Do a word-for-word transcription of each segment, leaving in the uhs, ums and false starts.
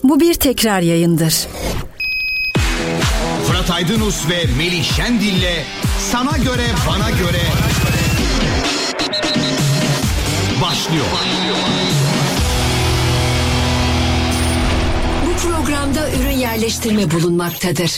Bu bir tekrar yayındır. Fırat Aydınus ve Melih Şendil'le Sana Göre Bana Göre başlıyor. Bu programda ürün yerleştirme bulunmaktadır.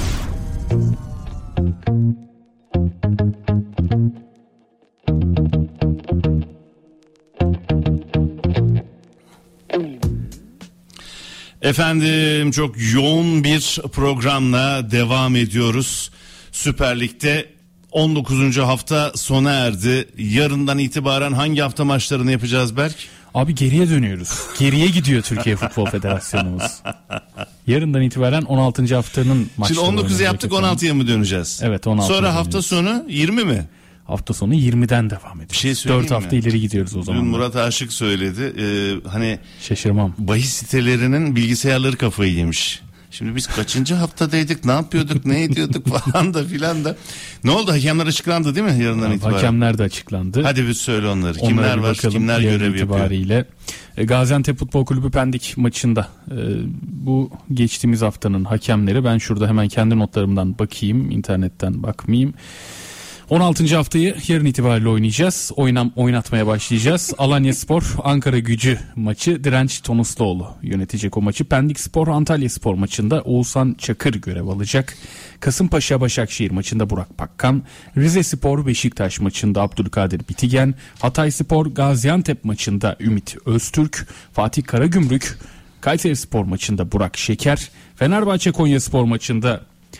Efendim, çok yoğun bir programla devam ediyoruz. Süper Lig'de on dokuzuncu hafta sona erdi. Yarından itibaren hangi hafta maçlarını yapacağız Berk? Abi geriye dönüyoruz. Geriye gidiyor Türkiye Futbol Federasyonumuz. Yarından itibaren on altıncı haftanın maçları. Şimdi on dokuzu yaptık, on altıya mı döneceğiz? Evet, on altı. Sonra hafta sonu yirmi mi? Hafta sonu yirmiden devam ediyoruz. Bir şey söyleyeyim dört hafta mi? ileri gidiyoruz o zaman. Dün Murat Aşık söyledi. Ee, hani şaşırmam. Bahis sitelerinin bilgisayarları kafayı yemiş. Şimdi biz kaçıncı haftadaydık, ne yapıyorduk, ne ediyorduk falan da filan da. Ne oldu, hakemler açıklandı değil mi yarından Ha, itibaren? Hakemler de açıklandı. Hadi bir söyle onları. Onlara Kimler bir var, bakalım. kimler Yarın görev yapıyor? itibariyle. E, Gaziantep Futbol Kulübü Pendik maçında e, bu geçtiğimiz haftanın hakemleri, ben şurada hemen kendi notlarımdan bakayım, internetten bakmayayım. on altıncı haftayı yarın itibariyle oynayacağız. Oynam, oynatmaya başlayacağız. Alanyaspor Ankara Gücü maçı Direnç Tonusluoğlu yönetecek o maçı. Pendik Spor Antalya Spor maçında Oğuzhan Çakır görev alacak. Kasımpaşa Başakşehir maçında Burak Pakkan. Rize Spor Beşiktaş maçında Abdülkadir Bitigen. Hatay Spor Gaziantep maçında Ümit Öztürk. Fatih Karagümrük Kayseri Spor maçında Burak Şeker. Fenerbahçe Konyaspor maçında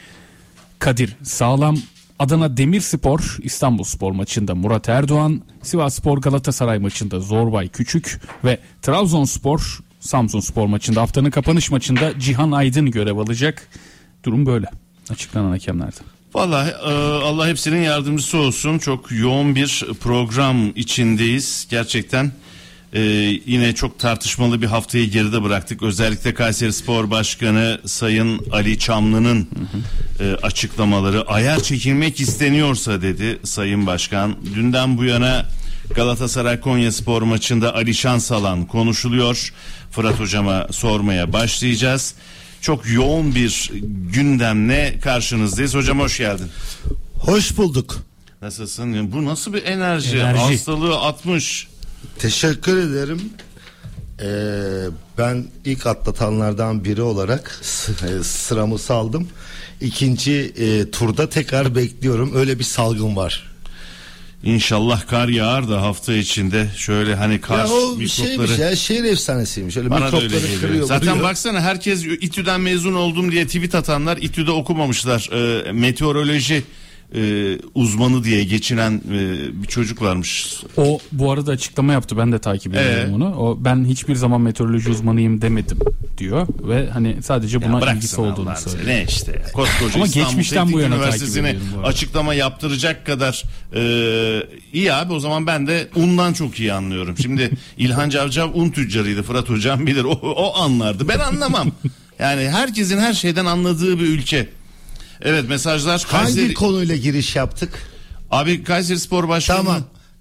Kadir Sağlam. Adana Demirspor İstanbulspor maçında Murat Erdoğan, Sivasspor Galatasaray maçında Zorbay Küçük ve Trabzonspor Samsunspor maçında haftanın kapanış maçında Cihan Aydın görev alacak. Durum böyle açıklanan hakemlerden. Vallahi e, Allah hepsinin yardımcısı olsun. Çok yoğun bir program içindeyiz. Gerçekten e, yine çok tartışmalı bir haftayı geride bıraktık. Özellikle Kayserispor Başkanı Sayın Ali Çamlı'nın hı hı. E, açıklamaları. Ayar çekilmek isteniyorsa dedi Sayın Başkan. Dünden bu yana Galatasaray Konyaspor maçında Ali Şansalan konuşuluyor. Fırat Hocam'a sormaya başlayacağız. Çok yoğun bir gündemle karşınızdayız. Hocam hoş geldin. Hoş bulduk. Nasılsın? Bu nasıl bir enerji? Enerji. Hastalığı atmış. Teşekkür ederim. Ee, ben ilk atlatanlardan biri olarak sıramı saldım. İkinci e, turda tekrar bekliyorum. Öyle bir salgın var. İnşallah kar yağar da hafta içinde şöyle hani kar ya o mikropları. şeymiş ya, şehir efsanesiymiş. Öyle Bana da öyle mikropları geliyor. kırıyor. Zaten vuruyor. baksana, herkes İTÜ'den mezun oldum diye tweet atanlar İTÜ'de okumamışlar. Ee, meteoroloji e, uzmanı diye geçinen e, bir çocuk varmış. O bu arada açıklama yaptı, ben de takip ediyorum Ee? onu. O, ben hiçbir zaman meteoroloji uzmanıyım demedim diyor ve hani sadece buna ilgisi olduğunu söylüyor. Ne işte koskoca Ama İstanbul geçmişten Teknik bu yana Üniversitesi'ne takip ediyorum bu arada. açıklama yaptıracak kadar e, iyi abi, o zaman ben de undan çok iyi anlıyorum. Şimdi İlhan Cavcav un tüccarıydı, Fırat Hocam bilir, o, o anlardı, ben anlamam. Yani herkesin her şeyden anladığı bir ülke. Evet, mesajlar. Hangi Kayseri... konuyla giriş yaptık? Abi Kayserispor Başkanı. Tamam.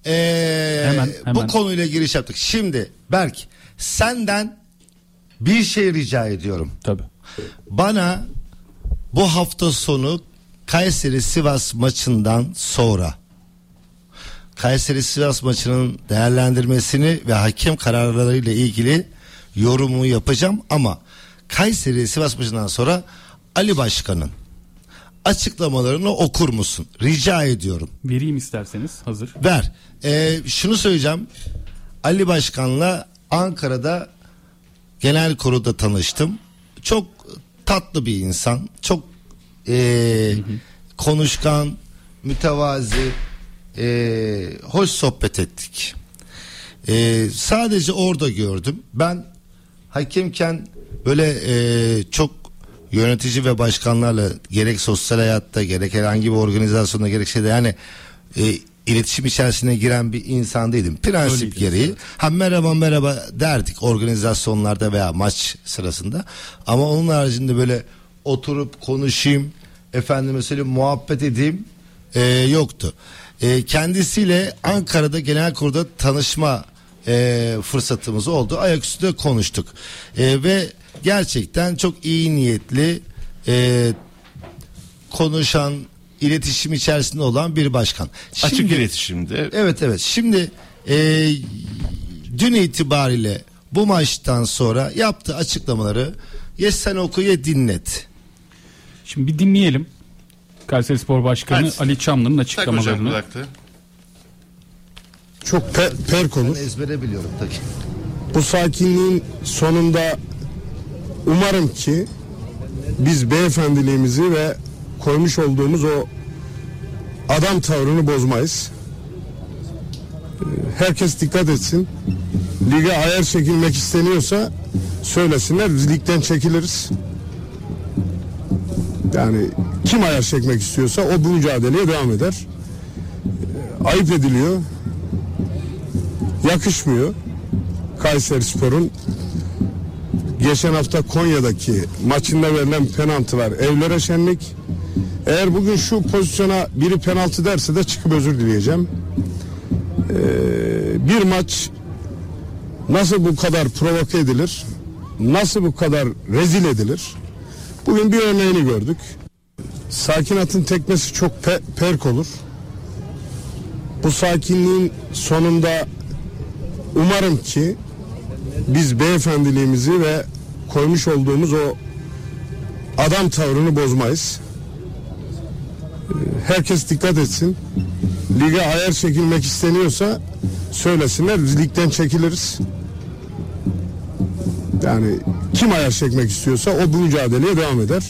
Ee, Hemen, hemen. Bu konuyla giriş yaptık. Şimdi Berk, senden bir şey rica ediyorum. Tabii. Bana bu hafta sonu Kayseri Sivas maçından sonra Kayseri Sivas maçının değerlendirmesini ve hakem kararlarıyla ilgili yorumu yapacağım, ama Kayseri Sivas maçından sonra Ali Başkan'ın açıklamalarını okur musun? Rica ediyorum. Vereyim isterseniz, hazır. Ver. Ee, şunu söyleyeceğim. Ali Başkan'la Ankara'da genel kurulda tanıştım. Çok tatlı bir insan. Çok ee, konuşkan, mütevazi, ee, hoş sohbet ettik. Ee, sadece orada gördüm. Ben hakemken böyle ee, çok yönetici ve başkanlarla gerek sosyal hayatta gerek herhangi bir organizasyonda gerek şeyde yani e, iletişim içerisine giren bir insan değilim. Prensip Öyleydi gereği. evet. Ha merhaba merhaba derdik organizasyonlarda veya maç sırasında. Ama onun haricinde böyle oturup konuşayım, efendime söyleyeyim muhabbet edeyim e, yoktu. E, kendisiyle Ankara'da genel kurulda tanışma e, fırsatımız oldu. Ayaküstü de konuştuk. E, ve gerçekten çok iyi niyetli, e, konuşan, iletişim içerisinde olan bir başkan. Açık Şimdi, iletişimde. Evet evet. Şimdi e, dün itibariyle bu maçtan sonra yaptığı açıklamaları ya sen oku ya dinlet. Şimdi bir dinleyelim. Kayserispor Başkanı Hadi. Ali Çamlı'nın Tak hocam açıklamalarını. kulaklığı. Çok pe- perk olur. Ben ezbere biliyorum tabii. Bu sakinliğin sonunda umarım ki biz beyefendiliğimizi ve koymuş olduğumuz o adam tavrını bozmayız. Herkes dikkat etsin. Lige ayar çekilmek isteniyorsa söylesinler, biz ligden çekiliriz. Yani kim ayar çekmek istiyorsa o bu mücadeleye devam eder. Ayıp ediliyor. Yakışmıyor. Kayserispor'un geçen hafta Konya'daki maçında verilen penaltılar evlere şenlik. Eğer bugün şu pozisyona biri penaltı derse de çıkıp özür dileyeceğim. Ee, bir maç nasıl bu kadar provoke edilir? Nasıl bu kadar rezil edilir? Bugün bir örneğini gördük. Sakin atın tekmesi çok pe- perk olur. Bu sakinliğin sonunda umarım ki biz beyefendiliğimizi ve koymuş olduğumuz o adam tavrını bozmayız. Herkes dikkat etsin. Lige ayar çekilmek isteniyorsa söylesinler, biz ligden çekiliriz. Yani kim ayar çekmek istiyorsa o bu mücadeleye devam eder.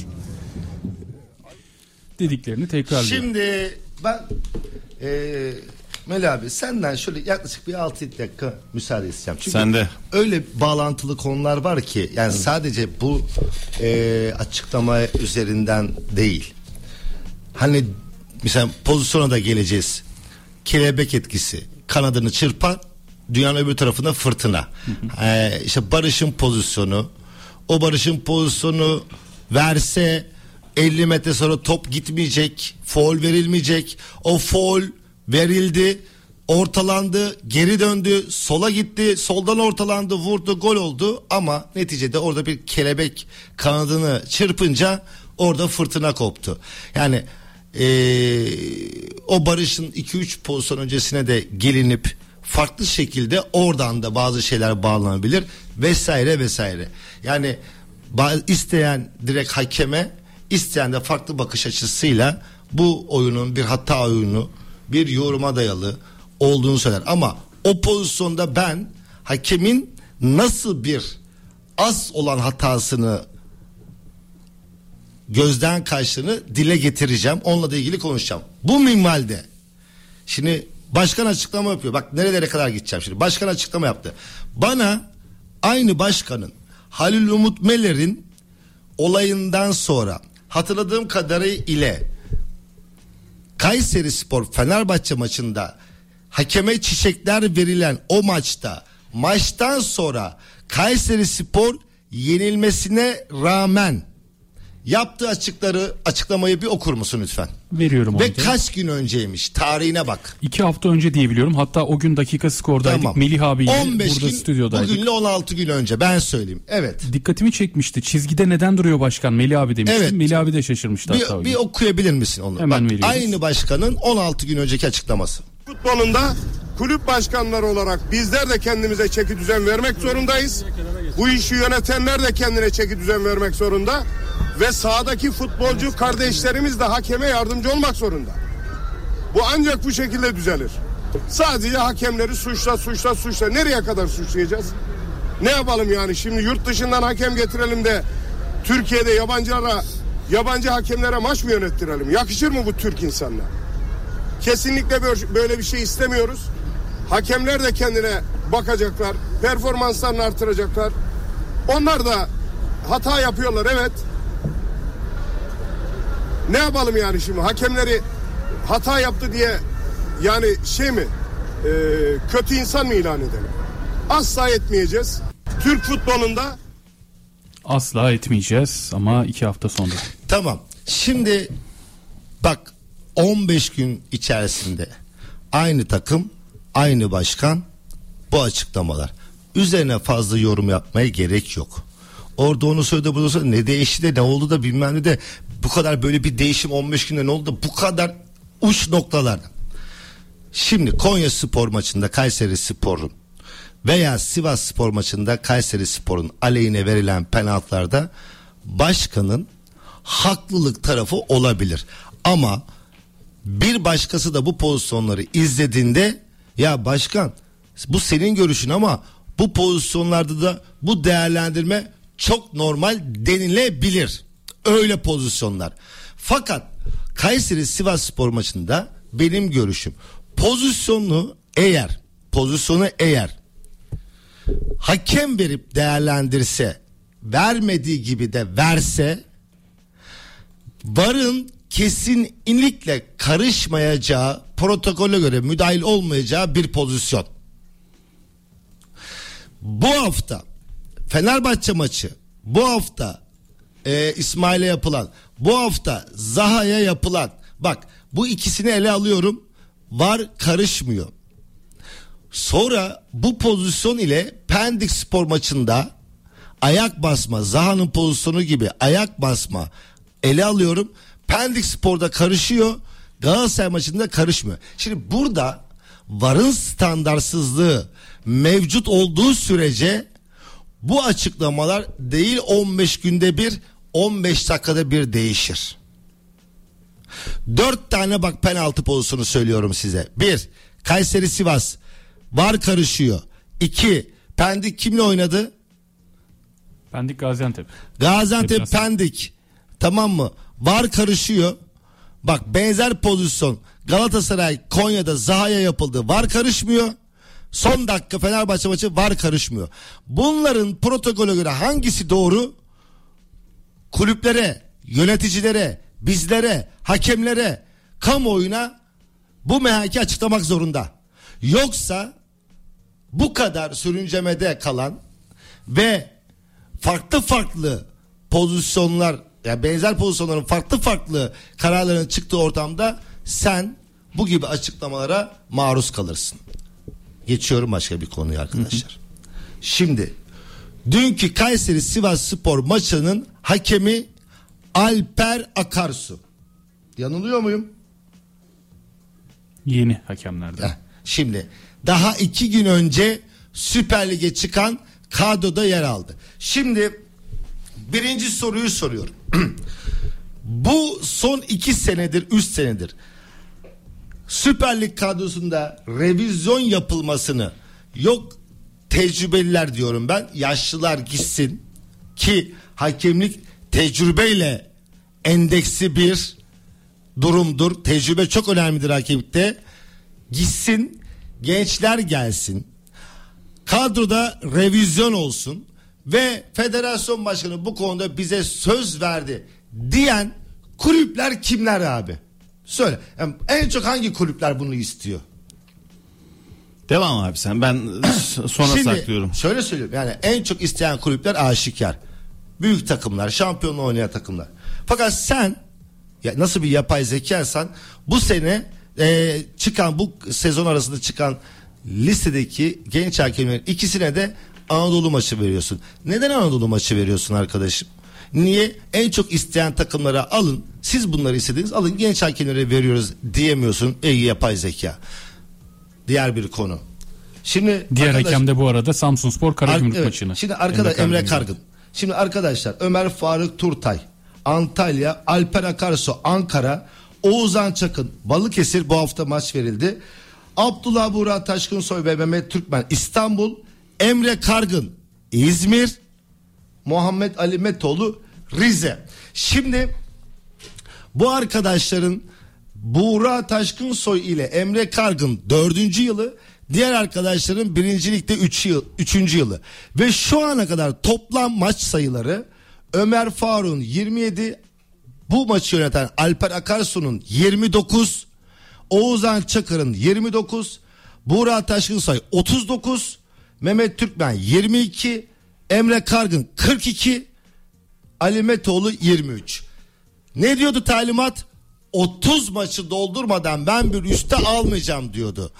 Dediklerini tekrarlıyor. Şimdi ben e, Melih abi senden şöyle yaklaşık bir altı dakika müsaade isteyeceğim. Çünkü Sende. öyle bağlantılı konular var ki yani sadece bu e, açıklama üzerinden değil. Hani mesela pozisyona da geleceğiz. Kelebek etkisi, kanadını çırpan, dünyanın öbür tarafında fırtına. ee, işte Barış'ın pozisyonu, o Barış'ın pozisyonu verse elli metre sonra top gitmeyecek, faul verilmeyecek. O faul verildi, ortalandı, geri döndü, sola gitti, soldan ortalandı, vurdu, gol oldu ama neticede orada bir kelebek kanadını çırpınca orada fırtına koptu. Yani Ee, o Barış'ın iki üç pozisyon öncesine de gelinip farklı şekilde oradan da bazı şeyler bağlanabilir vesaire vesaire. Yani isteyen direkt hakeme, isteyen de farklı bakış açısıyla bu oyunun bir hata oyunu, bir yoruma dayalı olduğunu söyler. Ama o pozisyonda ben hakemin nasıl bir az olan hatasını gözden kaçtığını dile getireceğim. Onunla da ilgili konuşacağım. Bu minvalde şimdi başkan açıklama yapıyor. Bak nerelere kadar gideceğim şimdi. Başkan açıklama yaptı. Bana aynı başkanın Halil Umut Meler'in olayından sonra hatırladığım kadarıyla ile Kayserispor Fenerbahçe maçında hakeme çiçekler verilen o maçta maçtan sonra Kayserispor yenilmesine rağmen yaptığı açıkları açıklamayı bir okur musun lütfen? Veriyorum. Ve orada. kaç gün önceymiş? Tarihine bak. İki hafta önce diye biliyorum. Hatta o gün dakika skordaydık. Tamam. Melih abiyle on beş burada gün, stüdyodaydık. bugünle on altı gün önce ben söyleyeyim. Evet. Dikkatimi çekmişti. Çizgide neden duruyor başkan? Melih abi demiştim. Evet. Melih abi de şaşırmıştı hatta. Bir, bir okuyabilir misin onu? Hemen Bak, veriyoruz. aynı başkanın on altı gün önceki açıklaması. Futbolunda kulüp başkanları olarak bizler de kendimize çeki düzen vermek zorundayız. Bu işi yönetenler de kendine çeki düzen vermek zorunda. Ve sahadaki futbolcu kardeşlerimiz de hakeme yardımcı olmak zorunda. Bu ancak bu şekilde düzelir. Sadece hakemleri suçla suçla suçla nereye kadar suçlayacağız? Ne yapalım yani şimdi yurt dışından hakem getirelim de Türkiye'de yabancılara, yabancı hakemlere maç mı yönettirelim? Yakışır mı bu Türk insanla? Kesinlikle böyle bir şey istemiyoruz. Hakemler de kendine bakacaklar, performanslarını artıracaklar. Onlar da hata yapıyorlar, evet. Ne yapalım yani şimdi hakemleri hata yaptı diye yani şey mi e, kötü insan mı ilan edelim? Asla etmeyeceğiz. Türk futbolunda Asla etmeyeceğiz ama iki hafta sonra. Tamam. Şimdi bak on beş gün içerisinde aynı takım, aynı başkan, bu açıklamalar. Üzerine fazla yorum yapmaya gerek yok. Orada onu söyledi, bunu söyledi. Ne değişti de ne oldu da bilmem ne de. Bu kadar böyle bir değişim on beş günde ne oldu da bu kadar uç noktalarda. Şimdi Konya Spor maçında Kayseri Spor'un veya Sivas Spor maçında Kayseri Spor'un aleyhine verilen penaltılarda başkanın haklılık tarafı olabilir. Ama bir başkası da bu pozisyonları izlediğinde ya başkan bu senin görüşün ama bu pozisyonlarda da bu değerlendirme çok normal denilebilir. Öyle pozisyonlar. Fakat Kayseri Sivas Spor maçında benim görüşüm pozisyonu eğer pozisyonu eğer hakem verip değerlendirse, vermediği gibi de verse, VAR'ın kesinlikle karışmayacağı, protokole göre müdahil olmayacağı bir pozisyon. Bu hafta Fenerbahçe maçı, bu hafta e, İsmail'e yapılan, bu hafta Zaha'ya yapılan, bak bu ikisini ele alıyorum, VAR karışmıyor. Sonra bu pozisyon ile Pendik Spor maçında ayak basma, Zaha'nın pozisyonu gibi ayak basma ele alıyorum. Pendik Spor'da karışıyor, Galatasaray maçında karışmıyor. Şimdi burada VAR'ın standartsızlığı mevcut olduğu sürece bu açıklamalar değil on beş günde bir, on beş dakikada bir değişir. Dört tane bak penaltı pozisyonu söylüyorum size. Bir, Kayseri Sivas, VAR karışıyor. İki, Pendik kimle oynadı? Pendik Gaziantep. Gaziantep Pendik. Tamam mı? VAR karışıyor. Bak benzer pozisyon Galatasaray Konya'da Zaha'ya yapıldı. VAR karışmıyor. Son dakika Fenerbahçe maçı VAR karışmıyor. Bunların protokole göre hangisi doğru? Kulüplere, yöneticilere, bizlere, hakemlere, kamuoyuna bu mehaki açıklamak zorunda. Yoksa bu kadar sürüncemede kalan ve farklı farklı pozisyonlar, yani benzer pozisyonların farklı farklı kararların çıktığı ortamda sen bu gibi açıklamalara maruz kalırsın. Geçiyorum başka bir konuya arkadaşlar. Hı hı. Şimdi dünkü Kayseri Sivas Spor maçının hakemi Alper Akarsu. Yanılıyor muyum? Yeni hakemlerden. Heh, şimdi daha iki gün önce Süper Lig'e çıkan kadroda yer aldı. Şimdi birinci soruyu soruyorum. Bu son iki senedir, üç senedir Süper Lig kadrosunda revizyon yapılmasını, yok tecrübeliler diyorum ben, yaşlılar gitsin ki hakemlik tecrübeyle endeksi bir durumdur. Tecrübe çok önemlidir hakemlikte. Gitsin, gençler gelsin. Kadroda revizyon olsun ve federasyon başkanı bu konuda bize söz verdi diyen kulüpler kimler abi? Söyle. Yani en çok hangi kulüpler bunu istiyor? Devam abi sen. Ben sonra Şimdi, saklıyorum. Şöyle söylüyorum. Yani en çok isteyen kulüpler aşikar. Büyük takımlar, şampiyonluğu oynayan takımlar. Fakat sen ya nasıl bir yapay zekaysan bu sene e, çıkan bu sezon arasında çıkan listedeki genç hakemlerin ikisine de Anadolu maçı veriyorsun. Neden Anadolu maçı veriyorsun arkadaşım? Niye? En çok isteyen takımlara alın. Siz bunları istediniz, alın genç hakemlere veriyoruz diyemiyorsun. Ey yapay zeka. Diğer bir konu. Şimdi diğer arkadaş, hakem de bu arada Samsunspor Karagümrük evet, maçını. Şimdi arkadaş Emre, Emre Kargın. Şimdi arkadaşlar Ömer Faruk Turtay Antalya, Alper Akarsu Ankara, Oğuzhan Çakın Balıkesir, bu hafta maç verildi. Abdullah Burak Taşkınsoy ve Mehmet Türkmen İstanbul, Emre Kargın İzmir, Muhammed Ali Metoğlu Rize. Şimdi bu arkadaşların Buğra Taşkınsoy ile Emre Kargın dördüncü yılı, diğer arkadaşların birincilikte üç yıl, üçüncü yılı ve şu ana kadar toplam maç sayıları Ömer Faruk'un yirmi yedi, bu maçı yöneten Alper Akarsu'nun yirmi dokuz, Oğuzhan Çakır'ın yirmi dokuz, Buğra Taşkınsoy otuz dokuz, Mehmet Türkmen yirmi iki, Emre Kargın kırk iki, Ali Metoğlu yirmi üç. Ne diyordu talimat? otuz maçı doldurmadan ben bir üste almayacağım diyordu.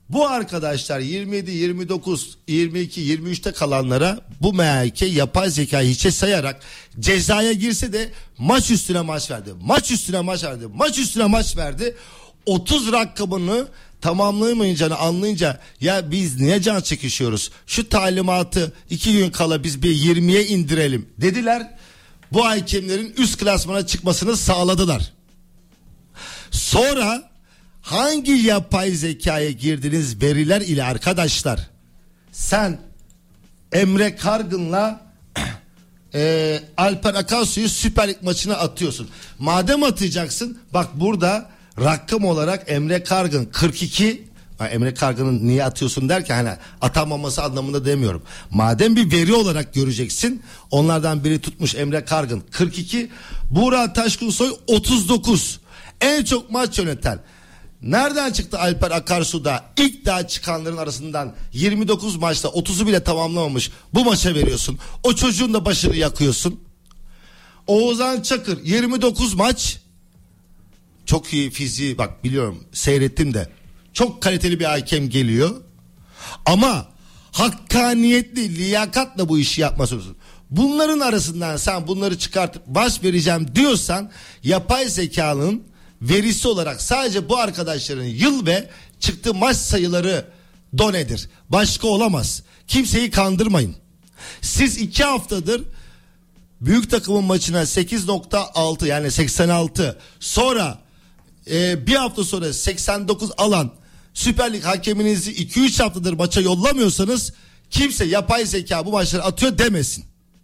Bu arkadaşlar yirmi yedi, yirmi dokuz, yirmi iki, yirmi üçte kalanlara bu M H K yapay zekayı hiçe sayarak cezaya girse de maç üstüne maç verdi. Maç üstüne maç verdi. Maç üstüne maç verdi. otuz rakamını tamamlayamayınca, anlayınca ya biz niye can çekişiyoruz? Şu talimatı iki gün kala biz bir yirmiye indirelim dediler. Bu hakemlerin üst klasmana çıkmasını sağladılar. Sonra hangi yapay zekaya girdiğiniz veriler ile arkadaşlar sen Emre Kargın'la e, Alper Akarsu'yu Süper Lig maçına atıyorsun. Madem atacaksın, bak burada rakam olarak Emre Kargın kırk iki, Emre Kargın'ın niye atıyorsun derken hani atamaması anlamında demiyorum. Madem bir veri olarak göreceksin, onlardan biri tutmuş Emre Kargın kırk iki, Buğra Taşkunsoy otuz dokuz. En çok maç yöneten. Nereden çıktı Alper Akarsu'da ilk daha çıkanların arasından yirmi dokuz maçta otuzu bile tamamlamamış, bu maça veriyorsun. O çocuğun da başını yakıyorsun. Oğuzhan Çakır yirmi dokuz maç, çok iyi fiziği, bak biliyorum, seyrettim de çok kaliteli bir hakem geliyor. Ama hakkaniyetli, liyakatla bu işi yapmasın. Bunların arasından sen bunları çıkartıp baş vereceğim diyorsan, yapay zekanın verisi olarak sadece bu arkadaşların yıl ve çıktığı maç sayıları donedir. Başka olamaz. Kimseyi kandırmayın. Siz iki haftadır büyük takımın maçına sekiz nokta altı yani seksen altı, sonra e, bir hafta sonra seksen dokuz alan Süper Lig hakeminizi iki üç haftadır maça yollamıyorsanız kimse yapay zeka bu maçları atıyor demesin.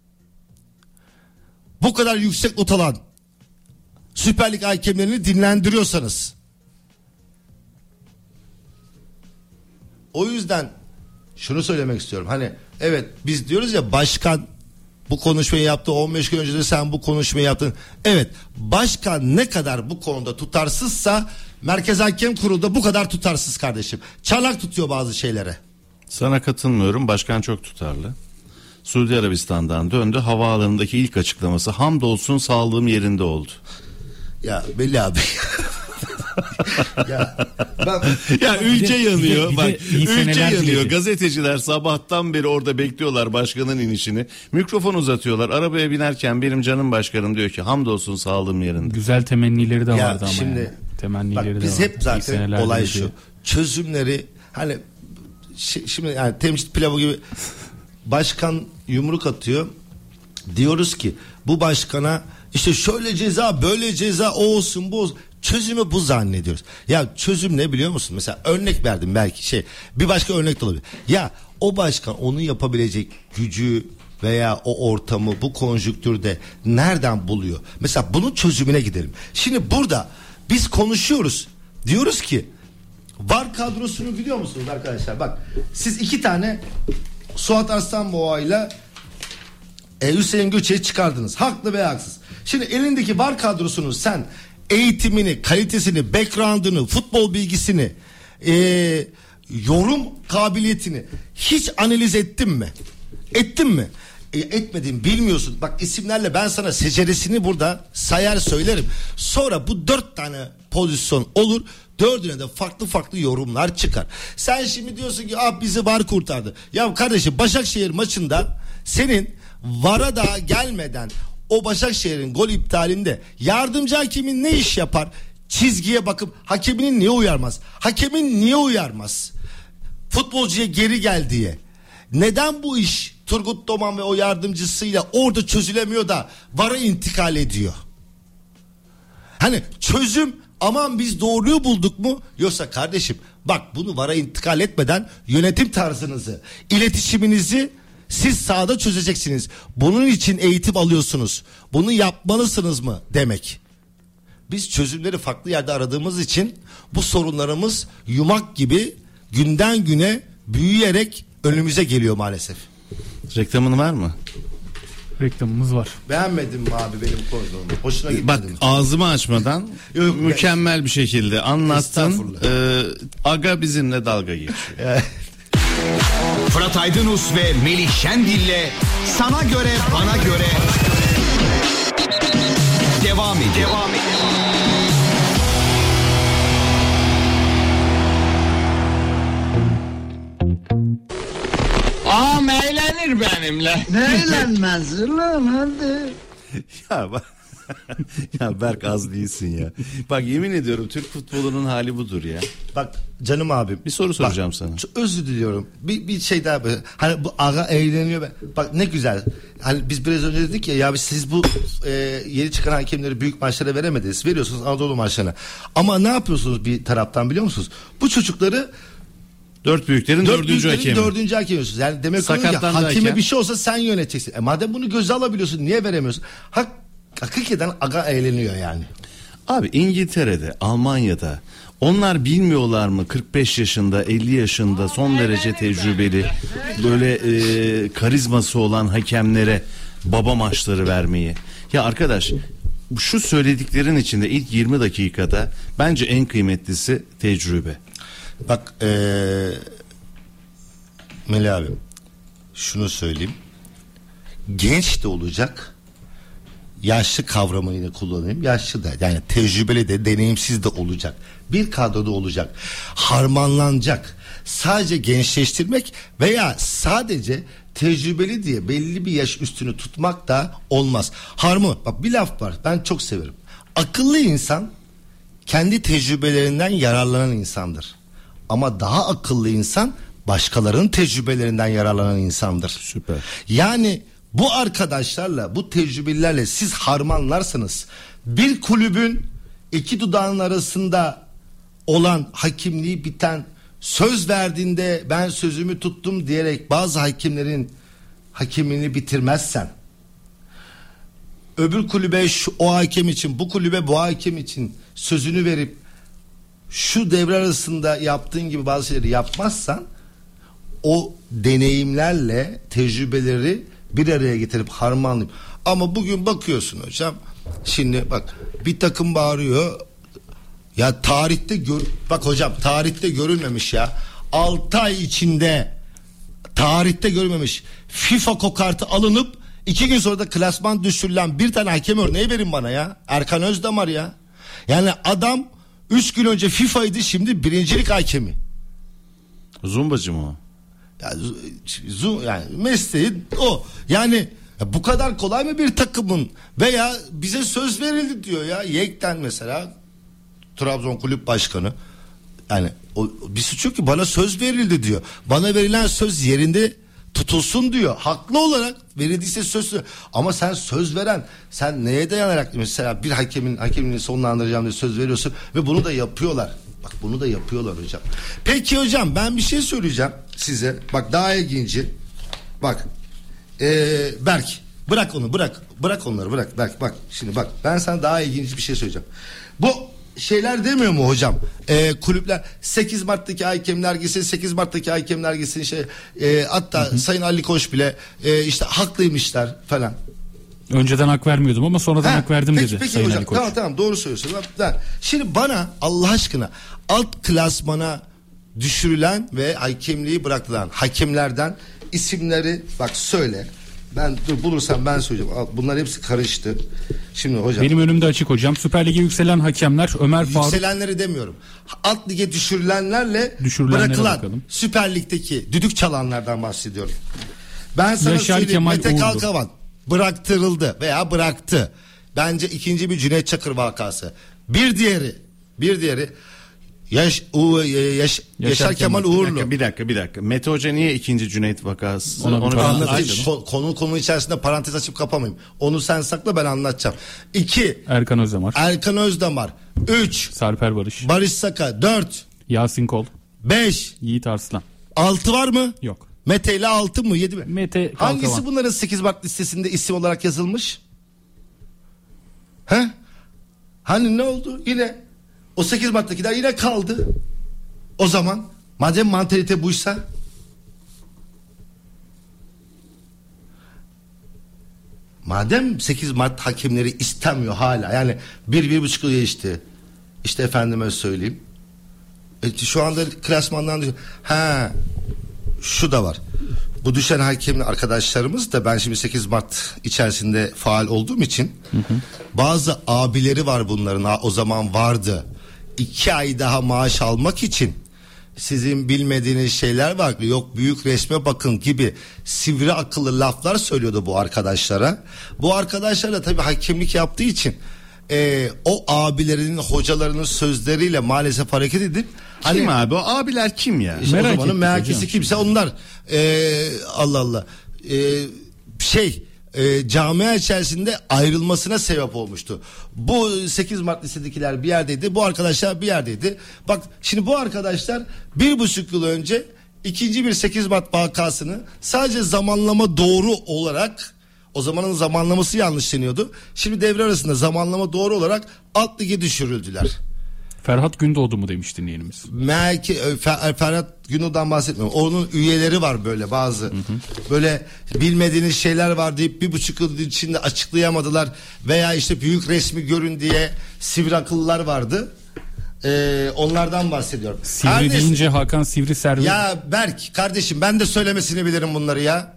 Bu kadar yüksek not alan Süper Lig hakemlerini dinlendiriyorsanız. O yüzden şunu söylemek istiyorum. Hani evet, biz diyoruz ya, başkan bu konuşmayı yaptı, on beş gün önce de sen bu konuşmayı yaptın. Evet, başkan ne kadar bu konuda tutarsızsa Merkez Hakem Kurulu da bu kadar tutarsız kardeşim. Çanak tutuyor bazı şeylere. Sana katılmıyorum. Başkan çok tutarlı. Suudi Arabistan'dan döndü. Havaalanındaki ilk açıklaması, hamdolsun sağlığım yerinde oldu. Ya Belli abi. ya, ben... ya ülke bir de, yanıyor. bir de, Bak, bir de ülke yanıyor. diledi. Gazeteciler sabahtan beri orada bekliyorlar başkanın inişini. Mikrofon uzatıyorlar. Arabaya binerken benim canım başkanım diyor ki hamdolsun sağlığım yerinde. Güzel temennileri de Ya vardı ama şimdi, yani. Temennileri bak, de biz vardı. hep zaten olay şu. Çözümleri hani şi, şimdi yani temcit pilavı gibi başkan yumruk atıyor. Diyoruz ki bu başkana işte şöyle ceza, böyle ceza, o olsun, bu olsun. Çözümü bu zannediyoruz. Ya çözüm ne biliyor musun? Mesela örnek verdim, belki şey bir başka örnek de olabilir. Ya o başkan onu yapabilecek gücü veya o ortamı bu konjüktürde nereden buluyor? Mesela bunun çözümüne gidelim. Şimdi burada biz konuşuyoruz. Diyoruz ki VAR kadrosunu biliyor musunuz arkadaşlar? Bak, siz iki tane Suat Arslanboğa'yla e, Hüseyin Göçek'i çıkardınız. Haklı veya haksız. Şimdi elindeki VAR kadrosunu sen eğitimini, kalitesini, background'ını, futbol bilgisini, e, yorum kabiliyetini hiç analiz ettin mi? Ettin mi? E, etmedin, bilmiyorsun. Bak, isimlerle ben sana seceresini burada sayar söylerim. Sonra bu dört tane pozisyon olur. Dördüne de farklı farklı yorumlar çıkar. Sen şimdi diyorsun ki ah bizi VAR kurtardı. Ya kardeşim, Başakşehir maçında senin VAR'a da gelmeden o Başakşehir'in gol iptalinde yardımcı hakemin ne iş yapar? Çizgiye bakıp hakeminin niye uyarmaz? Hakemin niye uyarmaz? Futbolcuya geri gel diye. Neden bu iş Turgut Doman ve o yardımcısıyla orada çözülemiyor da VAR'a intikal ediyor? Hani çözüm aman biz doğruyu bulduk mu? Yoksa kardeşim bak, bunu VAR'a intikal etmeden yönetim tarzınızı, iletişiminizi siz sahada çözeceksiniz. Bunun için eğitim alıyorsunuz. Bunu yapmalısınız mı demek. Biz çözümleri farklı yerde aradığımız için bu sorunlarımız yumak gibi günden güne büyüyerek önümüze geliyor maalesef. Reklamın var mı? Reklamımız var. Beğenmedin mi abi benim konuğumu? Hoşuna gitmedi Bak, mi? ağzımı açmadan Yok, mükemmel bir şekilde anlattın. Estağfurullah. Ee, aga bizimle dalga geçiyor. Fırat Aydınus ve Melih Şendil'le Sana Göre Bana Göre devam ediyor. Devam ediyor. benimle. Neyle lan hadi. Ya bak. Ya Berk az değilsin ya. Bak yemin ediyorum Türk futbolunun hali budur ya. Bak canım abim. Bir soru soracağım bak, sana. Çok özür diliyorum. Bir, bir şey daha böyle. Hani bu aga eğleniyor. Be. Bak ne güzel. Hani biz biraz önce dedik ya ya siz bu e, yeni çıkan hakemleri büyük maçlara veremediniz. Veriyorsunuz Anadolu maçlarına. Ama ne yapıyorsunuz bir taraftan biliyor musunuz? Bu çocukları Dört büyüklerin Dört dördüncü hakemi. Dördüncü hakemiyorsunuz. Yani demek ki hakeme hakem. Bir şey olsa sen yöneteceksin. E madem bunu göze alabiliyorsun niye veremiyorsun? Hak, hakikaten aga eğleniyor yani. Abi İngiltere'de, Almanya'da onlar bilmiyorlar mı kırk beş yaşında, elli yaşında son derece tecrübeli böyle e, karizması olan hakemlere baba maçları vermeyi. Ya arkadaş şu söylediklerin içinde ilk yirmi dakikada bence en kıymetlisi tecrübe. Bak ee, Melih abim şunu söyleyeyim. Genç de olacak, yaşlı kavramını yine kullanayım. Yaşlı da yani tecrübeli de deneyimsiz de olacak. Bir kadroda olacak. Harmanlanacak. Sadece gençleştirmek veya sadece tecrübeli diye belli bir yaş üstünü tutmak da olmaz. Harman, bak bir laf var ben çok severim. Akıllı insan kendi tecrübelerinden yararlanan insandır. Ama daha akıllı insan başkalarının tecrübelerinden yararlanan insandır. Süper. Yani bu arkadaşlarla, bu tecrübelilerle siz harmanlarsanız bir kulübün iki dudağının arasında olan hakimliği biten, söz verdiğinde ben sözümü tuttum diyerek bazı hakimlerin hakimliğini bitirmezsen, öbür kulübe şu, o hakem için, bu kulübe bu hakem için sözünü verip şu devre arasında yaptığın gibi bazı şeyleri yapmazsan, o deneyimlerle tecrübeleri bir araya getirip harmanlayıp, ama bugün bakıyorsun hocam, şimdi bak bir takım bağırıyor ya, tarihte gör, bak hocam tarihte görülmemiş ya, altı ay içinde tarihte görülmemiş FIFA kokartı alınıp iki gün sonra da klasman düşürülen bir tane hakem örneği verin bana ya. Erkan Özdamar ya. Yani adam üç gün önce FIFA'ydı, şimdi birincilik hakemi. Zumbacı mı o? Ya, zu, yani mesleği o. Yani ya bu kadar kolay mı bir takımın, veya bize söz verildi diyor ya. Yekten mesela Trabzon Kulüp Başkanı, yani o, bir suç yok ki, bana söz verildi diyor. Bana verilen söz yerinde tutulsun diyor. Haklı olarak verildiyse söz, ama sen söz veren, sen neye dayanarak mesela bir hakemin hakemliğini sonlandıracağım diye söz veriyorsun ve bunu da yapıyorlar. Bak bunu da yapıyorlar hocam. Peki hocam ben bir şey söyleyeceğim size. Bak daha ilginci. Bak ee, Berk bırak onu bırak. Bırak onları bırak Berk. Bak şimdi bak ben sana daha ilginç bir şey söyleyeceğim. Bu şeyler demiyor mu hocam? Ee, kulüpler sekiz Mart'taki hakemler gitsin, sekiz Mart'taki hakemler gitsin şey e, hatta hı hı. Sayın Ali Koç bile e, işte haklıymışlar falan. Önceden hak vermiyordum ama sonradan ha, hak verdim peki, dedi peki Sayın hocam, Ali Koç. Tamam tamam doğru söylüyorsun. Şimdi bana Allah aşkına alt klasmana düşürülen ve hakemliği bırakılan hakemlerden isimleri bak söyle. Ben dur bulursam ben söyleyeceğim. Bunlar hepsi karıştı. Şimdi hocam. Benim önümde açık hocam. Süper Lig'e yükselen hakemler Ömer Faruk. Yükselenleri demiyorum. Alt lige düşürülenlerle bırakılan bakalım. Süper Lig'deki düdük çalanlardan bahsediyorum. Ben sana Yaşar söyleyeyim. Kemal Mete Uğur'dur. Kalkavan bıraktırıldı veya bıraktı. Bence ikinci bir Cüneyt Çakır vakası. Bir diğeri, bir diğeri Yaş, U, yaş, Yaşar, Yaşar Kemal, Kemal Uğurlu. Bir dakika, bir dakika, bir dakika. Mete Hoca niye ikinci Cüneyt vakası? Onu, onu anlatayım. Konu, konu konu içerisinde parantez açıp kapamayayım. Onu sen sakla, ben anlatacağım. İki. Erkan Özdamar. Erkan Özdamar. Üç. Sarper Barış. Barış Saka. Dört. Yasin Kol. Beş. Yiğit Arslan. Altı var mı? Yok. Mete ile altı mı? Yedi mi? Mete Kalkavan. Hangisi bunların sekiz Mart listesinde isim olarak yazılmış? He? Hani ne oldu? Yine o sekiz Mart'takiler yine kaldı. O zaman madem mantalite buysa, madem sekiz Mart hakemleri istemiyor hala, yani bir bir buçuk yıl geçti, işte efendime söyleyeyim, e, şu anda klasmandan düşün. Ha, şu da var. Bu düşen hakemin arkadaşlarımız da, ben şimdi sekiz Mart içerisinde faal olduğum için hı hı. bazı abileri var bunların, o zaman vardı. İki ay daha maaş almak için sizin bilmediğiniz şeyler var. Yok büyük resme bakın gibi sivri akıllı laflar söylüyordu bu arkadaşlara. Bu arkadaşlar da tabii hakemlik yaptığı için e, o abilerinin, hocalarının sözleriyle maalesef hareket edip Kim hani, abi o abiler kim ya? İşte Merak o zamanın ettik merakisi hocam kimse onlar. Ee, Allah Allah. Ee, şey e, camia içerisinde ayrılmasına sebep olmuştu. Bu sekiz Mart lisedekiler bir yerdeydi. Bu arkadaşlar bir yerdeydi. Bak şimdi bu arkadaşlar bir buçuk yıl önce ikinci bir sekiz Mart vakasını sadece zamanlama doğru olarak, o zamanın zamanlaması yanlış deniyordu. Şimdi devre arasında zamanlama doğru olarak alt lige düşürüldüler. Ferhat Gündoğdu mu demiş dinleyenimiz. Belki Fer, Ferhat Gündoğdu'dan bahsetmiyorum. Onun üyeleri var böyle bazı. Hı hı. Böyle bilmediğiniz şeyler var deyip bir buçuk yıl içinde açıklayamadılar. Veya işte büyük resmi görün diye sivri akıllılar vardı. Ee, onlardan bahsediyorum. Sivri Kardeş, deyince Hakan Sivri Servi. ya Berk kardeşim ben de söylemesini bilirim bunları ya.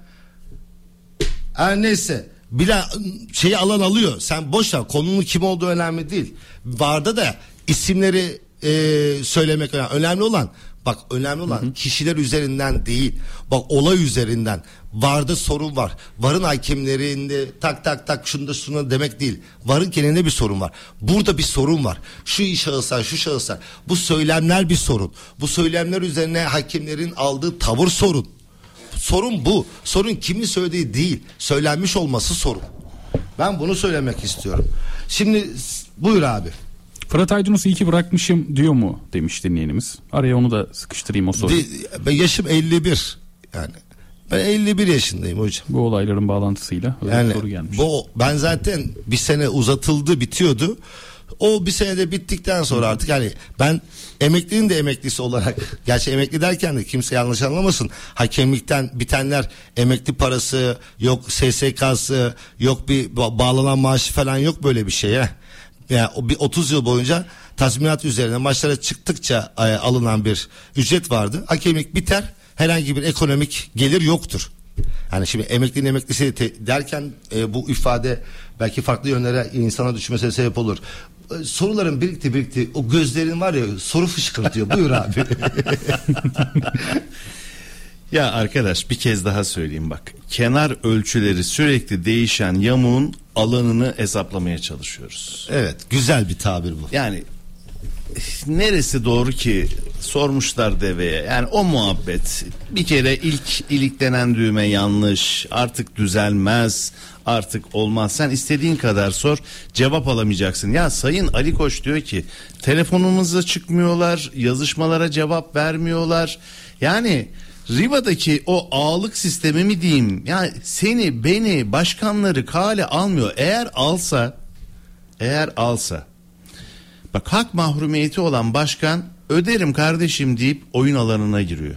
Her neyse. Bila şeyi alan alıyor. Sen boş ver. Konunun kim olduğu önemli değil. Vardı da isimleri e, söylemek önemli. Önemli olan bak önemli olan hı hı. kişiler üzerinden değil. Bak olay üzerinden. Varda sorun var. Varın hakemlerinde tak tak tak şunda şuna demek değil. Varın kendinde bir sorun var. Burada bir sorun var. Şu şahıslar şu şahıslar. Bu söylemler bir sorun. Bu söylemler üzerine hakemlerin aldığı tavır sorun. Sorun bu. Sorun kimin söylediği değil. Söylenmiş olması sorun. Ben bunu söylemek istiyorum. Şimdi buyur abi. Fırat Aydınus'u iyi ki bırakmışım diyor mu demiş dinleyenimiz. Araya onu da sıkıştırayım o soruyu. De, yaşım elli bir. Yani ben elli bir yaşındayım hocam. Bu olayların bağlantısıyla öyle yani, bir soru gelmiş. Bu, ben zaten bir sene uzatıldı, bitiyordu. O bir senede bittikten sonra artık yani ben emeklinin de emeklisi olarak, gerçi emekli derken de kimse yanlış anlamasın, hakemlikten bitenler emekli parası yok, S S K'sı yok, bir bağlanan maaşı falan yok, böyle bir şeye. Yani bir otuz yıl boyunca tazminat üzerine maçlara çıktıkça e, alınan bir ücret vardı. Hakemlik biter, herhangi bir ekonomik gelir yoktur. Yani şimdi emeklinin emeklisi te, derken e, bu ifade belki farklı yönlere insana düşmesine sebep olur. E, soruların birikti birikti, o gözlerin var ya, soru fışkırtıyor. Buyur abi. Ya arkadaş bir kez daha söyleyeyim bak. Kenar ölçüleri sürekli değişen yamuğun alanını hesaplamaya çalışıyoruz. Evet, güzel bir tabir bu. Yani neresi doğru ki sormuşlar deveye. Yani o muhabbet bir kere ilk iliklenen düğme yanlış, artık düzelmez, artık olmaz. Sen istediğin kadar sor, cevap alamayacaksın. Ya Sayın Ali Koç diyor ki telefonumuza çıkmıyorlar, yazışmalara cevap vermiyorlar. Yani Riva'daki o ağalık sistemi mi diyeyim, yani seni beni başkanları kale almıyor. Eğer alsa eğer alsa bak, hak mahrumiyeti olan başkan öderim kardeşim deyip oyun alanına giriyor.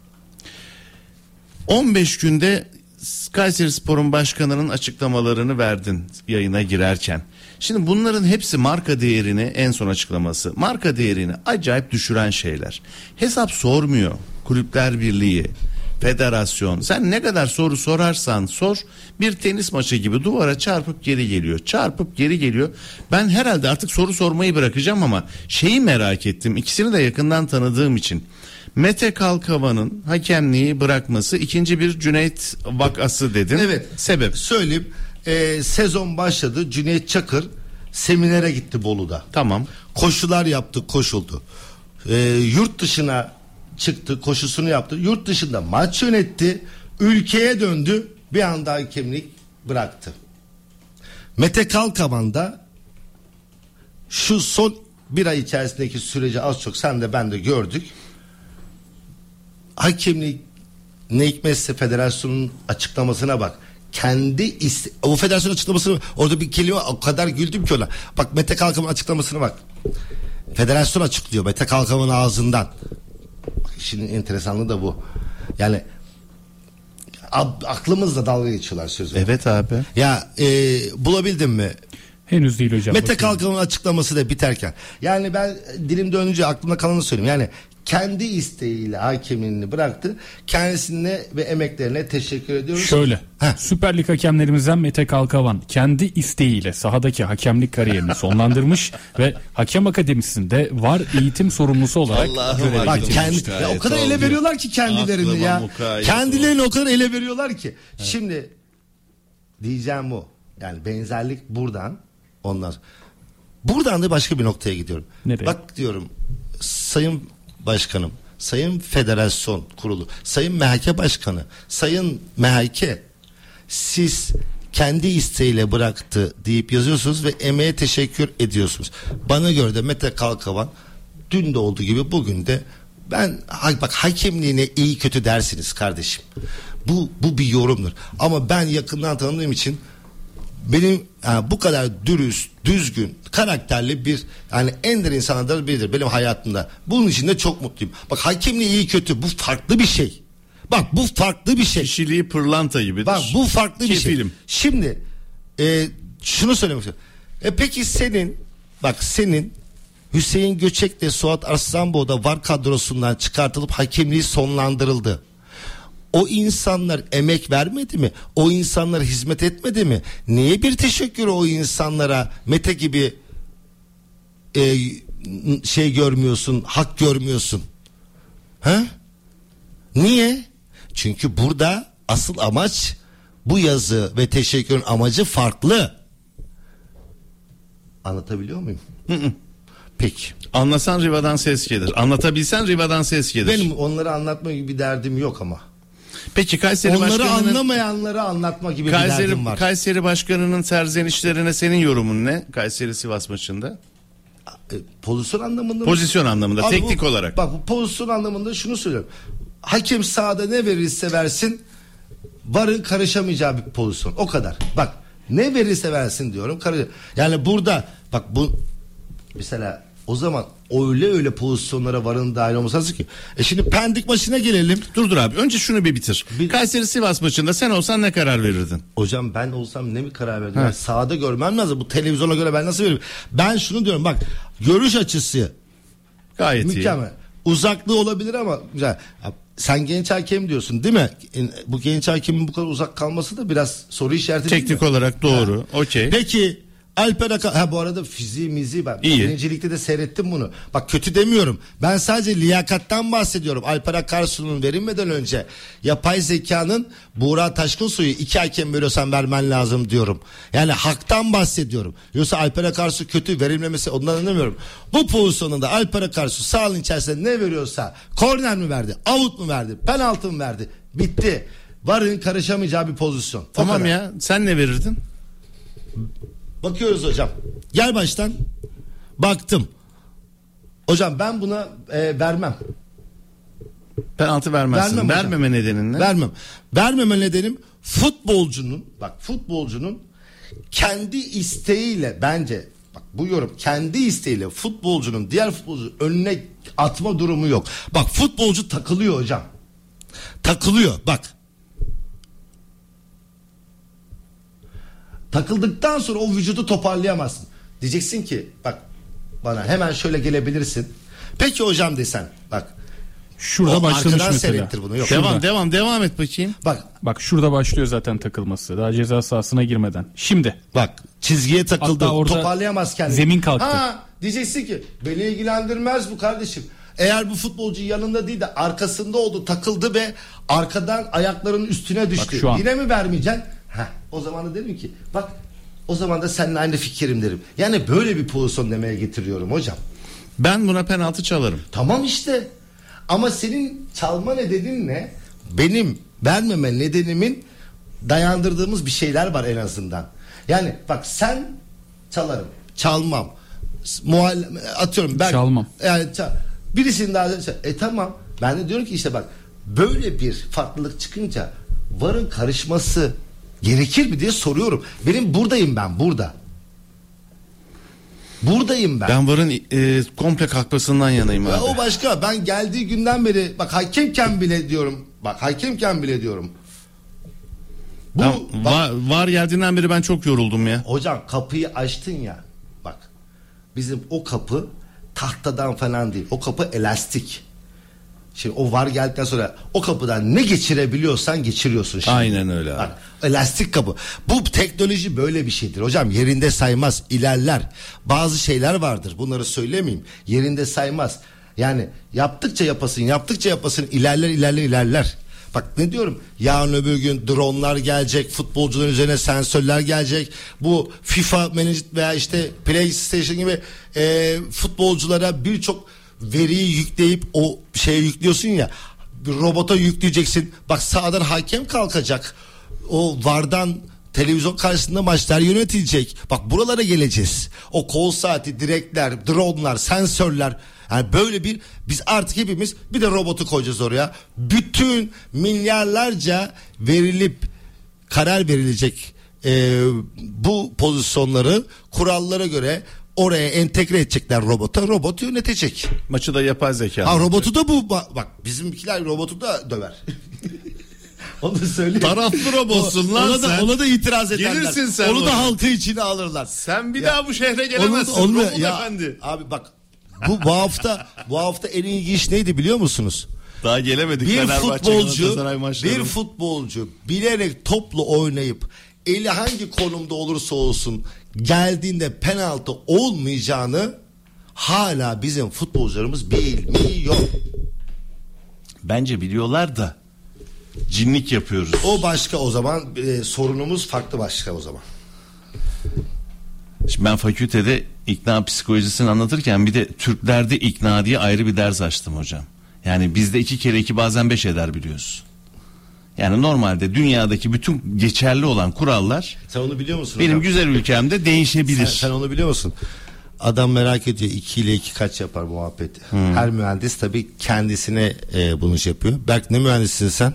on beş günde Kayserispor'un başkanının açıklamalarını verdin yayına girerken. Şimdi bunların hepsi marka değerini, en son açıklaması marka değerini acayip düşüren şeyler. Hesap sormuyor Kulüpler Birliği, federasyon. Sen ne kadar soru sorarsan sor, bir tenis maçı gibi duvara çarpıp geri geliyor. Çarpıp geri geliyor. Ben herhalde artık soru sormayı bırakacağım ama şeyi merak ettim. İkisini de yakından tanıdığım için. Mete Kalkavan'ın hakemliği bırakması ikinci bir Cüneyt vakası dedin. Evet. Sebep? Söyleyeyim. Ee, sezon başladı. Cüneyt Çakır seminere gitti Bolu'da. Tamam. Koşular yaptı, koşuldu. Ee, yurt dışına çıktı, koşusunu yaptı. Yurt dışında maç yönetti. Ülkeye döndü. Bir anda hakemlik bıraktı. Mete Kalkavan da şu son bir ay içerisindeki süreci az çok sen de ben de gördük. Hakemlik ne hikmetse federasyonun açıklamasına bak. Kendi iste- o federasyon açıklamasını, orada bir kelime, o kadar güldüm ki ona. Bak Mete Kalkavan'ın açıklamasına bak. Federasyon açıklıyor Mete Kalkavan'ın ağzından. Bak, işin enteresanlığı da bu. Yani a- aklımızla dalga geçiyorlar sözü. Evet abi. Ya e, bulabildin mi? Henüz değil hocam. Mete Kalkavan'ın açıklaması da biterken. Yani ben dilim dönünce aklımda kalanı söyleyeyim. Yani kendi isteğiyle hakemliğini bıraktı. Kendisine ve emeklerine teşekkür ediyoruz. Şöyle. Heh. Süper Lig hakemlerimizden Mete Kalkavan kendi isteğiyle sahadaki hakemlik kariyerini sonlandırmış ve Hakem Akademisi'nde var eğitim sorumlusu olarak göreve Bak getirilmiş. kendi ya o kadar ele veriyorlar ki kendilerini Aklıma ya. mukayyet Kendilerini o kadar ele veriyorlar ki. Evet. Şimdi diyeceğim bu. Yani benzerlik buradan ondan sonra. Buradan da başka bir noktaya gidiyorum. Nereye? Bak diyorum Sayın Başkanım, Sayın Federasyon Kurulu, Sayın M H K Başkanı, Sayın M H K, siz kendi isteğiyle bıraktı deyip yazıyorsunuz ve emeğe teşekkür ediyorsunuz. Bana göre de Mete Kalkavan dün de olduğu gibi bugün de ben bak hakemliğine iyi kötü dersiniz kardeşim. Bu bu bir yorumdur. Ama ben yakından tanıdığım için benim yani bu kadar dürüst, düzgün, karakterli bir yani ender insanlardan biridir benim hayatımda. Bunun için de çok mutluyum. Bak hakemliği iyi kötü bu farklı bir şey. Bak bu farklı bir şey. Kişiliği pırlanta gibidir. Bak bu farklı bir Kefilim. şey. Şimdi e, şunu söylemek istiyorum. E peki senin bak senin Hüseyin Göçek'le Suat Arslanboğ da VAR kadrosundan çıkartılıp hakemliği sonlandırıldı. O insanlar emek vermedi mi? O insanlar hizmet etmedi mi? Niye bir teşekkür o insanlara Mete gibi e, şey görmüyorsun, hak görmüyorsun? Ha? Niye? Çünkü burada asıl amaç bu yazı ve teşekkürün amacı farklı. Anlatabiliyor muyum? Hı hı. Peki. Anlasan Riva'dan ses gelir. Anlatabilsen Riva'dan ses gelir. Benim onları anlatma gibi bir derdim yok ama. Peki Kayseri Onları Başkanı'nın anlamayanları anlatma gibi Kayseri, bir derdim var. Kayseri Başkanı'nın serzenişlerine senin yorumun ne? Kayseri Sivas maçında. E, pozisyon anlamında mı? Pozisyon anlamında, Abi teknik bu, olarak. Bak bu pozisyon anlamında şunu söylüyorum. Hakem sahada ne verirse versin VAR'ın karışamayacağı bir pozisyon. O kadar. Bak ne verirse versin diyorum. Karış- yani burada bak bu mesela o zaman öyle öyle pozisyonlara VAR'ın dahil olması lazım ki. E şimdi Pendik maçına gelelim. Dur dur abi önce şunu bir bitir. Bir- Kayseri Sivas maçında sen olsan ne karar verirdin? Hocam ben olsam ne mi karar verdim? Ha. Ben sahada görmem lazım. Bu televizyona göre ben nasıl veririm? Ben şunu diyorum bak görüş açısı Gayet mükemmel. Uzaklığı olabilir ama güzel. Ya, sen genç hakem diyorsun değil mi? Bu genç hakemin bu kadar uzak kalması da biraz soru işareti iyi. değil Teknik mi? olarak doğru. Okey. Peki Alper Akar ha bu arada fiziği mizi ben İyi. birincilikte de seyrettim bunu. Bak kötü demiyorum. Ben sadece liyakattan bahsediyorum. Alper Akarsu'nun verilmeden önce yapay zekanın Buğra Taşkınsoy'u iki hakem veriyorsan vermen lazım diyorum. Yani haktan bahsediyorum. Yoksa Alper Akarsu kötü verilmemesi ondan anlamıyorum. Bu pozisyonunda Alper Akarsu sahanın içerisinde ne veriyorsa korner mi verdi, avut mu verdi, penaltı mı verdi? Bitti. VAR'ın karışamayacağı bir pozisyon. O Tamam kadar. ya sen ne verirdin? Bakıyoruz hocam. Gel baştan. Baktım. Hocam ben buna e, vermem. Penaltı vermezsin. Vermem hocam. Vermeme nedenin ne? Vermem. Vermeme nedenim futbolcunun bak futbolcunun kendi isteğiyle bence bak bu yorum kendi isteğiyle futbolcunun diğer futbolcu önüne atma durumu yok. Bak futbolcu takılıyor hocam. Takılıyor bak. Takıldıktan sonra o vücudu toparlayamazsın. Diyeceksin ki bak bana hemen şöyle gelebilirsin. Peki hocam desen bak. Şurada o başlamış arkadan mesela. seyrettir bunu. Yok. Devam Şurada. devam devam et bakayım. Bak Bak şurada başlıyor zaten takılması. Daha ceza sahasına girmeden. Şimdi bak çizgiye takıldı. Hatta orada Toparlayamaz kendini. zemin kalktı. Ha, diyeceksin ki beni ilgilendirmez bu kardeşim. Eğer bu futbolcu yanında değil de arkasında oldu takıldı ve arkadan ayaklarının üstüne düştü. şu an. Yine mi vermeyeceksin? Heh, o zaman da derim ki bak o zaman da seninle aynı fikrim derim. Yani böyle bir pozisyon demeye getiriyorum hocam. Ben buna penaltı çalarım. Tamam işte. Ama senin çalma nedenin ne? Benim vermeme nedenimin dayandırdığımız bir şeyler var en azından. Yani bak sen çalarım, çalmam. Muhal atıyorum ben Çalmam. Yani çal, birisinin daha e tamam. Ben de diyorum ki işte bak böyle bir farklılık çıkınca VAR'ın karışması gerekir mi diye soruyorum. Benim buradayım ben burada. Buradayım ben. Ben VAR'ın e, komple kalkmasından yanayım Ya abi. o başka. Ben geldiği günden beri bak hakemken bile diyorum. Bak hakemken bile diyorum. Bu Ben, bak, var, var geldiğinden beri ben çok yoruldum ya. hocam kapıyı açtın ya. Bak. Bizim o kapı tahtadan falan değil. O kapı elastik. Şimdi o var geldikten sonra o kapıdan ne geçirebiliyorsan geçiriyorsun şimdi. Aynen öyle abi. Bak, elastik kapı. Bu teknoloji böyle bir şeydir hocam. Yerinde saymaz, ilerler. Bazı şeyler vardır. Bunları söylemeyeyim. Yerinde saymaz. Yani yaptıkça yapasın, yaptıkça yapasın, ilerler, ilerler, ilerler. Bak ne diyorum, yarın öbür gün dronlar gelecek, futbolcuların üzerine sensörler gelecek. Bu FIFA Managed veya işte PlayStation gibi e, futbolculara birçok veriyi yükleyip o şeye yüklüyorsun ya, bir robota yükleyeceksin. Bak sağdan hakem kalkacak. O vardan televizyon karşısında maçlar yönetilecek. Bak buralara geleceğiz. O kol saati, direkler, dronlar, sensörler. Yani böyle bir, biz artık hepimiz bir de robotu koyacağız oraya. Bütün milyarlarca verilip karar verilecek e, bu pozisyonları kurallara göre oraya entegre edecekler robota. Robot yönetecek. Maçı da yapay zeka. Ha, robotu da bu bak, bizimkiler robotu da döver. Onu da söyleyeyim. Taraflı robotsun lan ona da, sen. Ona da itiraz ederler. Gelirsin sen Onu oraya. da halka içine alırlar. Sen bir Ya, daha bu şehre gelemezsin. Onu, onu, robot ya, efendi. abi bak bu, bu hafta bu hafta en ilginç neydi biliyor musunuz? Daha gelemedik. Bir Fenerbahçe, futbolcu Galatasaray maçları. bir futbolcu bilerek topla oynayıp eli hangi konumda olursa olsun geldiğinde penaltı olmayacağını hala bizim futbolcularımız bilmiyor. Bence biliyorlar da cinlik yapıyoruz. O başka o zaman, e, sorunumuz farklı başka o zaman. Şimdi ben fakültede ikna psikolojisini anlatırken bir de Türklerde ikna diye ayrı bir ders açtım hocam. Yani bizde iki kere iki bazen beş eder biliyorsun. Yani normalde dünyadaki bütün geçerli olan kurallar Sen onu biliyor musun? benim hocam? güzel ülkemde değişebilir. Sen, sen onu biliyor musun? Adam merak ediyor, iki ile iki kaç yapar muhabbeti. Hmm. Her mühendis tabii kendisine e, bunu şey yapıyor. Berk, ne mühendissin sen?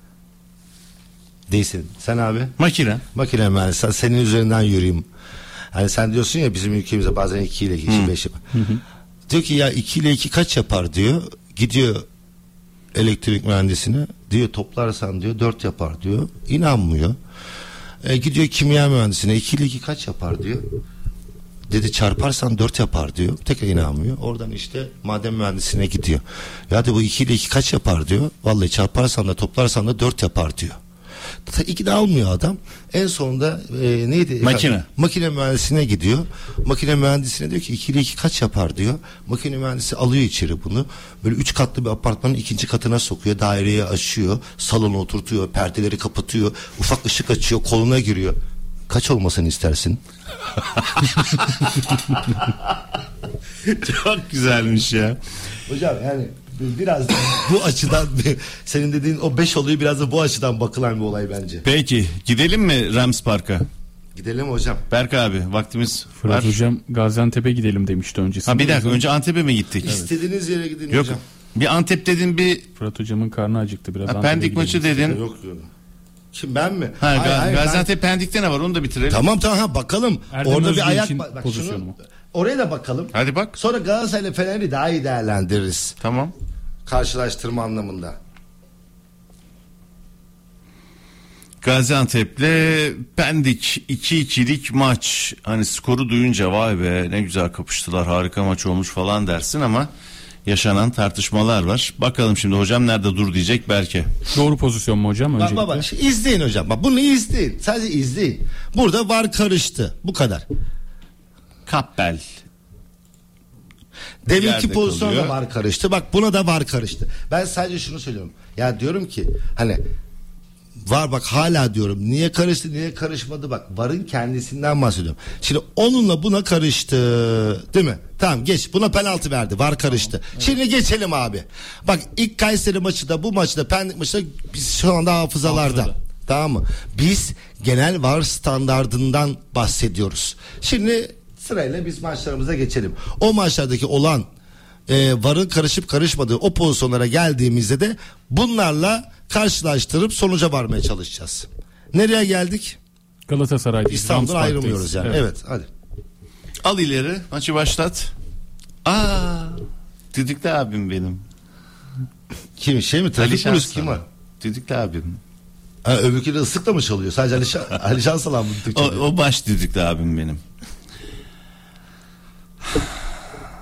Değilsin. Sen abi? Makine. Makine mühendisi. Senin üzerinden yürüyeyim. Hani sen diyorsun ya bizim ülkemizde bazen iki ile iki, beş yapar. Hı hı. Diyor ki ya iki ile iki kaç yapar diyor. Gidiyor elektrik mühendisine. Diyor toplarsan diyor dört yapar diyor. İnanmıyor. E, gidiyor kimya mühendisine. iki ile iki kaç yapar diyor. Dedi çarparsan dört yapar diyor. Tekrar inanmıyor. Oradan işte maden mühendisine gidiyor. Ya de bu iki ile iki kaç yapar diyor. Vallahi çarparsan da toplarsan da dört yapar diyor. İki de almıyor adam. En sonunda e, neydi? Makine. Ha, makine mühendisine gidiyor. Makine mühendisine diyor ki iki ile iki kaç yapar diyor. Makine mühendisi alıyor içeri bunu. Böyle üç katlı bir apartmanın ikinci katına sokuyor. Daireyi açıyor. Salona oturtuyor. Perdeleri kapatıyor. Ufak ışık açıyor. Koluna giriyor. Kaç olmasını istersin? Çok güzelmiş ya. Hocam yani biraz bu açıdan senin dediğin o beş oluyor, biraz da bu açıdan bakılan bir olay bence. Peki gidelim mi Rams Park'a? Gidelim hocam. Berk abi vaktimiz Fırat var. hocam Gaziantep'e gidelim demişti öncesinde. Ha bir dakika, önce Antep'e mi gittik? Evet. İstediğiniz yere gidin Yok. hocam. Bir Antep dedin, bir Fırat hocamın karnı acıktı biraz. ha, Antep'e Pendik gidelim. maçı dedin. Yok yok. Kim, ben mi? Ha, Hayır, Ga- hayır, ben- Gaziantep Pendik'te ne var, onu da bitirelim. Tamam tamam, ha, bakalım. Erdem Orada Özgür bir ayak için bak, bak pozisyonu şunu, mu? oraya da bakalım. Hadi bak. Sonra Galatasaray ile Fener'i daha iyi değerlendiririz. Tamam. Karşılaştırma anlamında. Gaziantep'le Pendik iki ikilik maç. Hani skoru duyunca vay be ne güzel kapıştılar, harika maç olmuş falan dersin ama yaşanan tartışmalar var. Bakalım şimdi hocam nerede dur diyecek belki. Doğru pozisyon mu hocam? Bak Öncelikle. baba, şimdi izleyin hocam. Bak bunu izleyin. Sadece izleyin. Burada var karıştı. Bu kadar. Kappel. Deminki Yerde pozisyonda kalıyor. var karıştı. Bak buna da var karıştı. Ben sadece şunu söylüyorum. Ya diyorum ki hani var bak, hala diyorum. Niye karıştı, niye karışmadı, bak. Varın kendisinden bahsediyorum. Şimdi onunla buna karıştı. Değil mi? Tamam geç. Buna penaltı verdi. Var karıştı. Tamam, evet. Şimdi geçelim abi. Bak ilk Kayseri maçı da bu maçta, Pendik maçı da biz şu anda hafızalarda. Hafızada. Tamam mı? Biz genel var standardından bahsediyoruz. Şimdi sırayla biz maçlarımıza geçelim. O maçlardaki olan e, varın karışıp karışmadığı o pozisyonlara geldiğimizde de bunlarla karşılaştırıp sonuca varmaya çalışacağız. Nereye geldik? Galatasaray. İstanbul'dan ayrılmıyoruz yani. Evet. evet hadi. Al ileri, maçı başlat. Aa, Düdükli abim benim. Kim, şey mi? Trafik polisi kim var? Düdükli abim. Ha, öbürkü de ıslıkla mı çalıyor? Sadece Ali, Şan, Ali Şansalan mı o, o baş düdüklü abim benim.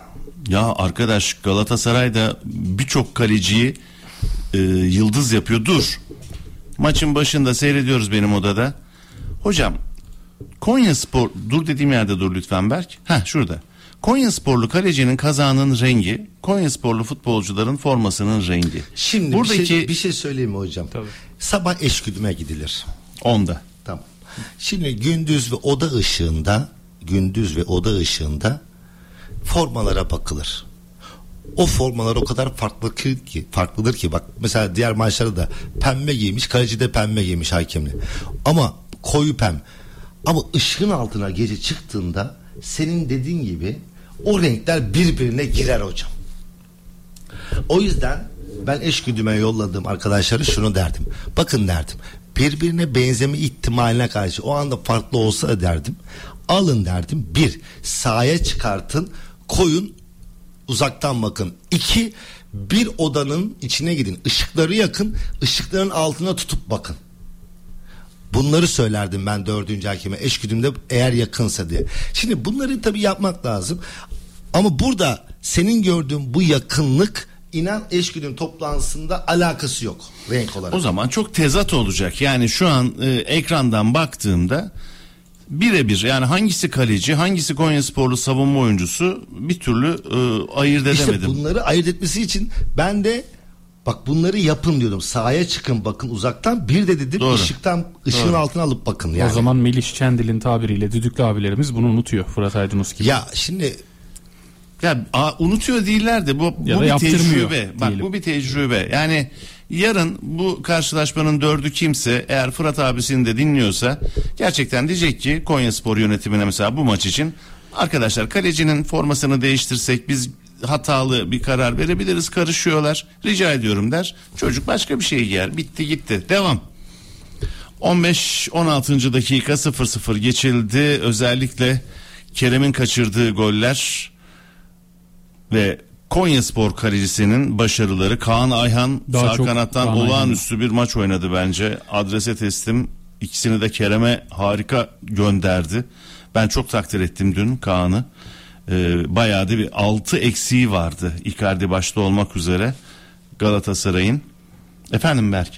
Ya arkadaş, Galatasaray'da birçok kaleciyi e, yıldız yapıyor. Dur. Maçın başında seyrediyoruz benim odada. Hocam, Konyaspor, dur dediğim yerde dur lütfen Berk. Heh, şurada. Konyasporlu kalecinin kazağının rengi, Konyasporlu futbolcuların formasının rengi. Şimdi buradaki bir, şey, bir şey söyleyeyim mi hocam? Tabii. Sabah eşgüdüme gidilir. onda. Tamam. Şimdi gündüz ve oda ışığında, gündüz ve oda ışığında formalara bakılır. O formalar o kadar farklı ki, farklıdır ki bak mesela diğer maçlarda da pembe giymiş, kaleci de pembe giymiş hakemli. Ama koyu pembe. Ama ışığın altına gece çıktığında senin dediğin gibi o renkler birbirine girer hocam. O yüzden ben eşgüdüme yolladığım arkadaşlara şunu derdim. Bakın derdim. Birbirine benzeme ihtimaline karşı o anda farklı olsa derdim. Alın derdim. Bir, sahaya çıkartın, koyun, uzaktan bakın. İki, bir odanın içine gidin. Işıkları yakın, ışıkların altına tutup bakın. Bunları söylerdim ben dördüncü hakeme eşgüdümde eğer yakınsa diye. Şimdi bunları tabii yapmak lazım. Ama burada senin gördüğün bu yakınlık inan eşgüdüm toplantısında alakası yok renk olarak. O zaman çok tezat olacak. Yani şu an e, ekrandan baktığımda birebir, yani hangisi kaleci, hangisi Konyasporlu savunma oyuncusu bir türlü e, ayırt edemedim. İşte bunları ayırt etmesi için ben de bak bunları yapın diyordum. Sahaya çıkın bakın uzaktan, bir de dedim Doğru. ışıktan ışığın Doğru. altına alıp bakın yani. O zaman Melih Şendil'in tabiriyle düdüklü abilerimiz bunu unutuyor, Fırat Aydınus gibi. Ya şimdi Ya a, unutuyor değiller de bu, Ya bu da bir yaptırmıyor tecrübe. Bak diyelim. bu bir tecrübe. Yani yarın bu karşılaşmanın dördü kimse, eğer Fırat abisini de dinliyorsa gerçekten diyecek ki Konyaspor yönetimine mesela bu maç için, arkadaşlar kalecinin formasını değiştirsek biz hatalı bir karar verebiliriz, karışıyorlar, rica ediyorum der. Çocuk başka bir şey giyer, bitti gitti, devam. on beş on altıncı dakika sıfır sıfır geçildi. Özellikle Kerem'in kaçırdığı goller ve Konyaspor kalecisinin başarıları. Kaan Ayhan Daha sağ çok kanattan Kaan olağanüstü bir maç oynadı bence. Adrese teslim, ikisini de Kerem'e harika gönderdi. Ben çok takdir ettim dün Kaan'ı. Ee, bayağı da bir altı eksiği vardı Icardi başta olmak üzere Galatasaray'ın. Efendim Berk?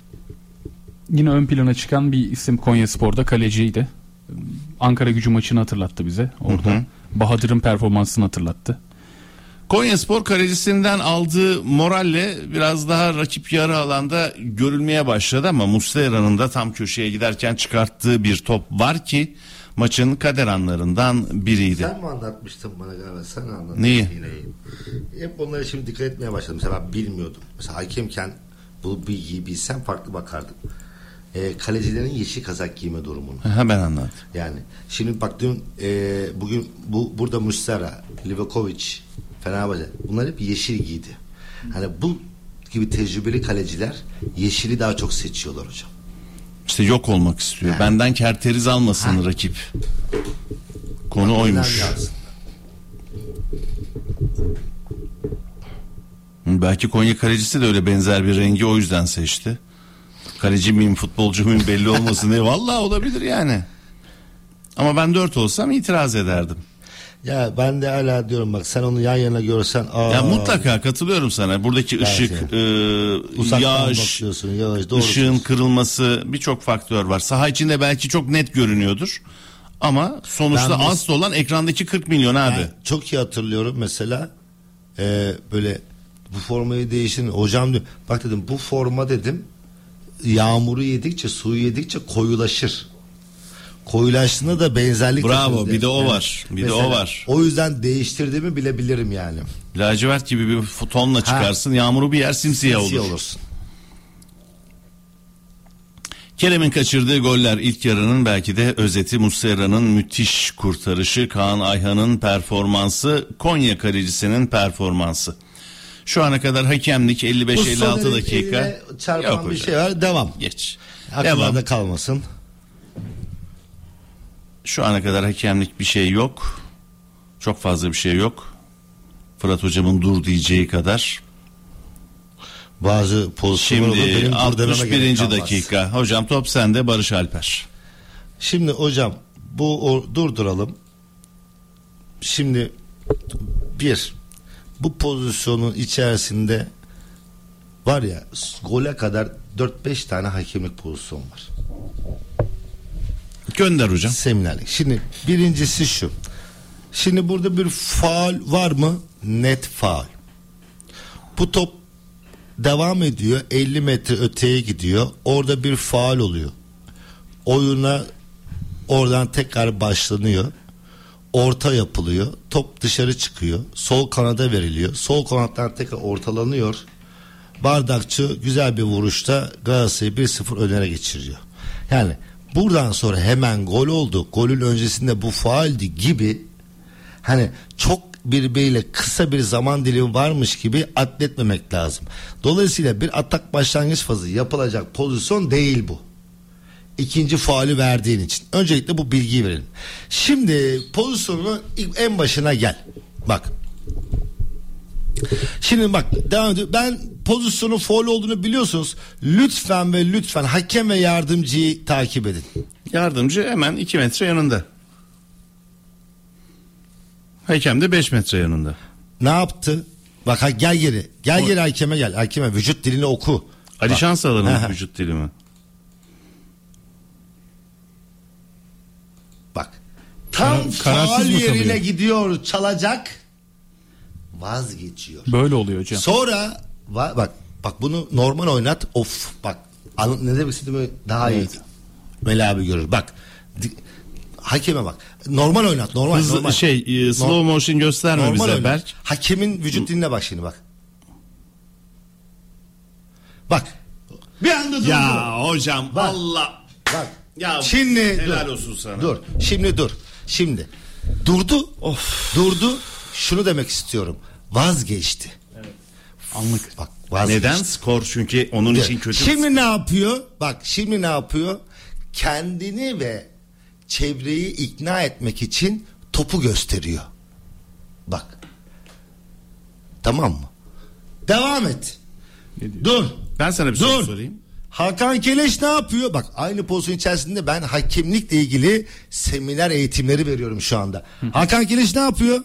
Yine ön plana çıkan bir isim Konyaspor'da kaleciydi. Ankara Gücü maçını hatırlattı bize orada. Hı hı. Bahadır'ın performansını hatırlattı. Konyaspor kalecisinden aldığı moralle biraz daha rakip yarı alanda görülmeye başladı ama Muslera'nın da tam köşeye giderken çıkarttığı bir top var ki maçın kader anlarından biriydi. sen mi anlatmıştın bana galiba? Sen anlattın. Neyi? Yine. Hep onlara şimdi dikkat etmeye başladım. Mesela ben bilmiyordum. Mesela hakemken bu bilgiyi bilsem farklı bakardım. Ee, kalecilerin yeşil kazak giyme durumunu. Ha, ben anladım. Yani şimdi baktım e, bugün bu burada Muslera, Livakovic, Fenerbahçe bunlar hep yeşil giydi. Hani bu gibi tecrübeli kaleciler yeşili daha çok seçiyorlar hocam. İşte yok olmak istiyor. Ha. Benden kerteriz almasın Ha. rakip. Konu oymuş. Lazım. Belki Konya kalecisi de öyle benzer bir rengi o yüzden seçti. Kaleci miyim, futbolcu muyum belli olmasın diye. Vallahi olabilir yani. Ama ben dört olsam itiraz ederdim. Ya ben de hala diyorum bak sen onu yan yana görsen. Aa, Ya mutlaka katılıyorum sana. Buradaki Belki. ışık, e, uzaktan yağış, bakıyorsun, yağış, doğru ışığın diyorsun. kırılması, birçok faktör var. Saha içinde belki çok net görünüyordur. Ama sonuçta Ben mes- asıl olan ekrandaki kırk milyon abi. Ben çok iyi hatırlıyorum mesela e, böyle bu formayı değiştirin. Hocam diyor bak dedim bu forma dedim yağmuru yedikçe suyu yedikçe koyulaşır. Koyulaştığında da benzerlik. Bravo, taşır. bir de o Yani var, bir de mesela o var. O yüzden değiştirdiğimi bilebilirim yani. Lacivert gibi bir tonla çıkarsın, yağmuru bir yer simsiyah olur. Siyah olursun. Kerem'in kaçırdığı goller ilk yarının belki de özeti. Muslera'nın müthiş kurtarışı, Kaan Ayhan'ın performansı, Konya kalecisinin performansı. Şu ana kadar hakemlik elli beş elli altı Soner'in dakika. eline çarpan Yok bir hocam. şey var. Devam. Geç. Akllarda Devam. kalmasın. Şu ana kadar hakemlik bir şey yok. Çok fazla bir şey yok. Fırat hocamın dur diyeceği kadar. Bazı pozisyonlar olur, benim Şimdi dur dememe altmış gerek birinci kalmaz. dakika. Hocam top sende, Barış Alper. Şimdi hocam bu o, durduralım. Şimdi bir bu pozisyonun içerisinde var ya gole kadar dört beş tane hakemlik pozisyon var. Gönder hocam. Seminerlik. Şimdi birincisi şu. Şimdi burada bir faul var mı? Net faul. Bu top devam ediyor. elli metre öteye gidiyor. Orada bir faul oluyor. Oyuna oradan tekrar başlanıyor. Orta yapılıyor. Top dışarı çıkıyor. Sol kanada veriliyor. Sol kanattan tekrar ortalanıyor. Bardakçı güzel bir vuruşta Galatasaray'ı bir sıfır önere geçiriyor. Yani buradan sonra hemen gol oldu. Golün öncesinde bu faaldi gibi hani çok birbiriyle kısa bir zaman dilimi varmış gibi atletmemek lazım. Dolayısıyla bir atak başlangıç fazı yapılacak pozisyon değil bu. İkinci faulü verdiğin için. Öncelikle bu bilgiyi verelim. Şimdi pozisyonun en başına gel. Bak. Şimdi bak devam ediyor. Ben pozisyonun faul olduğunu biliyorsunuz. Lütfen ve lütfen hakem ve yardımcıyı takip edin. Yardımcı hemen iki metre yanında. Hakem de beş metre yanında. Ne yaptı? Bak ha, gel geri. Gel o... geri hakeme gel. Hakeme vücut dilini oku. Ali Şansalan'ın vücut dili mi? Bak. Tam Kar- faul yerine gidiyor çalacak. Vazgeçiyor. Böyle oluyor hocam. Sonra va- bak bak bunu normal oynat. Of bak an- ne demek istediğimi daha evet. iyi. Meli abi görür. Bak di- hakeme bak. Normal oynat. Normal. Hızlı, normal. Şey e, slow Norm- motion gösterme normal bize oynat. Berk. Hakemin vücut diline bak şimdi bak. Bak. Bir anda durdu. Ya hocam bak. Allah. Bak. Ya şimdi helal dur. olsun sana. Dur. Şimdi dur. Şimdi durdu. Of. Durdu. Şunu demek istiyorum. Vazgeçti. Evet. Anlık. Bak vazgeçti. Neden? Skor çünkü onun için kötü. Şimdi ne yapıyor? Bak şimdi ne yapıyor? Kendini ve çevreyi ikna etmek için topu gösteriyor. Bak. Tamam mı? Devam et. Dur. Ben sana bir soru Dur. sorayım. Hakan Keleş ne yapıyor? Bak aynı pozisyon içerisinde ben hakemlikle ilgili seminer eğitimleri veriyorum şu anda. Hı. Hakan Keleş ne yapıyor?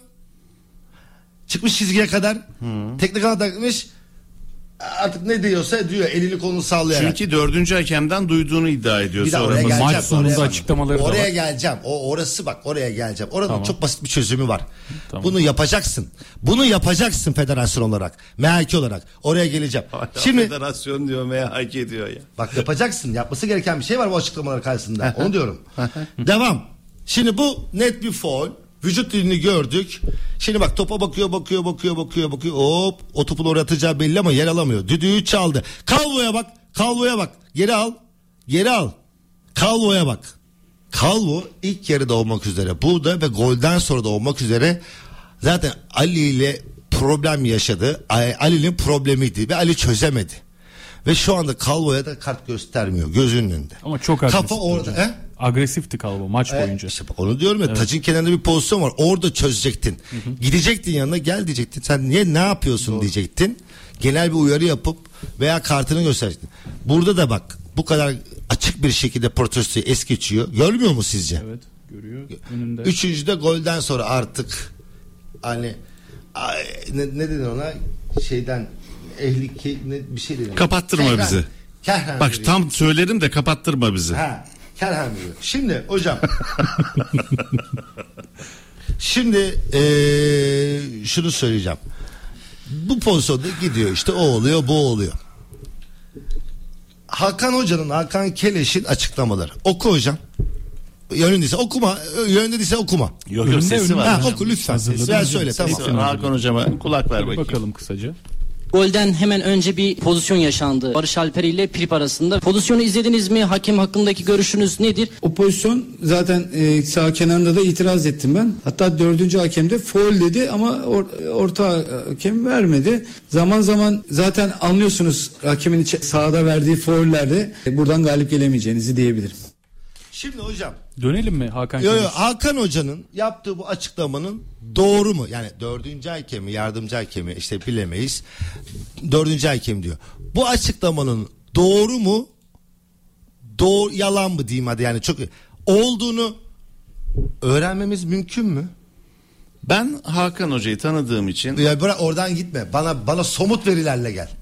Çıkmış çizgiye kadar. Hı. Teknik kanat takmış. Artık ne diyorsa diyor. Elini kolunu sallayarak. Çünkü dördüncü hakemden duyduğunu iddia ediyor. Bir sonra maç sonunda oraya, açıklamaları oraya da var. Oraya geleceğim. O orası bak oraya geleceğim. Orada tamam. Çok basit bir çözümü var. Tamam. Bunu yapacaksın. Bunu yapacaksın federasyon olarak. M H K olarak. Oraya geleceğim. Hala şimdi federasyon diyor M H K diyor ya. Bak yapacaksın. Yapması gereken bir şey var bu açıklamalar karşısında. Onu diyorum. Devam. Şimdi bu net bir faul. Vücut dilini gördük. Şimdi bak topa bakıyor bakıyor bakıyor bakıyor bakıyor. Hop o topun oraya atacağı belli ama yer alamıyor. Düdüğü çaldı. Calvo'ya bak. Calvo'ya bak. Geri al. Geri al. Calvo'ya bak. Calvo ilk yarıda olmak üzere burada ve golden sonra da olmak üzere zaten Ali ile problem yaşadı. Ali'nin problemiydi ve Ali çözemedi. Ve şu anda Calvo'ya da kart göstermiyor gözünün önünde. Ama çok agresif. Kafa orada. He? Agresifti Calvo maç ee, boyunca. İşte onu diyorum ya evet. Taçın kenarında bir pozisyon var. Orada çözecektin. Hı hı. Gidecektin yanına gel diyecektin. Sen niye ne yapıyorsun Doğru. diyecektin. Genel bir uyarı yapıp veya kartını gösterecektin. Burada da bak bu kadar açık bir şekilde protestoyu es geçiyor. Görmüyor mu sizce? Evet görüyor. Önünde. Üçüncüde golden sonra artık hani ay, ne, ne dedin ona şeyden ehlik ne, bir şey dedin. Kapattırma Kehran. bizi. Kehran bak veriyor. Tam söylerim de kapattırma bizi. Ha. Kerhem diyor. Şimdi hocam. Şimdi ee, şunu söyleyeceğim. Bu pozisyonda gidiyor işte o oluyor bu oluyor. Hakan Hoca'nın Hakan Keleş'in açıklamaları. Oku hocam. Yönündeyse okuma. Yönünde değilse okuma. Yok yok sesi var. Ha, oku lütfen. Sen söyle tamam. Hakan Hocama kulak ver bakayım. Bakalım kısaca. Golden hemen önce bir pozisyon yaşandı. Barış Alper ile Prip arasında. Pozisyonu izlediniz mi? Hakem hakkındaki görüşünüz nedir? O pozisyon zaten e, sağ kenarında da itiraz ettim ben. Hatta dördüncü hakem de faul dedi ama or, orta hakem vermedi. Zaman zaman zaten anlıyorsunuz hakemin içi, sahada verdiği faullerde e, buradan galip gelemeyeceğinizi diyebilirim. Şimdi hocam. Dönelim mi Hakan? Yo, yo, Hakan Hoca'nın yaptığı bu açıklamanın doğru mu? Yani dördüncü hakemi, yardımcı hakemi işte bilemeyiz. Dördüncü hakem diyor. Bu açıklamanın doğru mu? Doğru, yalan mı diyeyim hadi yani çok olduğunu öğrenmemiz mümkün mü? Ben Hakan Hoca'yı tanıdığım için... Ya bırak, oradan gitme. Bana bana somut verilerle gel.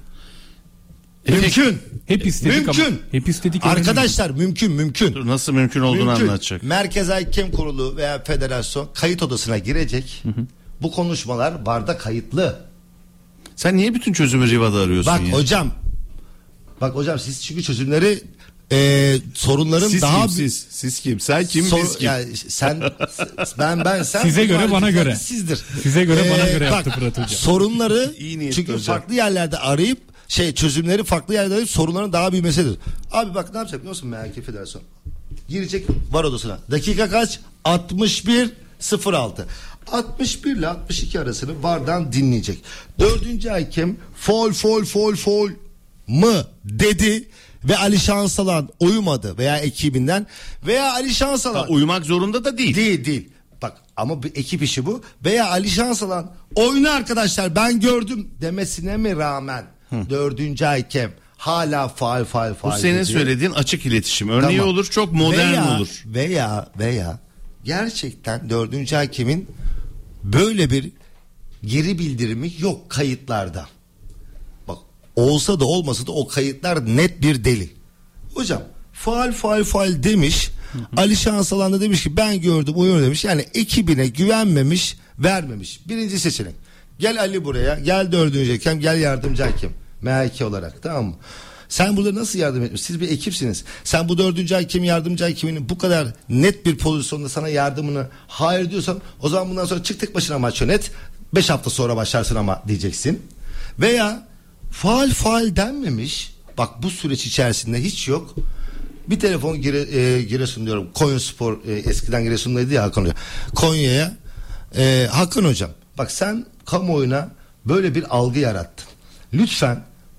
Mümkün. Hep istedik mümkün. ama. Hep istedik. Arkadaşlar mümkün mümkün. Dur, nasıl mümkün olduğunu mümkün. anlatacak. Merkez Hakem Kurulu veya federasyon kayıt odasına girecek. Hı hı. Bu konuşmalar barda kayıtlı. Sen niye bütün çözümü Riva'da arıyorsun Bak ya? hocam. Bak hocam siz çünkü çözümleri e, sorunların siz daha kim, siz siz kim? Sen kim Sor, biz kim? yani sen ben ben sen size göre bana göre. Sizdir. Size göre Ee, bana göre bak, yaptı Fırat Hoca. Sorunları çünkü hocam. farklı yerlerde arayıp şey çözümleri farklı yerlerde arayıp sorunların daha büyümesidir. Abi bak ne yapacak biliyor musun M H K Federasyon? Girecek var odasına. Dakika kaç? altmış bir sıfır altı. altmış bir ile altmış iki arasını bardan dinleyecek. Dördüncü hakem foul foul foul foul mı dedi ve Ali Şansalan uyumadı veya ekibinden veya Ali Şansalan Ha, uyumak zorunda da değil. Değil değil. Bak ama bir ekip işi bu. Veya Ali Şansalan oyna arkadaşlar ben gördüm demesine mi rağmen Hı. dördüncü hakem hala faal faal faal. Bu senin dedi. söylediğin açık iletişim. Örneği Tamam. olur, çok modern veya, olur. Veya veya gerçekten dördüncü hakemin böyle bir geri bildirimi yok kayıtlarda. Bak olsa da olmasa da o kayıtlar net bir delil. Hocam faal faal faal demiş. Hı hı. Ali Şansalan da demiş ki ben gördüm uyuyor demiş. Yani ekibine güvenmemiş, vermemiş. Birinci seçenek. Gel Ali buraya, gel dördüncü hakem, gel yardımcı hakem. M H K olarak, tamam mı? Sen burada nasıl yardım etmiş? Siz bir ekipsiniz. Sen bu dördüncü hakem, yardımcı hakeminin bu kadar net bir pozisyonda sana yardımını hayır diyorsan, o zaman bundan sonra çık tek başına maç yönet. Beş hafta sonra başlarsın ama diyeceksin. Veya faal faal denmemiş. Bak bu süreç içerisinde hiç yok. Bir telefon Gire, e, Giresun diyorum. Konyaspor e, eskiden Giresun'daydı ya Hakan Hoca. Konya'ya e, Hakan Hocam bak sen kamuoyuna böyle bir algı yarattın. Lütfen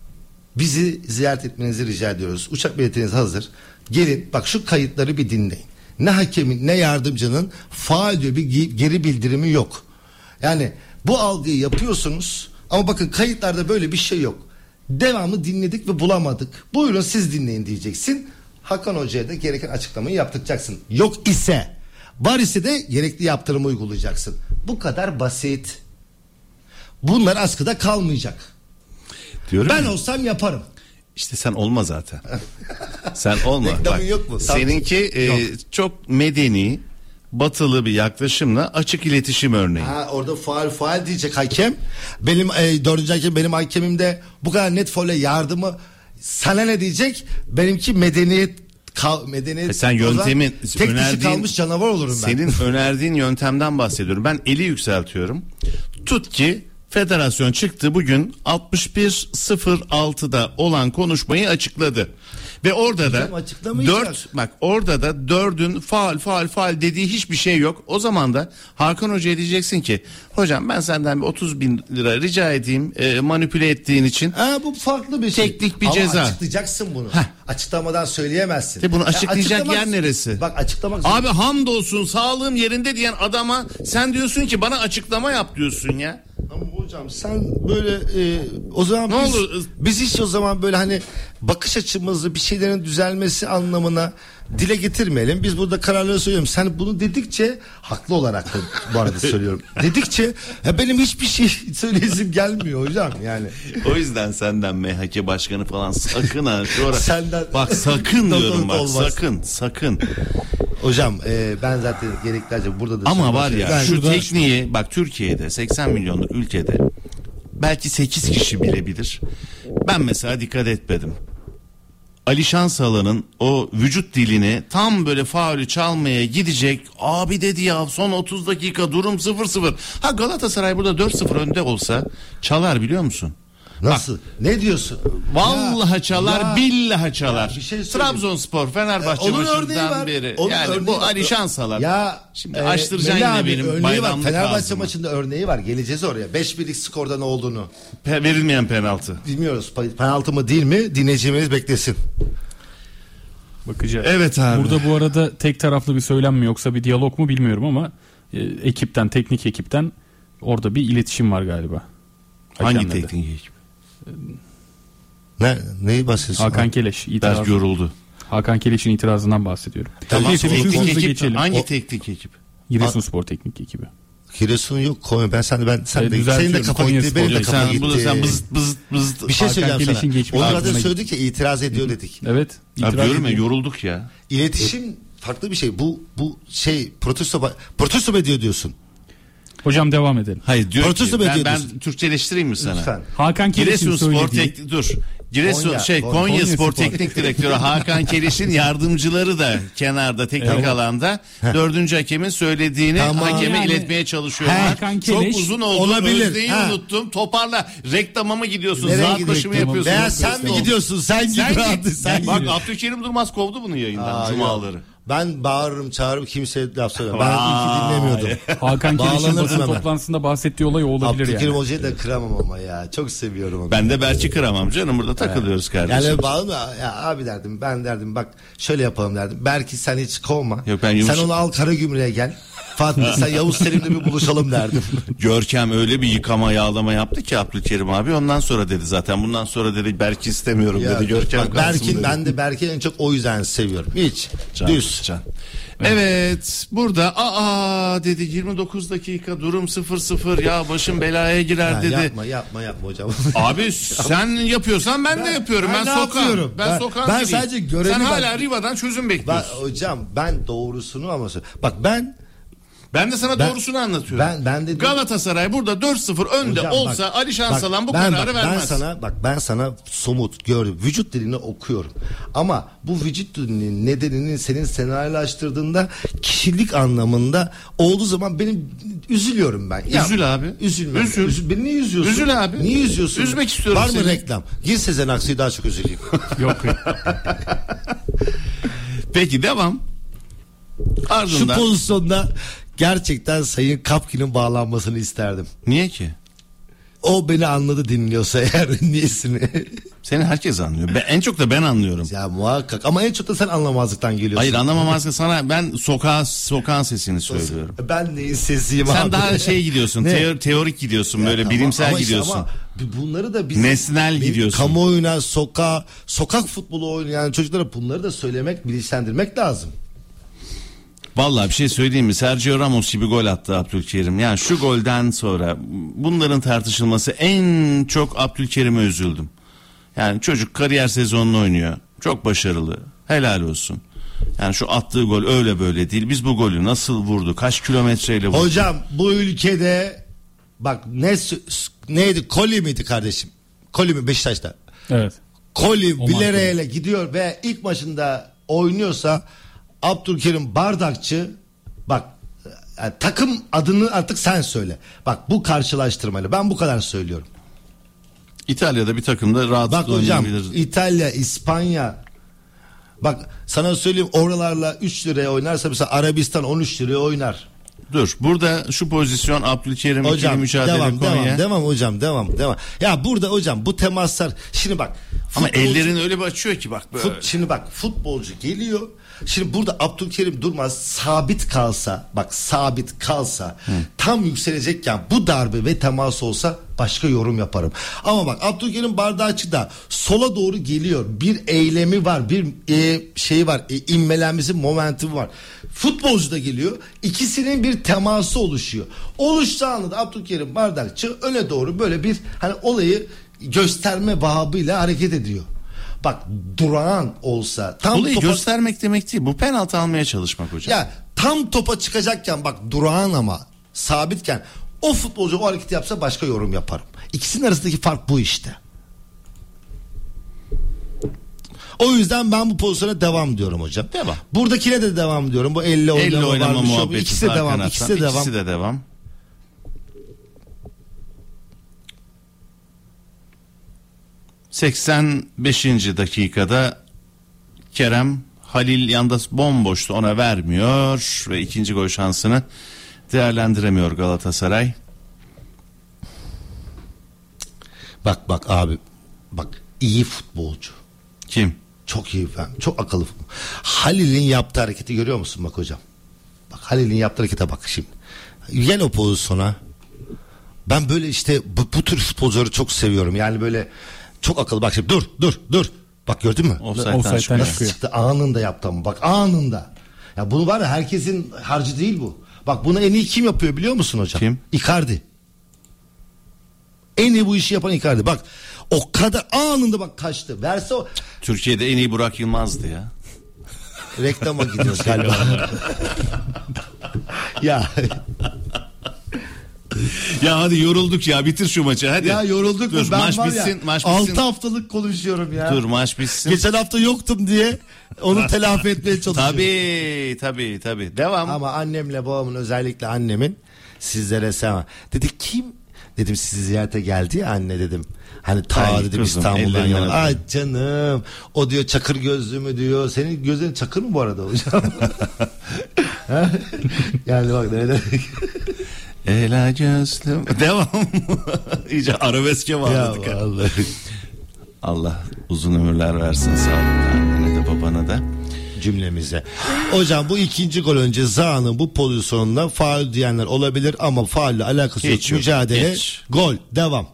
bizi ziyaret etmenizi rica ediyoruz. Uçak biletiniz hazır. Gelin bak şu kayıtları bir dinleyin. Ne hakemin ne yardımcının faal diyor bir geri bildirimi yok. Yani bu algıyı yapıyorsunuz ama bakın kayıtlarda böyle bir şey yok. Devamlı dinledik ve bulamadık. Buyurun siz dinleyin diyeceksin. Hakan Hoca'ya da gereken açıklamayı yaptıracaksın. Yok ise, var ise de gerekli yaptırımı uygulayacaksın. Bu kadar basit. Bunlar askıda kalmayacak. Diyorum ben ya. olsam yaparım. İşte sen olma zaten. Sen olma. Reklamın Bak, yok mu? Seninki e, çok medeni, batılı bir yaklaşımla açık iletişim örneği. Ha, orada faal faal diyecek hakem. Benim e, dördüncü hakem benim hakemimde bu kadar net faule yardımı sana ne diyecek? Benimki medeniyet kal, medeniyet. E sen yöntemin tek dişi kalmış canavar olurum ben. Senin önerdiğin yöntemden bahsediyorum. Ben eli yükseltiyorum. Tut ki federasyon çıktı bugün altmış bir sıfır altıda olan konuşmayı açıkladı. Ve orada da dört bak orada da dördün faal faal faal dediği hiçbir şey yok. O zaman da Hakan Hoca'ya diyeceksin ki hocam ben senden bir otuz bin lira rica edeyim e, manipüle ettiğin için. Ha, bu farklı bir şey. Teknik bir ama ceza. Açıklayacaksın bunu. Heh. Açıklamadan söyleyemezsin. İşte bunu açıklayacak ya, yer neresi? Bak açıklamak. Abi hamdolsun sağlığım yerinde diyen adama sen diyorsun ki bana açıklama yap diyorsun ya. Ama hocam sen böyle e, o zaman ne biz, olur? biz hiç o zaman böyle hani bakış açımızı bir şeylerin düzelmesi anlamına dile getirmeyelim. Biz burada kararları söylüyorum. Sen bunu dedikçe haklı olarak da bu arada söylüyorum. Dedikçe ya benim hiçbir şey söyleyesim gelmiyor hocam yani. O yüzden senden M H K başkanı falan sakın ha. Şu ara, Senden bak sakın diyorum bak olmaz. sakın sakın. Hocam e, ben zaten gerekli burada da ama var ya ben şu şurada... tekniği bak Türkiye'de seksen milyonluk ülkede belki sekiz kişi bilebilir. Ben mesela dikkat etmedim. Ali Şansalan'ın o vücut dilini tam böyle faulü çalmaya gidecek. Abi dedi ya son otuz dakika durum sıfır sıfır. Ha Galatasaray burada dört sıfır önde olsa çalar biliyor musun? Nasıl? Bak, ne diyorsun? Vallahi ya, çalar, ya, billahi çalar. Ya, şey Trabzonspor, Fenerbahçe ee, maçından beri. Onun yani bu var. Ali Şansalan. Ya şimdi e, açtıracaksın yine abi, benim örneği bayramlık var. Fenerbahçe ağzımı. maçında örneği var. Geleceğiz oraya. beş birlik skorda ne olduğunu. Pe- verilmeyen penaltı. Bilmiyoruz. Penaltı mı değil mi? Dinleyicilerimiz beklesin. Bakacağız. Evet abi. Burada bu arada tek taraflı bir söylem mi yoksa bir diyalog mu bilmiyorum ama e, ekipten, teknik ekipten orada bir iletişim var galiba. Hangi Hakemlerde. teknik ekip? Ne, neyi bahsediyorsun? Hakan Keleş itiraz. Ders yoruldu. Hakan Keleş'in itirazından bahsediyorum. Tamam, Neyse, teknik hızlı hızlı ekip, geçelim. hangi O, teknik ekip? Giresunspor teknik ekibi. Giresun yok Konya. Ben sen de ben sen Evet, de senin de kafa Konya gitti, benim de Spor. kafa Sen, gitti. burada sen bızıt bızıt bızıt. Bir şey Hakan söyleyeceğim Keleş'in sana. geçmiş Onu aklına da söyledik ya, itiraz ediyor dedik. Evet. Abi itiraz diyorum ya, ediyor. yorulduk ya. İletişim farklı bir şey. Bu bu şey protesto protesto mu ediyor diyorsun? Hocam devam edelim. Hayır diyor Protesto ki ben, ediyorsun. ben Türkçeleştireyim mi sana? Lütfen. Hakan Keleş'in Giresun Spor söylediği. Teknik dur. Giresun Konya, şey Konya, Konya, Konya Spor Spor. Teknik Direktörü Hakan Keleş'in yardımcıları da kenarda teknik Evet. alanda dördüncü hakemin söylediğini Tamam. hakeme Yani- iletmeye çalışıyorlar. Hakan Çok Keleş- uzun oldu. Olabilir. Özdeği Ha. unuttum. Toparla. Reklama mı gidiyorsun? Nereye Zat gidiyor başı mı reklamı? yapıyorsun? Veya sen mi gidiyorsun? Sen, Sen git abi, git. sen Bak git. Abdülkerim Durmaz kovdu bunu yayından Aa, cumaları. yok. Ben bağırırım çağırırım kimseye laf söylemem. Ben Vay. iyi ki dinlemiyordum. Hakan Keleş'in Bağlanırdım basın hemen. toplantısında bahsettiği olay o olabilir Abdülkerim yani. Hoca'yı da kıramam ama ya. Çok seviyorum onu. Ben de Berç'i kıramam canım, burada takılıyoruz kardeşim. Yani bağlı mı? Ya abi derdim, ben derdim bak şöyle yapalım derdim. Belki sen hiç kovma. Yok, ben yumuş- Sen onu al Karagümrük'e gel. Fatih sen Yavuz Selim'le bir buluşalım derdim. Görkem öyle bir yıkama yağlama yaptı ki Abdülkerim abi, ondan sonra dedi zaten bundan sonra dedi Berk'i istemiyorum Ya, dedi. Görkem bak, kalsın Berk'in dedi. ben de Berk'i en çok o yüzden seviyorum. Hiç. Can, Düz. can. Evet burada aa dedi yirmi dokuz dakika durum sıfır sıfır ya başım belaya girer Ha, dedi. yapma yapma yapma hocam. Abi sen yapıyorsan ben, de yapıyorum. Ben, ben ne sokağım. yapıyorum? Ben, Ben- sokağım ben gireyim. sadece görevi Sen bak- hala Riva'dan çözüm Ben, bekliyorsun. hocam ben doğrusunu ama söylüyorum. Bak ben Ben de sana Ben- doğrusunu anlatıyorum. ben- ben de- Galatasaray burada dört sıfır önde hocam olsa bak, Ali Şansalan bak, bu ben, kararı bak, vermez. Ben sana bak ben sana somut gördüm. Vücut dilini okuyorum. Ama bu vücut dilinin nedenini senin senaryolaştırdığında kişilik anlamında olduğu zaman benim üzülüyorum ben. Ya, Üzül abi. Üzülme. Üzül. Üzül. Beni niye üzüyorsun? Üzül abi. Niye üzüyorsun? Üzmek istiyorum Var mı seni. reklam? Gir Sezen Aksu'yu daha çok üzüleyim. Yok. Peki devam. Şu Ardından. pozisyonda gerçekten Sayın Kapki'nin bağlanmasını isterdim. Niye ki? O beni anladı dinliyorsa eğer niyesini. Seni herkes anlıyor. Ben, en çok da ben anlıyorum. Ya muhakkak ama en çok da sen anlamazlıktan geliyorsun. Hayır anlamamazsın, sana ben sokağa sokağın sesini söylüyorum. Ben neyin sesiyim Sen abi? daha şey gidiyorsun, Ne? teo- teorik gidiyorsun, Ya böyle tamam, bilimsel ama işte gidiyorsun. ama bunları da biz Nesnel biz gidiyorsun. Kamuoyuna, sokağa, sokak futbolu oynayan çocuklara bunları da söylemek, bilinçlendirmek lazım. Vallahi bir şey söyleyeyim mi? Sergio Ramos gibi gol attı Abdülkerim. Yani şu golden sonra bunların tartışılması, en çok Abdülkerim'e üzüldüm. Yani çocuk kariyer sezonunu oynuyor. Çok başarılı. Helal olsun. Yani şu attığı gol öyle böyle değil. Biz bu golü nasıl vurdu? Kaç kilometreyle vurdu? Hocam bu ülkede bak ne sö- neydi? Koli miydi kardeşim? Koli mi Beşiktaş'ta? Evet. Koli O Villarreal'e gidiyor ve ilk maçında oynuyorsa Abdülkerim Bardakçı bak yani takım adını artık sen söyle. Bak bu karşılaştırmayla ben bu kadar söylüyorum. İtalya'da bir takımda rahat Bak hocam oynayabilir. İtalya, İspanya bak sana söyleyeyim oralarla üç liraya oynarsa mesela Arabistan on üç liraya oynar. Dur burada şu pozisyon Abdülkerim ikili Hocam mücadele devam Konya. devam devam hocam devam devam. Ya burada hocam bu temaslar şimdi bak. Ama futbolcu- ellerin öyle bir açıyor ki bak böyle. Fut, şimdi bak futbolcu geliyor. Şimdi burada Abdülkerim Durmaz sabit kalsa bak sabit kalsa Hı. tam yükselecekken bu darbe ve temas olsa başka yorum yaparım. Ama bak Abdülkerim Bardakçı da sola doğru geliyor. Bir eylemi var, bir e, şey var, e, inmelenmesi momentum var. Futbolcu da geliyor. İkisinin bir teması oluşuyor. Oluştuğu anda da Abdülkerim Bardakçı öne doğru böyle bir hani olayı gösterme vahabıyla hareket ediyor. Bak durağan olsa tam Olayı topa, göstermek demek değil. Bu penaltı almaya çalışmak hocam. ya tam topa çıkacakken bak durağan ama sabitken o futbolcu o hareketi yapsa başka yorum yaparım. İkisinin arasındaki fark bu işte. O yüzden ben bu pozisyona devam diyorum hocam. Devam. Buradakine de devam diyorum. Bu elle oynama, Elle oynama var, muhabbeti. ikisi de sağ devam. kanattan. İkisi de devam. İkisi de devam. seksen beşinci dakikada Kerem Halil yanda bomboştu, ona vermiyor ve ikinci gol şansını değerlendiremiyor Galatasaray. Bak bak abi bak iyi futbolcu. Kim? Çok iyi ben. Çok akıllı. Halil'in yaptığı hareketi görüyor musun bak hocam? Bak Halil'in yaptığı harekete bak şimdi. Gel o pozisyona. Ben böyle işte bu, bu tür futbolcuları çok seviyorum. Yani böyle çok akıllı. Bak şimdi dur dur dur. Bak gördün mü? Offside'den Offside'den çıkıyor. Nasıl çıkıyor. çıktı? Anında yaptı ama bak anında. Ya bunu var ya herkesin harcı değil bu. Bak bunu en iyi kim yapıyor biliyor musun hocam? Kim? Icardi. En iyi bu işi yapan Icardi. Bak o kadar anında bak kaçtı. Verse o... Türkiye'de en iyi Burak Yılmaz'dı ya. Reklama gidiyoruz galiba. ya... Ya hadi yorulduk ya, bitir şu maçı hadi. Ya yorulduk mu? Dur, Ben maç var bitsin, ya, maç bitsin. altı haftalık konuşuyorum ya. Dur maç bitsin. Geçen hafta yoktum diye onu telafi etmeye çalışıyorum. Tabii tabii tabii. Devam. Ama annemle babamın, özellikle annemin sizlere selam. Dedi kim? Dedim sizi ziyarete geldi ya anne dedim. Hani ta Ay, dedim kızım, İstanbul'dan ellerinden yana. öpeyim. Ay canım. O diyor çakır gözlü diyor. Senin gözlerin çakır mı bu arada hocam? Yani bak neden? Ela gözlüm. Devam. İyice arabeske bağladık. Ya vallahi. Allah uzun ömürler versin, sağlıklı annene de babana da. Cümlemize. Hocam bu ikinci gol önce Zaha'nın bu pozisyonunda faul diyenler olabilir ama faulle alakası Hiç yok. yok, Mücadele, hiç. gol, devam.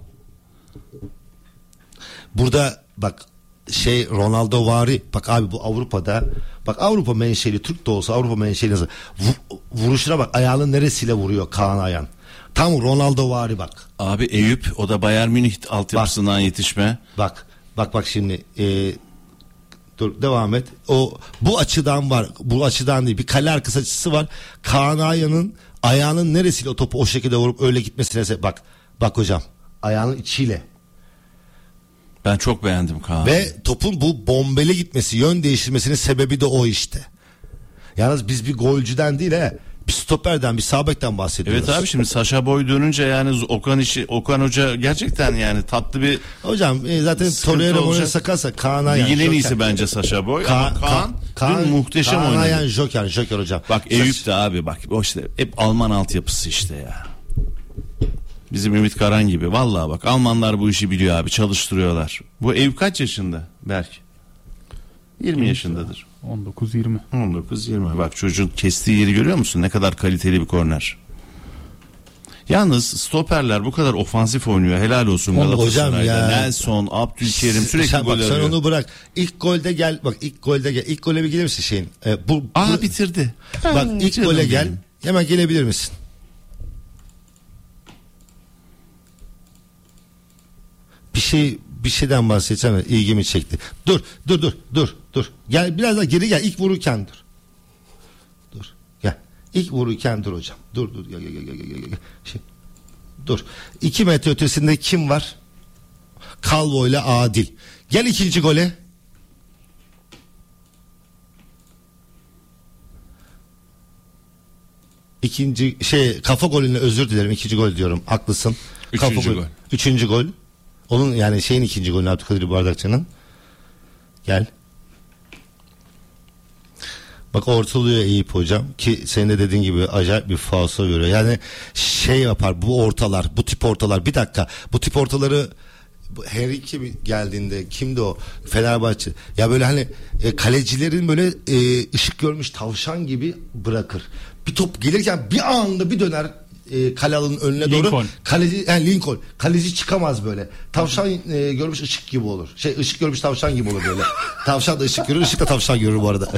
Burada bak şey Ronaldo vari. Bak abi bu Avrupa'da, bak Avrupa menşeli, Türk de olsa Avrupa menşeli nasıl? Vu- vuruşuna bak, ayağının neresiyle vuruyor Kaan Ayhan. Tam Ronaldo vari bak. Abi Eyüp, o da Bayern Münih altyapısından Bak. yetişme. Bak bak bak şimdi e, dur devam et. O bu açıdan var. Bu açıdan değil. Bir kale arkası açısı var. Kaan Ayhan'ın ayağının neresiyle o topu o şekilde vurup öyle gitmesine se- bak. Bak hocam. Ayağının içiyle. Ben çok beğendim Kaan. Ve topun bu bombeli gitmesi, yön değiştirmesinin sebebi de o işte. Yalnız biz bir golcüden değil he. Bir stoperden, bir sağ bekten bahsediyoruz. Evet abi, şimdi Saşa Boy dönünce yani Okan işi, Okan Hoca gerçekten yani tatlı bir Hocam e, zaten sıkıntı Torreira olacak. Moreira sakatsa Kaan Ayhan. ligin en Joker. iyisi bence Saşa Boy. Kaan, Ama Kaan, Kaan, dün muhteşem Kaan oynadı. Ayhan Joker, Joker hocam. Bak Eyüp de abi, bak o işte hep Alman altyapısı işte ya. Bizim Ümit Karan gibi. Vallahi bak Almanlar bu işi biliyor abi, çalıştırıyorlar. Bu Eyüp kaç yaşında Berk? yirmi yaşındadır. on dokuz yirmi. on dokuz yirmi. Bak çocuğun kestiği yeri görüyor musun? Ne kadar kaliteli bir korner. Yalnız stoperler bu kadar ofansif oynuyor. Helal olsun Oğlum Galatasaray'da. hocam ya. Nelson, Abdülkerim sürekli sen, gol bak, sen arıyor. onu bırak. İlk golde gel. Bak ilk golde gel. İlk gole bir gelir misin şeyin? Ee, bu, Aa bu- bitirdi. Bak Ha, ilk canım gole gel. benim. Hemen gelebilir misin? Bir şey bir şeyden bahsedeceğim. İlgimi çekti. Dur, dur, dur, dur, dur. Gel biraz daha geri gel. İlk vururken dur. Dur. Gel. İlk vururken dur hocam. Dur, dur. Gel, gel, gel, gel, gel, gel. Şey, dur. İki metre ötesinde kim var? Calvo ile Adil. Gel ikinci gole. İkinci şey kafa golüne özür dilerim, ikinci gol diyorum, haklısın. Üçüncü Kafa gol. Üçüncü gol. Onun yani şeyin ikinci golü Abdülkadir Bardakçı'nın. Gel. Bak ortalıyor Eyüp hocam ki senin de dediğin gibi acayip bir falso veriyor. Yani şey yapar bu ortalar, bu tip ortalar, bir dakika bu tip ortaları Henrique geldiğinde kimdi o Fenerbahçe ya böyle hani e, kalecilerin böyle e, ışık görmüş tavşan gibi bırakır. Bir top gelirken bir anda bir döner e, kale alanının önüne Lincoln. doğru. Kaleci yani Lincoln. Kaleci çıkamaz böyle. Tavşan e, görmüş ışık gibi olur. Şey ışık görmüş tavşan gibi olur böyle. Tavşan da ışık görür, ışık da tavşan görür bu arada.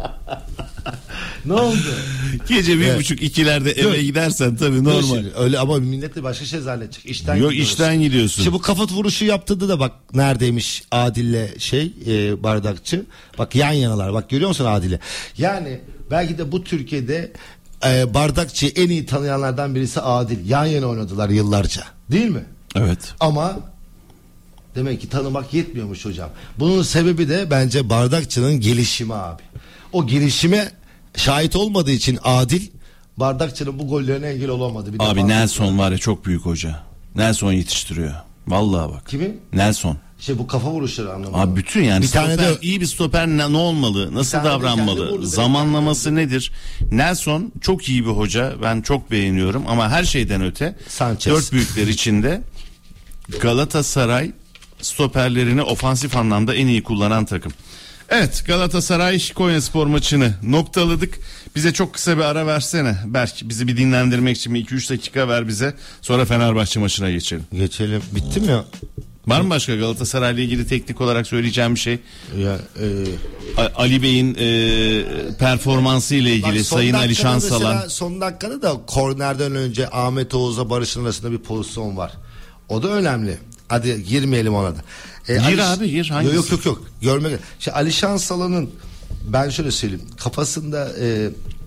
Ne oldu? Gece bir Evet. buçuk ikilerde eve Yok. gidersen tabii normal. Şimdi, öyle ama millet de başka şey zannedecek. İşten Yok gidiyoruz. işten gidiyorsun. İşte bu kafa vuruşu yaptığında da bak neredeymiş Adil'le şey e, Bardakçı. Bak yan yanalar. Bak görüyor musun Adil'e? Yani belki de bu Türkiye'de e, Bardakçı'yı en iyi tanıyanlardan birisi Adil. Yan yana oynadılar yıllarca. Değil mi? Evet. Ama demek ki tanımak yetmiyormuş hocam. Bunun sebebi de bence Bardakçı'nın gelişimi abi. O gelişime şahit olmadığı için Adil Bardakçı'nın bu gollerine engel olamadı. Bir de Abi Bardakçı- Nelson var ya, çok büyük hoca. Nelson yetiştiriyor. Vallahi bak. Kimin? Nelson. Şey bu kafa vuruşları anlamında. Abi bütün yani bir stoper, tane de iyi bir stoper ne, ne olmalı? Nasıl tane de kendi davranmalı? vurdu. Zamanlaması nedir? Nelson çok iyi bir hoca. Ben çok beğeniyorum ama her şeyden öte Sanchez. dört büyükler içinde Galatasaray stoperlerini ofansif anlamda en iyi kullanan takım. Evet, Galatasaray Konyaspor maçını noktaladık. Bize çok kısa bir ara versene Berk. Bizi bir dinlendirmek için iki üç dakika ver bize. Sonra Fenerbahçe maçına geçelim. geçelim. Bitti mi ya? Var mı başka Galatasaray'la ilgili teknik olarak söyleyeceğim bir şey? Ya, e... Ali Bey'in e, performansı ile ilgili Bak, Sayın Ali Şansalan. Son dakikada da kornerden önce Ahmet Oğuz'la Barış'ın arasında bir pozisyon var. O da önemli. Hadi girmeyelim ona da. E, gir Ali, abi gir. Hangisi? Yok yok yok. Görmek. Şey, Ali Şansalan'ın ben şöyle söyleyeyim. Kafasında e,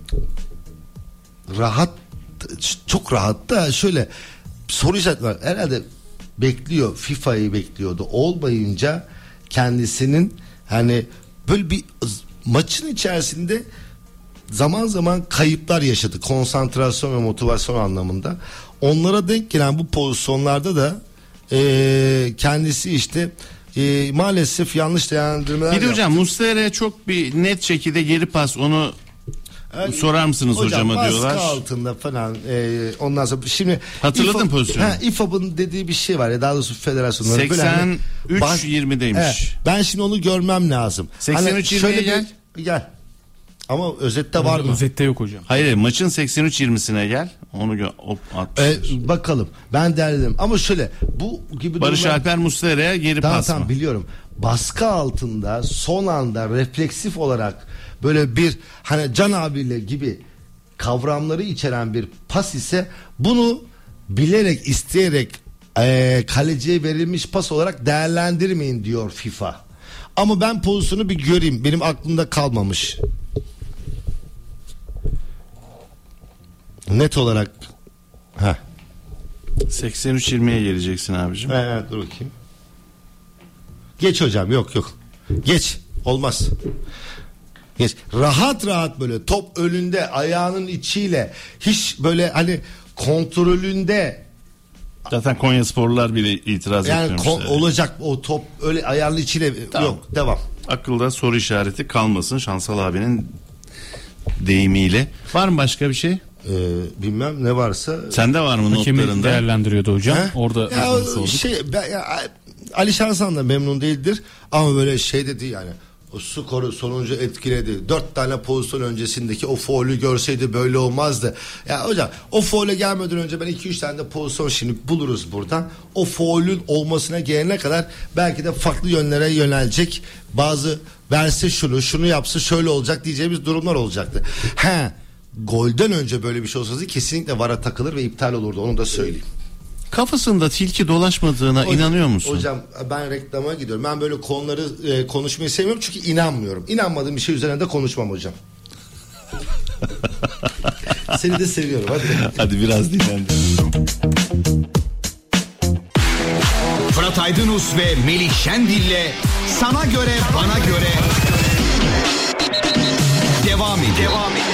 rahat, çok rahat da şöyle soru işareti var. Herhalde bekliyor. FIFA'yı bekliyordu. Olmayınca kendisinin hani böyle bir maçın içerisinde zaman zaman kayıplar yaşadı. Konsantrasyon ve motivasyon anlamında. Onlara denk gelen bu pozisyonlarda da e, kendisi işte e, maalesef yanlış değerlendirmeler yaptı. Bir de hocam yaptı. Muslera'ya çok bir net şekilde geri pas, onu yani, sorar mısınız hocam, hocama diyorlar. Baskı altında falan e, ondan sonra şimdi hatırladın pozisyonu. Ha, İFAB'ın dediği bir şey var ya, daha doğrusu federasyonların seksen üç yirmideymiş. Evet, ben şimdi onu görmem lazım. seksen üç yirmiye hani gel. Bir, gel. Ama özette var mı? Özette yok hocam. Hayır, maçın seksen üç yirmisine gel. Onu gö- hop, ee, bakalım. Ben derledim. Ama şöyle bu gibi Barış durumlar... Alper Muslera'ya geri tamam, pas tamam, mı? biliyorum. Baskı altında son anda refleksif olarak böyle bir hani Can abiyle gibi kavramları içeren bir pas ise bunu bilerek, isteyerek e, kaleciye verilmiş pas olarak değerlendirmeyin diyor FIFA. Ama ben pozisyonu bir göreyim. Benim aklımda kalmamış. Net olarak ha. seksen üç yirmiye geleceksin abicim. Evet, dur bakayım. Geç hocam, yok yok. Geç, olmaz. Geç. Rahat rahat böyle top önünde, ayağının içiyle, hiç böyle hani kontrolünde. Zaten Konyasporlular bile itiraz yani etmemişler. Yani olacak o top öyle ayağının içiyle, tamam. Yok, devam. Akılda soru işareti kalmasın Şansal abinin deyimiyle. Var mı başka bir şey? Ee, bilmem ne varsa. Sende var mı Hakemi notlarında? değerlendiriyordu hocam. He? Orada ya, şey, ben, ya, Ali Şansan da memnun değildir ama böyle şey dedi yani, o skoru sonuncu etkiledi. Dört tane pozisyon öncesindeki o faulü görseydi böyle olmazdı. Ya hocam, o faule gelmeden önce ben iki üç tane de pozisyon şimdi buluruz buradan. O faulün olmasına gelene kadar belki de farklı yönlere yönelecek, bazı verse şunu şunu yapsa şöyle olacak diyeceğimiz durumlar olacaktı. He, golden önce böyle bir şey olsaydı kesinlikle vara takılır ve iptal olurdu, onu da söyleyeyim. Kafasında tilki dolaşmadığına hocam, inanıyor musun? Hocam ben reklama gidiyorum. Ben böyle konuları e, konuşmayı sevmiyorum çünkü inanmıyorum. İnanmadığım bir şey üzerine de konuşmam hocam. Seni de seviyorum, hadi. Hadi biraz dinlen. Fırat Aydınus ve Melih Şendil'le Sana Göre Bana Göre devam ediyor. Devam ediyor.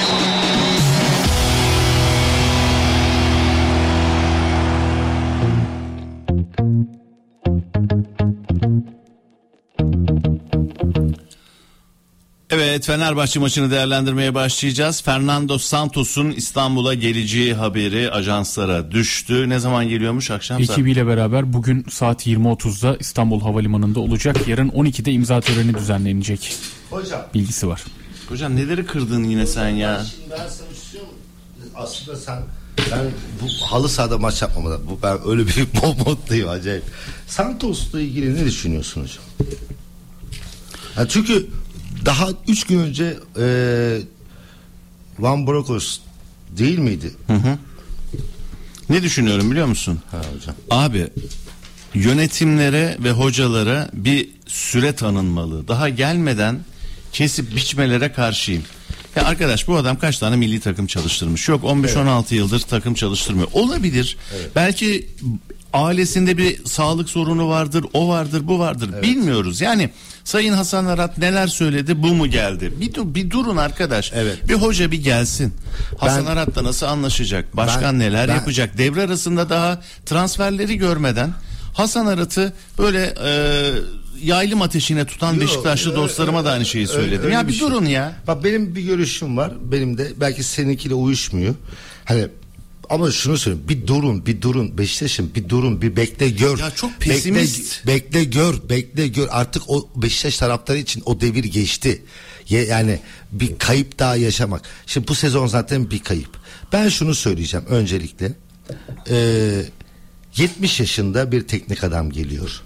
Evet, Fenerbahçe maçını değerlendirmeye başlayacağız. Fernando Santos'un İstanbul'a geleceği haberi ajanslara düştü. Ne zaman geliyormuş? Akşam saat? Ekibiyle beraber bugün saat yirmi otuzda İstanbul Havalimanı'nda olacak. Yarın on ikide imza töreni düzenlenecek. Hocam. Bilgisi var. Hocam neleri kırdın yine sen ya? Şimdi ben sana istiyorum. Aslında sen, ben bu halı sahada maç yapmamadan, bu ben öyle bir moddayım acayip. Santos'la ilgili ne düşünüyorsun hocam? Yani çünkü daha üç gün önce e, Van Bronckhorst değil miydi? Hı hı. Ne düşünüyorum biliyor musun? Ha hocam. Abi, yönetimlere ve hocalara bir süre tanınmalı. Daha gelmeden kesip biçmelere karşıyım. Ya arkadaş, bu adam kaç tane milli takım çalıştırmış? Yok, on beş on altı evet. yıldır takım çalıştırmıyor. Olabilir. Evet. Belki ailesinde bir sağlık sorunu vardır, o vardır, bu vardır. Evet. Bilmiyoruz. Yani Sayın Hasan Arat neler söyledi, bu mu geldi? Bir, dur, bir durun arkadaş. Evet. Bir hoca bir gelsin. Hasan ben, Arat'la nasıl anlaşacak? Başkan ben, neler ben, yapacak? Devre arasında daha transferleri görmeden Hasan Arat'ı böyle e, yaylım ateşine tutan Yo, Beşiktaşlı e, dostlarıma e, da aynı şeyi söyledim. E, ya bir, bir durun şey. ya. Bak, benim bir görüşüm var. Benim de belki seninkiyle uyuşmuyor. Hani ama şunu söyleyeyim, bir durun bir durun Beşiktaş'ın, bir durun, bir bekle gör. Ya çok pesimist. Bekle, bekle gör bekle gör artık o Beşiktaş taraftarı için o devir geçti. Yani bir kayıp daha yaşamak. Şimdi bu sezon zaten bir kayıp. Ben şunu söyleyeceğim öncelikle. Ee, yetmiş yaşında bir teknik adam geliyor.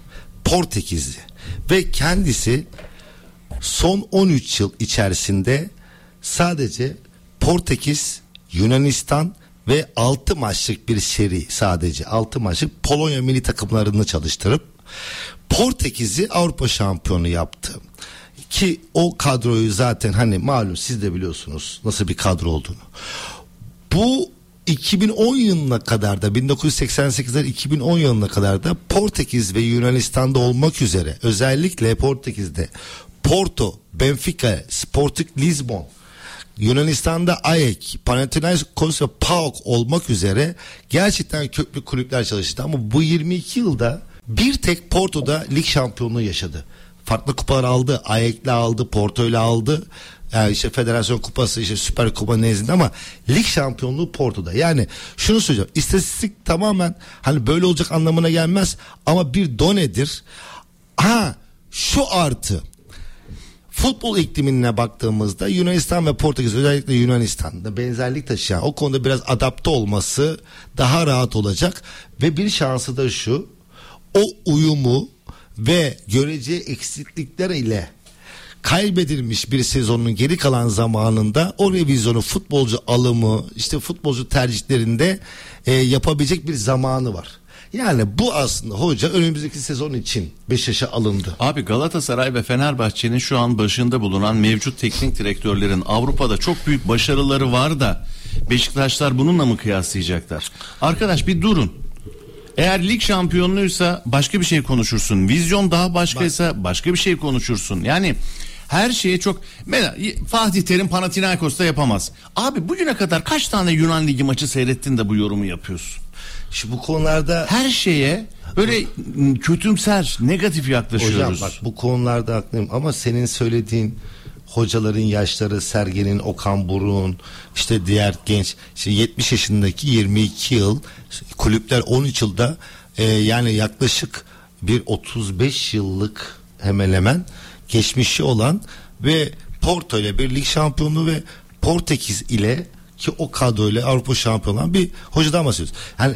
Portekizli ve kendisi son on üç yıl içerisinde sadece Portekiz, Yunanistan ve altı maçlık bir seri, sadece altı maçlık Polonya milli takımlarını çalıştırıp Portekiz'i Avrupa şampiyonu yaptı. Ki o kadroyu zaten hani malum siz de biliyorsunuz nasıl bir kadro olduğunu. Bu iki bin on yılına kadar da bin dokuz yüz seksen sekizden iki bin on yılına kadar da Portekiz ve Yunanistan'da olmak üzere özellikle Portekiz'de Porto, Benfica, Sporting Lisbon, Yunanistan'da A E K, Panathinaikos ve P A O K olmak üzere gerçekten köklü kulüpler çalıştı. Ama bu yirmi iki yılda bir tek Porto'da lig şampiyonluğu yaşadı. Farklı kupalar aldı. A E K'le aldı, Porto'yla aldı. Yani işte Federasyon Kupası, işte Süper Kupa nezdinde, ama lig şampiyonluğu Porto'da. Yani şunu söyleyeceğim. İstatistik tamamen hani böyle olacak anlamına gelmez ama bir donedir. Ha, şu artı. Futbol iklimine baktığımızda Yunanistan ve Portekiz, özellikle Yunanistan'da benzerlik taşıyan, o konuda biraz adapte olması daha rahat olacak ve bir şansı da şu: o uyumu ve göreceği eksiklikler ile kaybedilmiş bir sezonun geri kalan zamanında o revizyonu, futbolcu alımı, işte futbolcu tercihlerinde e, yapabilecek bir zamanı var. Yani bu aslında hoca önümüzdeki sezon için Beşiktaş'a alındı. Abi Galatasaray ve Fenerbahçe'nin şu an başında bulunan mevcut teknik direktörlerin Avrupa'da çok büyük başarıları var da Beşiktaşlar bununla mı kıyaslayacaklar? Arkadaş bir durun. Eğer lig şampiyonluğuysa başka bir şey konuşursun. Vizyon daha başkaysa başka bir şey konuşursun. Yani her şeye çok... Mesela Fatih Terim Panathinaikos'ta yapamaz. Abi bugüne kadar kaç tane Yunan Ligi maçı seyrettin de bu yorumu yapıyorsun? Şu bu konularda her şeye böyle kötümser, negatif yaklaşıyoruz. Hocam bak, bu konularda haklıyım ama senin söylediğin hocaların yaşları, Sergen'in, Okan Buruk'un, işte diğer genç, işte yetmiş yaşındaki yirmi iki yıl, kulüpler on üç yılda, e, yani yaklaşık bir otuz beş yıllık hemen hemen geçmişi olan ve Porto ile bir lig şampiyonluğu ve Portekiz ile, ki o kadroyla Avrupa şampiyonu olan bir hocadan bahsediyoruz. Yani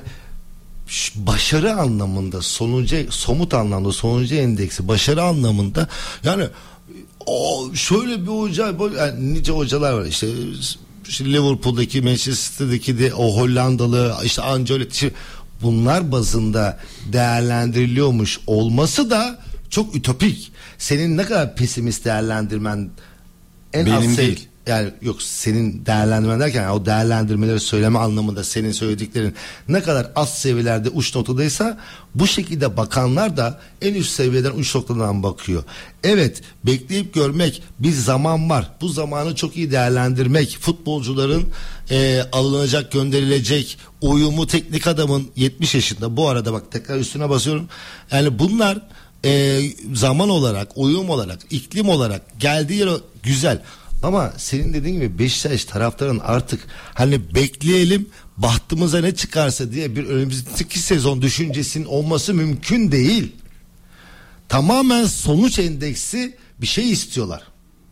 başarı anlamında, sonucu, somut anlamda sonucu endeksi, başarı anlamında, yani o şöyle bir hoca, yani nice hocalar var işte, işte Liverpool'daki, Manchester'daki de o Hollandalı, işte Ancelotti, bunlar bazında değerlendiriliyormuş olması da çok ütopik. Senin ne kadar pesimist değerlendirmen en benim az değil. Yani yok, senin değerlendirmen derken yani o değerlendirmeleri söyleme anlamında senin söylediklerin ne kadar az seviyelerde, uç noktadaysa, bu şekilde bakanlar da en üst seviyeden, uç noktadan bakıyor. Evet, bekleyip görmek, bir zaman var. Bu zamanı çok iyi değerlendirmek, futbolcuların e, alınacak, gönderilecek uyumu, teknik adamın yetmiş yaşında, bu arada bak tekrar üstüne basıyorum. Yani bunlar e, zaman olarak, uyum olarak, iklim olarak geldiği yer güzel. Ama senin dediğin gibi Beşiktaş taraftarın artık hani bekleyelim bahtımıza ne çıkarsa diye bir önümüzdeki sezon düşüncesinin olması mümkün değil. Tamamen sonuç endeksi bir şey istiyorlar.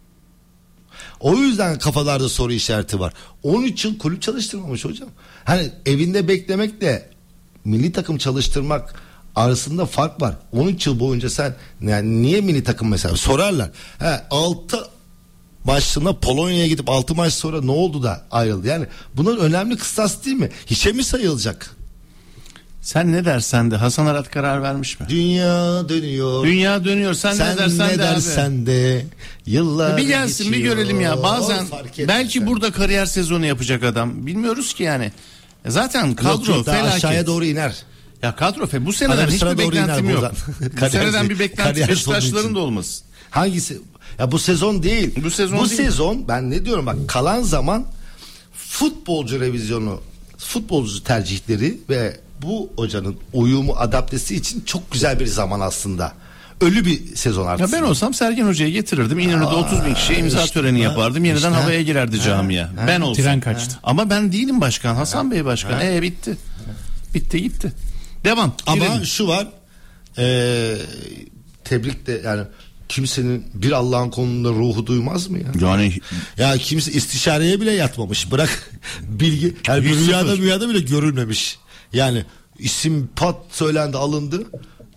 O yüzden kafalarda soru işareti var. on üç yıl kulüp çalıştırmamış hocam. Hani evinde beklemekle milli takım çalıştırmak arasında fark var. on üç yıl boyunca sen yani niye milli takım mesela sorarlar. He, altı maçında Polonya'ya gidip altı maç sonra ne oldu da ayrıldı? Yani bunlar önemli kıstas değil mi? Hiçe mi sayılacak? Sen ne dersen de Hasan Arat karar vermiş mi? Dünya dönüyor. Dünya dönüyor. Sen, sen ne dersen ne de dersen abi. de yıllar bir gelsin geçiyor, bir görelim ya. Bazen belki sen. burada kariyer sezonu yapacak adam. Bilmiyoruz ki yani. Zaten kadro yok, felaket. aşağıya doğru iner. Ya kadro fe bu seneden hiçbir beklentim yok. Bu seneden bir beklenti Beşiktaşların da olmasın. Hangisi? Ya bu sezon değil. Bu sezon bu değil. sezon ben ne diyorum bak, kalan zaman futbolcu revizyonu, futbolcu tercihleri ve bu hocanın uyumu, adaptesi için çok güzel bir zaman aslında. Ölü bir sezon artık. Ya ben olsam Sergen Hoca'yı getirirdim. İnönü'de otuz bin kişiye imza işte, töreni yapardım. Yeniden işte, havaya girerdi ha, camia. Ha, ben olsam. Tren kaçtı. Ha. Ama ben değilim başkan. Hasan ha. Bey başkan. Eee bitti. Bitti gitti. Devam. Ama girelim. Şu var. Ee, tebrik de yani, kimsenin bir Allah'ın konumunda ruhu duymaz mı ya? Yani ya kimse istişareye bile yatmamış. Bırak bilgi. Yani bir rüyada rüyada bile görülmemiş. Yani isim pat söylendi, alındı.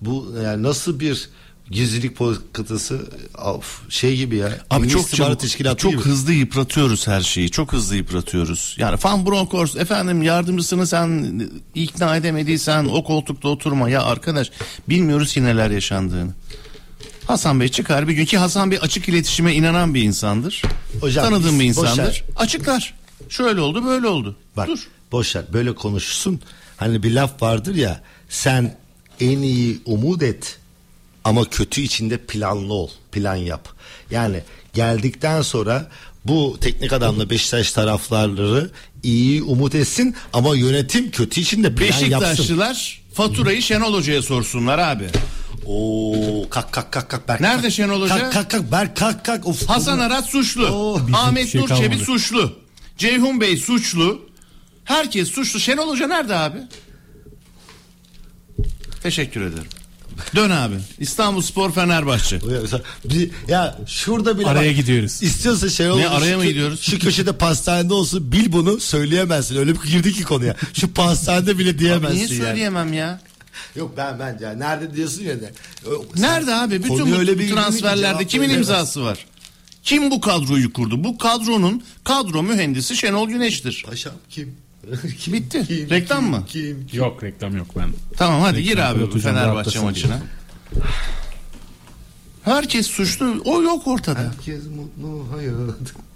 Bu yani nasıl bir gizlilik politikası şey gibi ya. Abi Milli çok İstihbarat çabuk, Teşkilatı çok gibi. hızlı yıpratıyoruz her şeyi. Çok hızlı yıpratıyoruz. Yani Van Bronckhorst efendim yardımcısını sen ikna edemediysen o koltukta oturma. Ya arkadaş bilmiyoruz ki neler yaşandığını. Hasan Bey çıkar bir gün ki Hasan Bey açık iletişime inanan bir insandır. Hocam, Tanıdığım bir insandır. boşver. Açıklar. Şöyle oldu böyle oldu. Bak Dur. boşver böyle konuşsun. Hani bir laf vardır ya, sen en iyi umut et ama kötü içinde planlı ol. Plan yap. Yani geldikten sonra bu teknik adamla Beşiktaş taraftarları iyi umut etsin ama yönetim kötü içinde plan yapsın. Beşiktaşlılar faturayı Şenol Hoca'ya sorsunlar abi. Oo kalk kalk kalk kalk. Berk, Nerede kalk. Şenol Hoca? Kalk kalk kalk Berk kalk kalk. Of, Hasan of. Arat suçlu. Oo, Ahmet şey Nur Çebi kalmadı. suçlu. Ceyhun Bey suçlu. Herkes suçlu. Şenol Hoca nerede abi? Teşekkür ederim. Dön abi. İstanbulspor Fenerbahçe. Bir- ya şurada bile Araya bak, gidiyoruz. İstiyorsa şey olur. Ne, araya mı şu- gidiyoruz? Şu köşede pastanede olsun, bil bunu söyleyemezsin. Öyle bir girdi ki konuya. Şu pastanede bile Abi diyemezsin niye yani. söyleyemem ya? Yok ben bence yani nerede diyorsun ya de. Nerede abi? Bütün konuya bu öyle bir transferlerde cevap kimin veremezsin. imzası var? Kim bu kadroyu kurdu? Bu kadronun kadro mühendisi Şenol Güneş'tir. Paşam kim? Bitti. Kim, Reklam kim, mı? Kim, kim? Yok reklam yok ben. Tamam hadi Reklam gir abi Fırat Hocam Fenerbahçe rahatlasın maçına. Herkes suçlu. O yok ortada. Herkes mutlu hayat.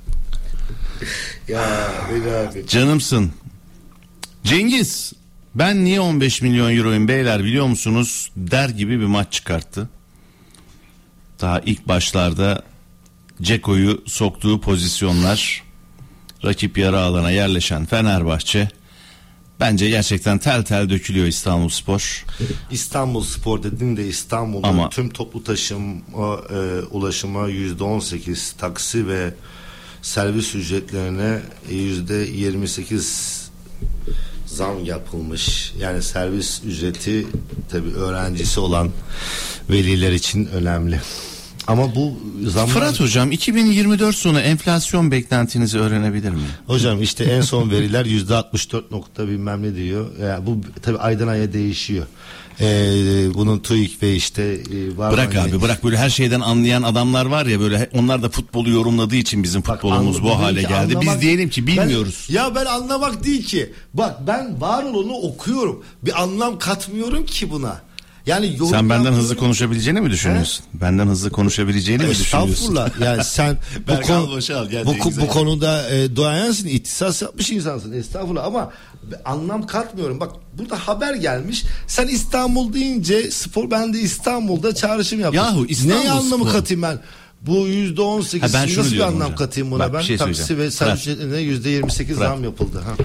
Ya beni abi. Canımsın. Cengiz, ben niye on beş milyon euroyum beyler biliyor musunuz der gibi bir maç çıkarttı. Daha ilk başlarda Ceko'yu soktuğu pozisyonlar, rakip yarı alana yerleşen Fenerbahçe, bence gerçekten tel tel dökülüyor İstanbulspor. İstanbulspor dediğin de İstanbul'da Ama- tüm toplu taşıma e, ulaşıma yüzde on sekiz, taksi ve servis ücretlerine yüzde yirmi sekiz zam yapılmış. Yani servis ücreti tabii öğrencisi olan veliler için önemli. Ama bu zamlar... Fırat hocam iki bin yirmi dört sonu enflasyon beklentinizi öğrenebilir miyim? Hocam işte en son veriler yüzde altmış dört nokta bilmem ne diyor. Yani bu tabii aydan aya değişiyor. Ee, bunun TÜİK ve işte e, var Bırak mı- abi bırak, böyle her şeyden anlayan adamlar var ya, böyle onlar da futbolu yorumladığı için bizim Bak, futbolumuz bu anladım hale ki geldi. anlamak- Biz diyelim ki bilmiyoruz. Ben, ya ben anlamak değil ki. Bak ben var olanı okuyorum. Bir anlam katmıyorum ki buna. Yani yorum Sen benden yapmıyorum. hızlı konuşabileceğini mi düşünüyorsun? Benden hızlı konuşabileceğini mi düşünüyorsun? Estağfurullah. Yani sen bu, Berk konu, al başa al, gel bu, Cengiz'e bu gel. konuda e, duayensin, ihtisas yapmış insansın. Estağfurullah ama anlam katmıyorum. Bak burada haber gelmiş. Sen İstanbul deyince spor, ben de İstanbul'da çağrışım yaptım. Yahu İstanbul Neye anlamı spor. katayım ben? Bu yüzde on sekiz Ha, ben şunu nasıl bir diyorum anlam hocam. katayım buna Bak, bir ben? şey Taksi söyleyeceğim. ve servis Fırat. ücretlerine yüzde yirmi sekiz Fırat. zam yapıldı. Ha.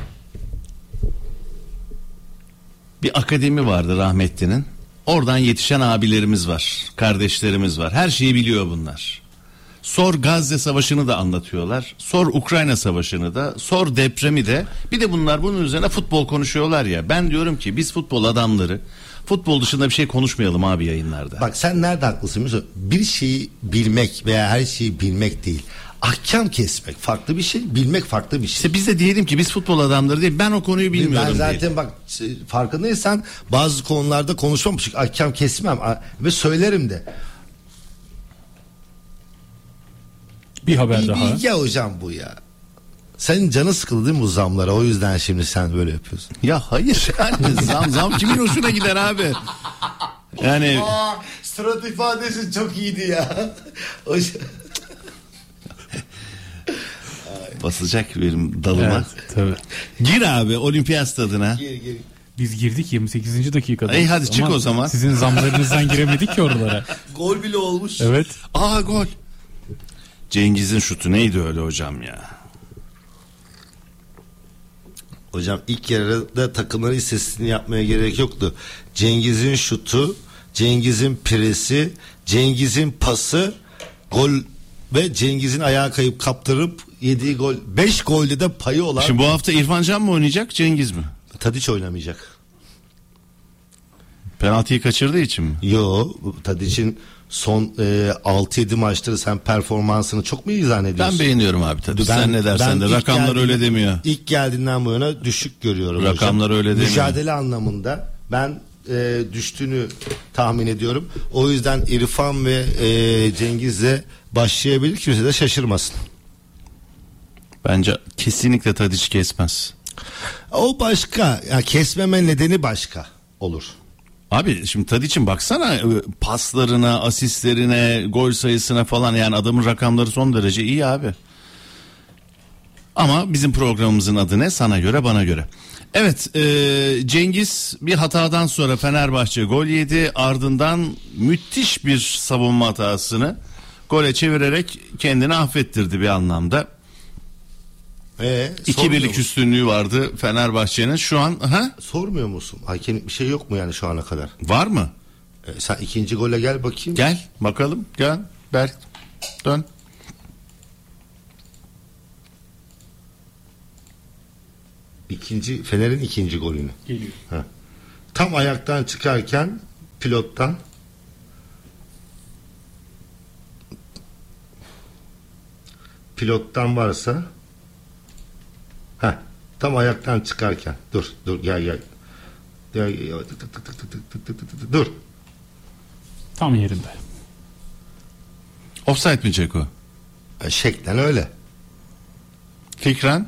Bir akademi vardı rahmetlinin. Oradan yetişen abilerimiz var, kardeşlerimiz var. Her şeyi biliyor bunlar. Sor Gazze Savaşı'nı da anlatıyorlar. Sor Ukrayna Savaşı'nı da, sor depremi de. Bir de bunlar bunun üzerine futbol konuşuyorlar ya. Ben diyorum ki biz futbol adamları futbol dışında bir şey konuşmayalım abi yayınlarda. Bak sen nerede haklısın biliyor musun? Bir şeyi bilmek veya her şeyi bilmek değil. Ahkam kesmek farklı bir şey, bilmek farklı bir şey. İşte biz de diyelim ki biz futbol adamları değil, ben o konuyu bilmiyorum Ben zaten diyelim. bak farkındaysan bazı konularda konuşmam, çünkü ahkam kesmem ve söylerim de. Bir haber Bir daha. bilgi hocam bu ya. Senin canı sıkıldı değil mi bu zamlara? O yüzden şimdi sen böyle yapıyorsun. Ya hayır yani zam zam kimin hoşuna gider abi? Yani Aa, surat ifadesi çok iyiydi ya. Hocam. basacak benim dalıma. Evet, tabii. Gir abi olimpiyat stadına. Gir, gir. Biz girdik yirmi sekizinci dakikada. Ey hadi çık Ama o zaman. Sizin zamlarınızdan giremedik ki oralara. Gol bile olmuş. Evet. Aa gol. Cengiz'in şutu neydi öyle hocam ya? Hocam ilk yarıda takımların istatistiğini yapmaya gerek yoktu. Cengiz'in şutu, Cengiz'in presi, Cengiz'in pası, gol ve Cengiz'in ayağa kayıp kaptırıp yediği gol. Beş golde de payı olan. Şimdi bu hafta İrfan Can mı oynayacak, Cengiz mi? Tadiç oynamayacak. Penaltıyı kaçırdığı için mi? Yo, Tadiç'in son e, altı yedi maçları sen performansını çok mu izah ediyorsun? Ben beğeniyorum abi tabii. Sen ne dersen de ilk rakamlar geldiğinden- öyle demiyor. İlk geldiğinden bu yana düşük görüyorum Rakamlar hocam. öyle demiyor. Mücadele anlamında ben e, düştüğünü tahmin ediyorum. O yüzden İrfan ve e, Cengiz'le başlayabilir, kimse de şaşırmasın. Bence kesinlikle Tadiç kesmez. O başka, yani kesmeme nedeni başka olur. Abi şimdi Tadiç'in baksana paslarına, asistlerine, gol sayısına falan, yani adamın rakamları son derece iyi abi. Ama bizim programımızın adı ne? Sana göre, bana göre. Evet, e, Cengiz bir hatadan sonra Fenerbahçe gol yedi. Ardından müthiş bir savunma hatasını gole çevirerek kendini affettirdi bir anlamda. Ee, İki birlik üstünlüğü vardı Fenerbahçe'nin. Şu an ha? Sormuyor musun? Hakem bir şey yok mu yani şu ana kadar? Var mı? Ee, sen ikinci gole gel bakayım. Gel bakalım, gel Berk, dön. İkinci, Fener'in ikinci golünü. Geliyor. Ha. Tam ayaktan çıkarken pilottan pilottan varsa ha tam ayaktan çıkarken dur dur gel gel, gel, gel. Tık, tık, tık, tık, tık, tık, tık, tık, tık, dur Tam yerinde. Offside mi Ceko? Şeklen öyle. Fikren?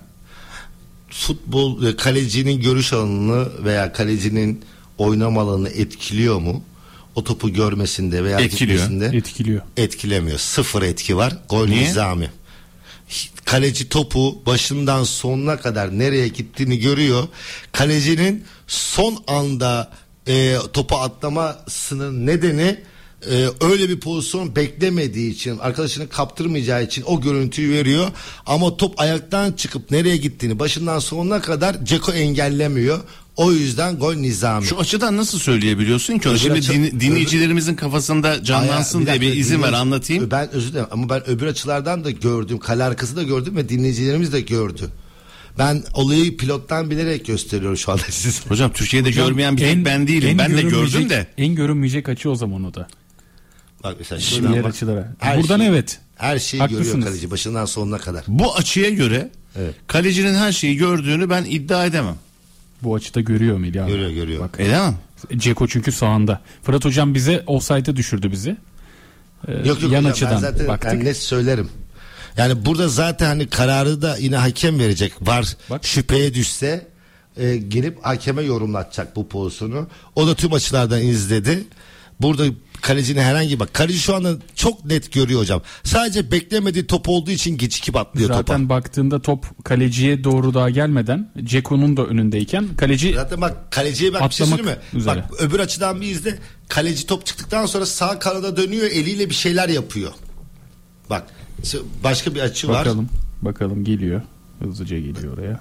Futbol kalecinin görüş alanını veya kalecinin oynama alanını etkiliyor mu? O topu görmesinde veya etkiliyor. gitmesinde Etkiliyor. etkilemiyor. Sıfır etki var. Gol Niye? nizami. Kaleci topu başından sonuna kadar nereye gittiğini görüyor. Kalecinin son anda e, topu atlamasının nedeni e, öyle bir pozisyon beklemediği için, arkadaşını kaptırmayacağı için o görüntüyü veriyor. Ama top ayaktan çıkıp nereye gittiğini başından sonuna kadar Ceko engellemiyor. O yüzden gol nizami. Şu açıdan nasıl söyleyebiliyorsun ki? Öbür Şimdi açı- din, dinleyicilerimizin kafasında canlansın Aya- diye bir dakika, izin ver, dinleyici- anlatayım. Ben özür dilerim ama ben öbür açılardan da gördüm. Kale arkası da gördüm ve dinleyicilerimiz de gördü. Ben olayı pilottan bilerek gösteriyorum şu anda size. Hocam Türkiye'de Hocam, görmeyen bir tek en- ben değilim. en Ben de görünmeyecek- gördüm de. En görünmeyecek açı o zaman o da. Bak mesela Diğer şuradan bak. açılara. Her Buradan şey- evet. Her şeyi Haklısınız. görüyor kaleci başından sonuna kadar. Bu açıya göre Evet. kalecinin her şeyi gördüğünü ben iddia edemem. Bu açıda görüyor Melih abi. Görüyor görüyor. Bak. Edemem. Ceko çünkü sağında. Fırat hocam bize offside'e düşürdü bizi. Ee, Yok yok yan hocam, açıdan ben zaten baktık. yani net söylerim. Yani burada zaten hani kararı da yine hakem verecek. Var Bak. şüpheye düşse e, gelip hakeme yorumlatacak bu pozisyonu. O da tüm açılardan izledi. Burada kalecinin herhangi bak kaleci şu anda çok net görüyor hocam. Sadece beklemediği top olduğu için gecikip atlıyor Zaten topa. baktığında top kaleciye doğru daha gelmeden Ceko'nun da önündeyken kaleci Zaten bak kaleciye bak bir şey Atlamak söyleyeyim mi? üzere. Bak öbür açıdan bir izle. Kaleci top çıktıktan sonra sağ kanada dönüyor, eliyle bir şeyler yapıyor. Bak başka bir açı var. bakalım bakalım geliyor. Hızlıca geliyor oraya.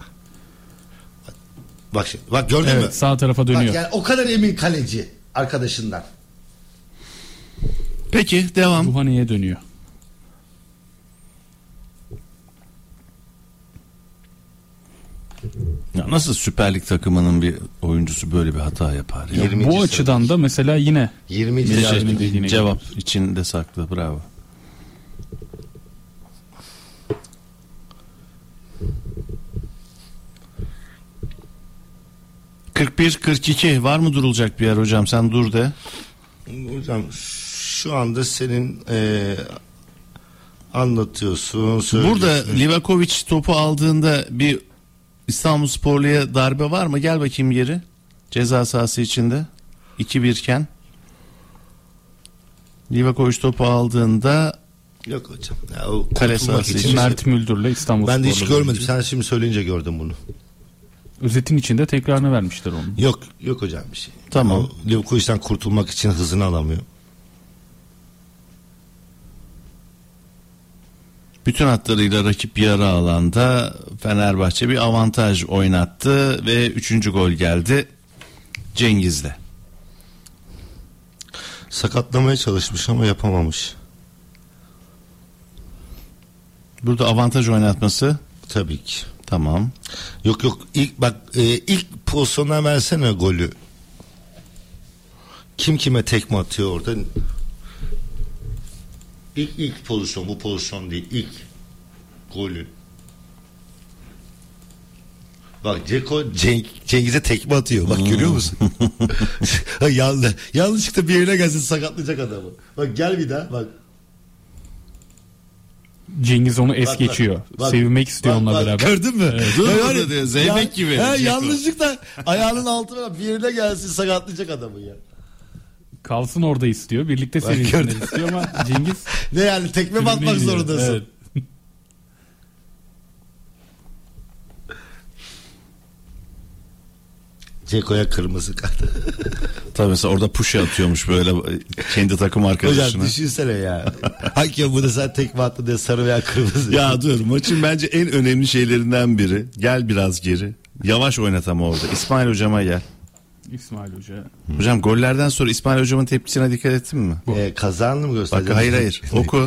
Bak şimdi, bak gördün Evet, mü? sağ tarafa dönüyor. Bak yani o kadar emin kaleci arkadaşından. Peki devam. Ruhani'ye dönüyor. Ya nasıl Süper Lig takımının bir oyuncusu böyle bir hata yapar ya? yirminci Bu açıdan da mesela yine yirminci Melih sırada. abinin dediğine Cevap geliyoruz. içinde saklı, bravo. kırk bir kırk iki var mı durulacak bir yer hocam, sen dur de. Hocam şu anda senin e, anlatıyorsun, söylüyorsun. Burada Livakovic topu aldığında bir İstanbulsporlu'ya darbe var mı? Gel bakayım geri. Ceza sahası içinde. iki bir iken. Livakovic topu aldığında Yok hocam. Ya, o Kale kurtulmak sahası için- için. Mert Müldür'le İstanbul Ben de hiç Spor'la görmedim. oyuncu. Sen şimdi söyleyince gördüm bunu. Özetin içinde tekrarını vermişler onun. Yok yok hocam bir şey. Tamam. O Livakovic'den kurtulmak için hızını alamıyor. bütün hatlarıyla rakip yarı alanda Fenerbahçe bir avantaj oynattı ve üçüncü gol geldi Cengiz'le. Sakatlamaya çalışmış ama yapamamış. Burada avantaj oynatması, Tabii ki. tamam. Yok yok ilk bak e, ilk pozisyondan versene golü. Kim kime tekme atıyor orada? İlk ilk pozisyon, bu pozisyon değil, ilk golü. Bak Ceko Cenk, Cengiz'e tekme atıyor. Bak görüyor musun? Yanlış, yanlışlıkla bir yerine gelsin sakatlayacak adamı. Bak gel bir daha bak. Cengiz onu es Bak, geçiyor. bak, bak, Sevmek istiyor bak, onunla bak, beraber. Gördün mü? Evet, dur, Ya dur diyor, zeybek gibi. He, Ceko. yanlışlıkla ayağının altına bir yerine gelsin sakatlayacak adamı ya. Kalsın orada istiyor. Birlikte sevinsinler istiyor ama Cengiz Ne yani tekme mi atmak gidiyor. zorundasın? Evet. Ceko'ya kırmızı kart. Tabii mesela orada push atıyormuş böyle kendi takım arkadaşına. Hocam düşünsene ya. Hakem bu da sen tekme attı diye sarı veya kırmızı. Ya dur, maçın bence en önemli şeylerinden biri. Gel biraz geri. Yavaş oynat ama orada. İsmail hocama gel. İsmail Hoca. Hocam gollerden sonra İsmail hocamın tepkisine dikkat ettin mi? Ee, kazandı mı gösterdin? Bak hayır hayır oku.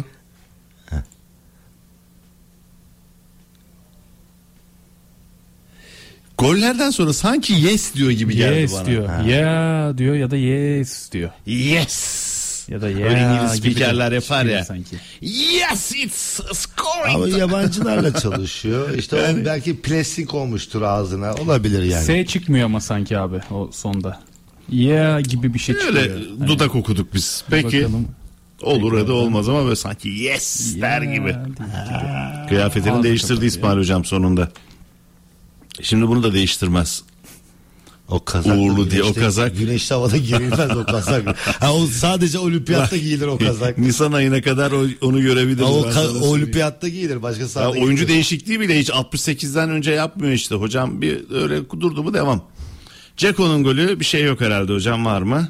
Gollerden sonra sanki yes diyor gibi geldi Yes bana. diyor. Ha. Yeah diyor ya da yes diyor. Yes. Ya da yeah Öyle İngiliz gibi spikerler de yapar çıkıyor ya. sanki. Yes it's scoring. Ama yabancılarla çalışıyor. İşte yani, o belki plastik olmuştur ağzına. Olabilir yani. S çıkmıyor ama sanki abi o sonda. Yeah gibi bir şey çıkıyor. Öyle Hani, dudak okuduk biz. Peki bakalım. olur ya da olmaz ama böyle sanki yes Yeah der gibi. gibi. Kıyafetini Ağzı değiştirdi kapatıyor. İsmail hocam sonunda. Şimdi bunu da değiştirmez. O kazak Uğurlu diye o güneşte- kazak. Güneşli havada girilmez o kazak. Ha, o sadece olimpiyatta giyilir o kazak. Nisan ayına kadar o- onu görebiliriz. Ha, o ben ka- sana o söyleyeyim. olimpiyatta giyilir. Başka Ya sahada oyuncu giyilir. değişikliği bile hiç altmış sekizden önce yapmıyor işte. Hocam bir öyle durdu mu devam. Ceko'nun golü bir şey yok herhalde hocam, var mı?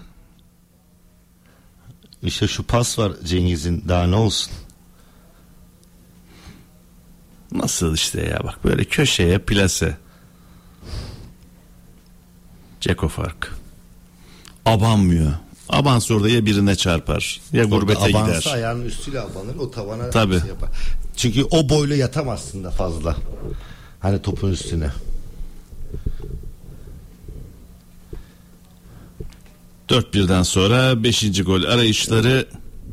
İşte şu pas var Cengiz'in, daha ne olsun. Nasıl işte ya, bak böyle köşeye plase. Ceko fark. Abanmıyor. Abansa orada ya birine çarpar ya gurbete Orada abansa gider. ayağının üstüyle abanır, o tavana Tabii. şey yapar. Çünkü o boyla yatamazsın da fazla. Hani topun üstüne. dört birden sonra beşinci gol arayışları.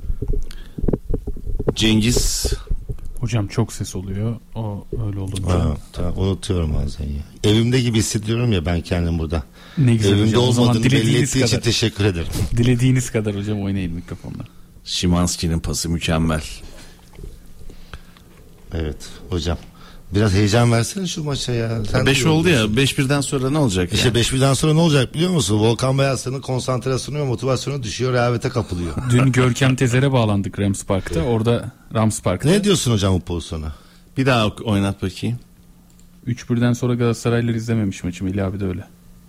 Cengiz Hocam çok ses oluyor. O öyle olunca. Ha, tamam, unutuyorum bazen ya. Evimde gibi hissediyorum ya ben kendim burada. Ne güzel Evimde hocam. O zaman olmadığını belli dilediğiniz ettiği için kadar. teşekkür ederim. Dilediğiniz kadar hocam oynayın mikrofonla. Şimanski'nin pası mükemmel. Evet hocam. Biraz heyecan versene şu maça ya. Sen beş de oldu yoruluyorsun. ya, beş birden sonra ne olacak İşte yani? beş birden sonra ne olacak biliyor musun? Volkan Bayaslan'ın konsantrasyonu ve motivasyonu düşüyor, rehavete kapılıyor. Dün Görkem Tezer'e bağlandık Rams Park'ta. Orada Rams Park'ta. Ne diyorsun hocam bu pozisyona? Bir daha oynat bakayım. üç birden sonra Galatasaraylılar izlememiş maçı. Melih abi de öyle.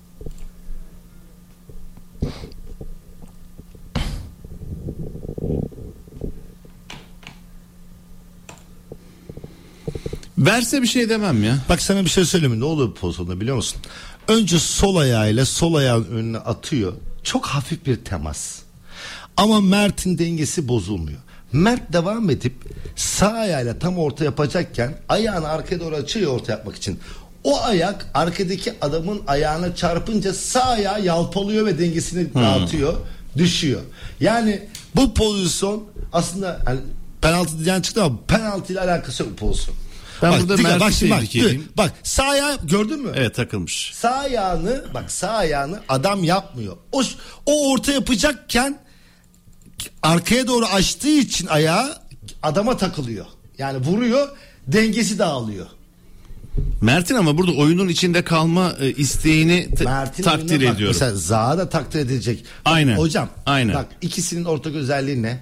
Verse bir şey demem ya. Bak sana bir şey söyleyeyim mi? Ne oluyor bu pozisyonda biliyor musun? Önce sol ayağıyla sol ayağın önüne atıyor. Çok hafif bir temas. Ama Mert'in dengesi bozulmuyor. Mert devam edip sağ ayağıyla tam orta yapacakken ayağını arkaya doğru açıyor orta yapmak için. O ayak arkadaki adamın ayağına çarpınca sağ ayağı yalpalıyor ve dengesini dağıtıyor, düşüyor. Yani bu pozisyon aslında hani penaltı diyen çıktı ama penaltı ile alakası yok bu pozisyon. Ben Bak, burada dikkat, Mert'i bak, şimdi bak, tebrik edeyim. bak sağ ayağı gördün mü? Evet, takılmış. Sağ ayağını bak sağ ayağını adam yapmıyor. O o orta yapacakken arkaya doğru açtığı için ayağı adama takılıyor. Yani vuruyor, dengesi dağılıyor. Mert'in ama burada oyunun içinde kalma e, isteğini t- Mert'in takdir oyununa bak, ediyorum. mesela Zaha da takdir edilecek. Bak, Aynen. hocam Aynen. bak ikisinin ortak özelliği ne?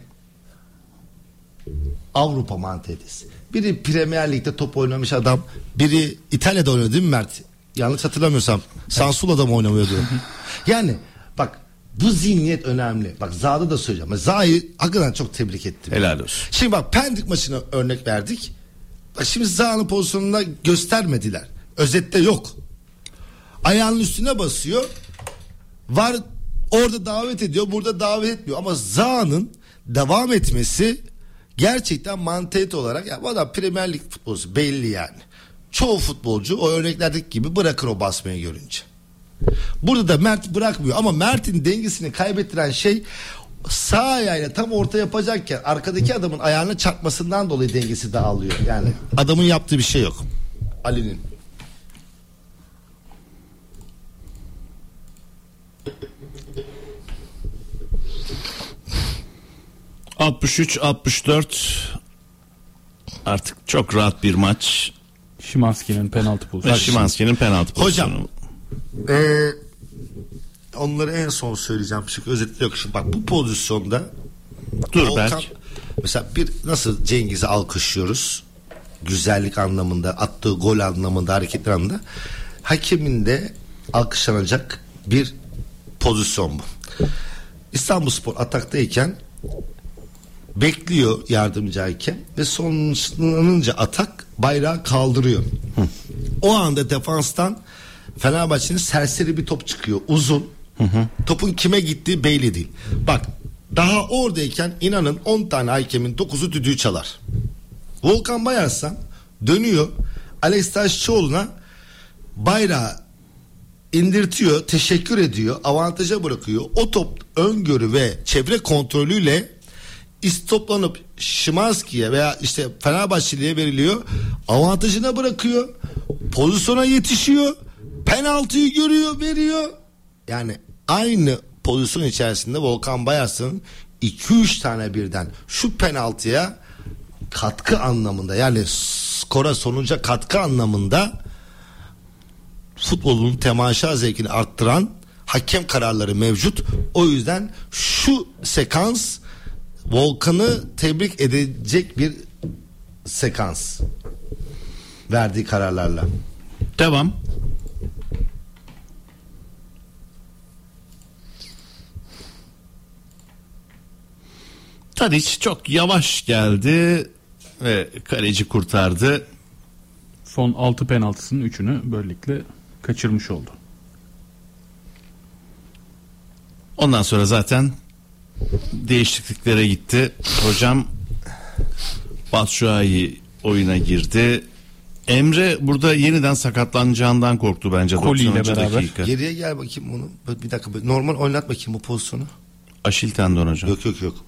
Avrupa mantalitesi. Biri Premier Lig'de top oynamış adam, biri İtalya'da oynadı değil mi Mert? Yanlış hatırlamıyorsam. Sansula'da mı oynamıyordu? Yani bak bu zihniyet önemli. Bak Zaha'da da söyleyeceğim. Zaha'yı hakikaten çok tebrik ettim. Helal olsun. Şimdi bak Pendik maçına örnek verdik. Bak şimdi Zaha'nın pozisyonunda göstermediler. Özette yok. Ayağının üstüne basıyor. Var orada davet ediyor, burada davet etmiyor. Ama Zaha'nın devam etmesi gerçekten mantalite olarak ya bu adam Premier Lig futbolcusu belli yani. Çoğu futbolcu o örneklerdeki gibi bırakır o basmayı görünce. Burada da Mert bırakmıyor ama Mert'in dengesini kaybettiren şey sağ ayağıyla tam orta yapacakken arkadaki adamın ayağına çarpmasından dolayı dengesi dağılıyor. Yani adamın yaptığı bir şey yok. Ali'nin. altmış üç altmış dört artık çok rahat bir maç. Szymański'nin penaltı pozisyonu. Szymański'nin penaltı pozisyonu. Hocam ee, onları en son söyleyeceğim çünkü özetle yok. Şimdi bak bu pozisyonda dur Volkan, Berk. mesela bir nasıl Cengiz'i alkışlıyoruz güzellik anlamında, attığı gol anlamında, hareketler anlamında, hakemin de alkışlanacak bir pozisyon bu. İstanbulspor ataktayken bekliyor yardımcı hakem ve sonuçlanınca atak bayrağı kaldırıyor. Hı. O anda defanstan Fenerbahçe'nin serseri bir top çıkıyor uzun. Hı hı. Topun kime gittiği belli değil. Bak daha oradayken inanın on tane hakemin dokuzu düdüğü çalar. Volkan Bayarslan dönüyor Alex Taşçıoğlu'na bayrağı indirtiyor, teşekkür ediyor, avantaja bırakıyor. O top öngörü ve çevre kontrolüyle istoplanıp Szymański'ye veya işte Fenerbahçeli'ye veriliyor. Avantajına bırakıyor. Pozisyona yetişiyor. Penaltıyı görüyor, veriyor. Yani aynı pozisyon içerisinde Volkan Bayarslan'ın iki üç tane birden şu penaltıya katkı anlamında, yani skora sonuca katkı anlamında futbolun temaşa zevkini arttıran hakem kararları mevcut. O yüzden şu sekans Volkan'ı tebrik edecek bir sekans verdiği kararlarla. Devam. Tadić çok yavaş geldi ve kaleci kurtardı. Son altı penaltısının üçünü böylelikle kaçırmış oldu. Ondan sonra zaten değişikliklere gitti. Hocam Batshuayi oyuna girdi. Emre burada yeniden sakatlanacağından korktu bence. Koli ile beraber. Dakika. Geriye gel bakayım bunu. Bir dakika. Normal oynat bakayım bu pozisyonu. Aşil tendon hocam. Yok yok yok.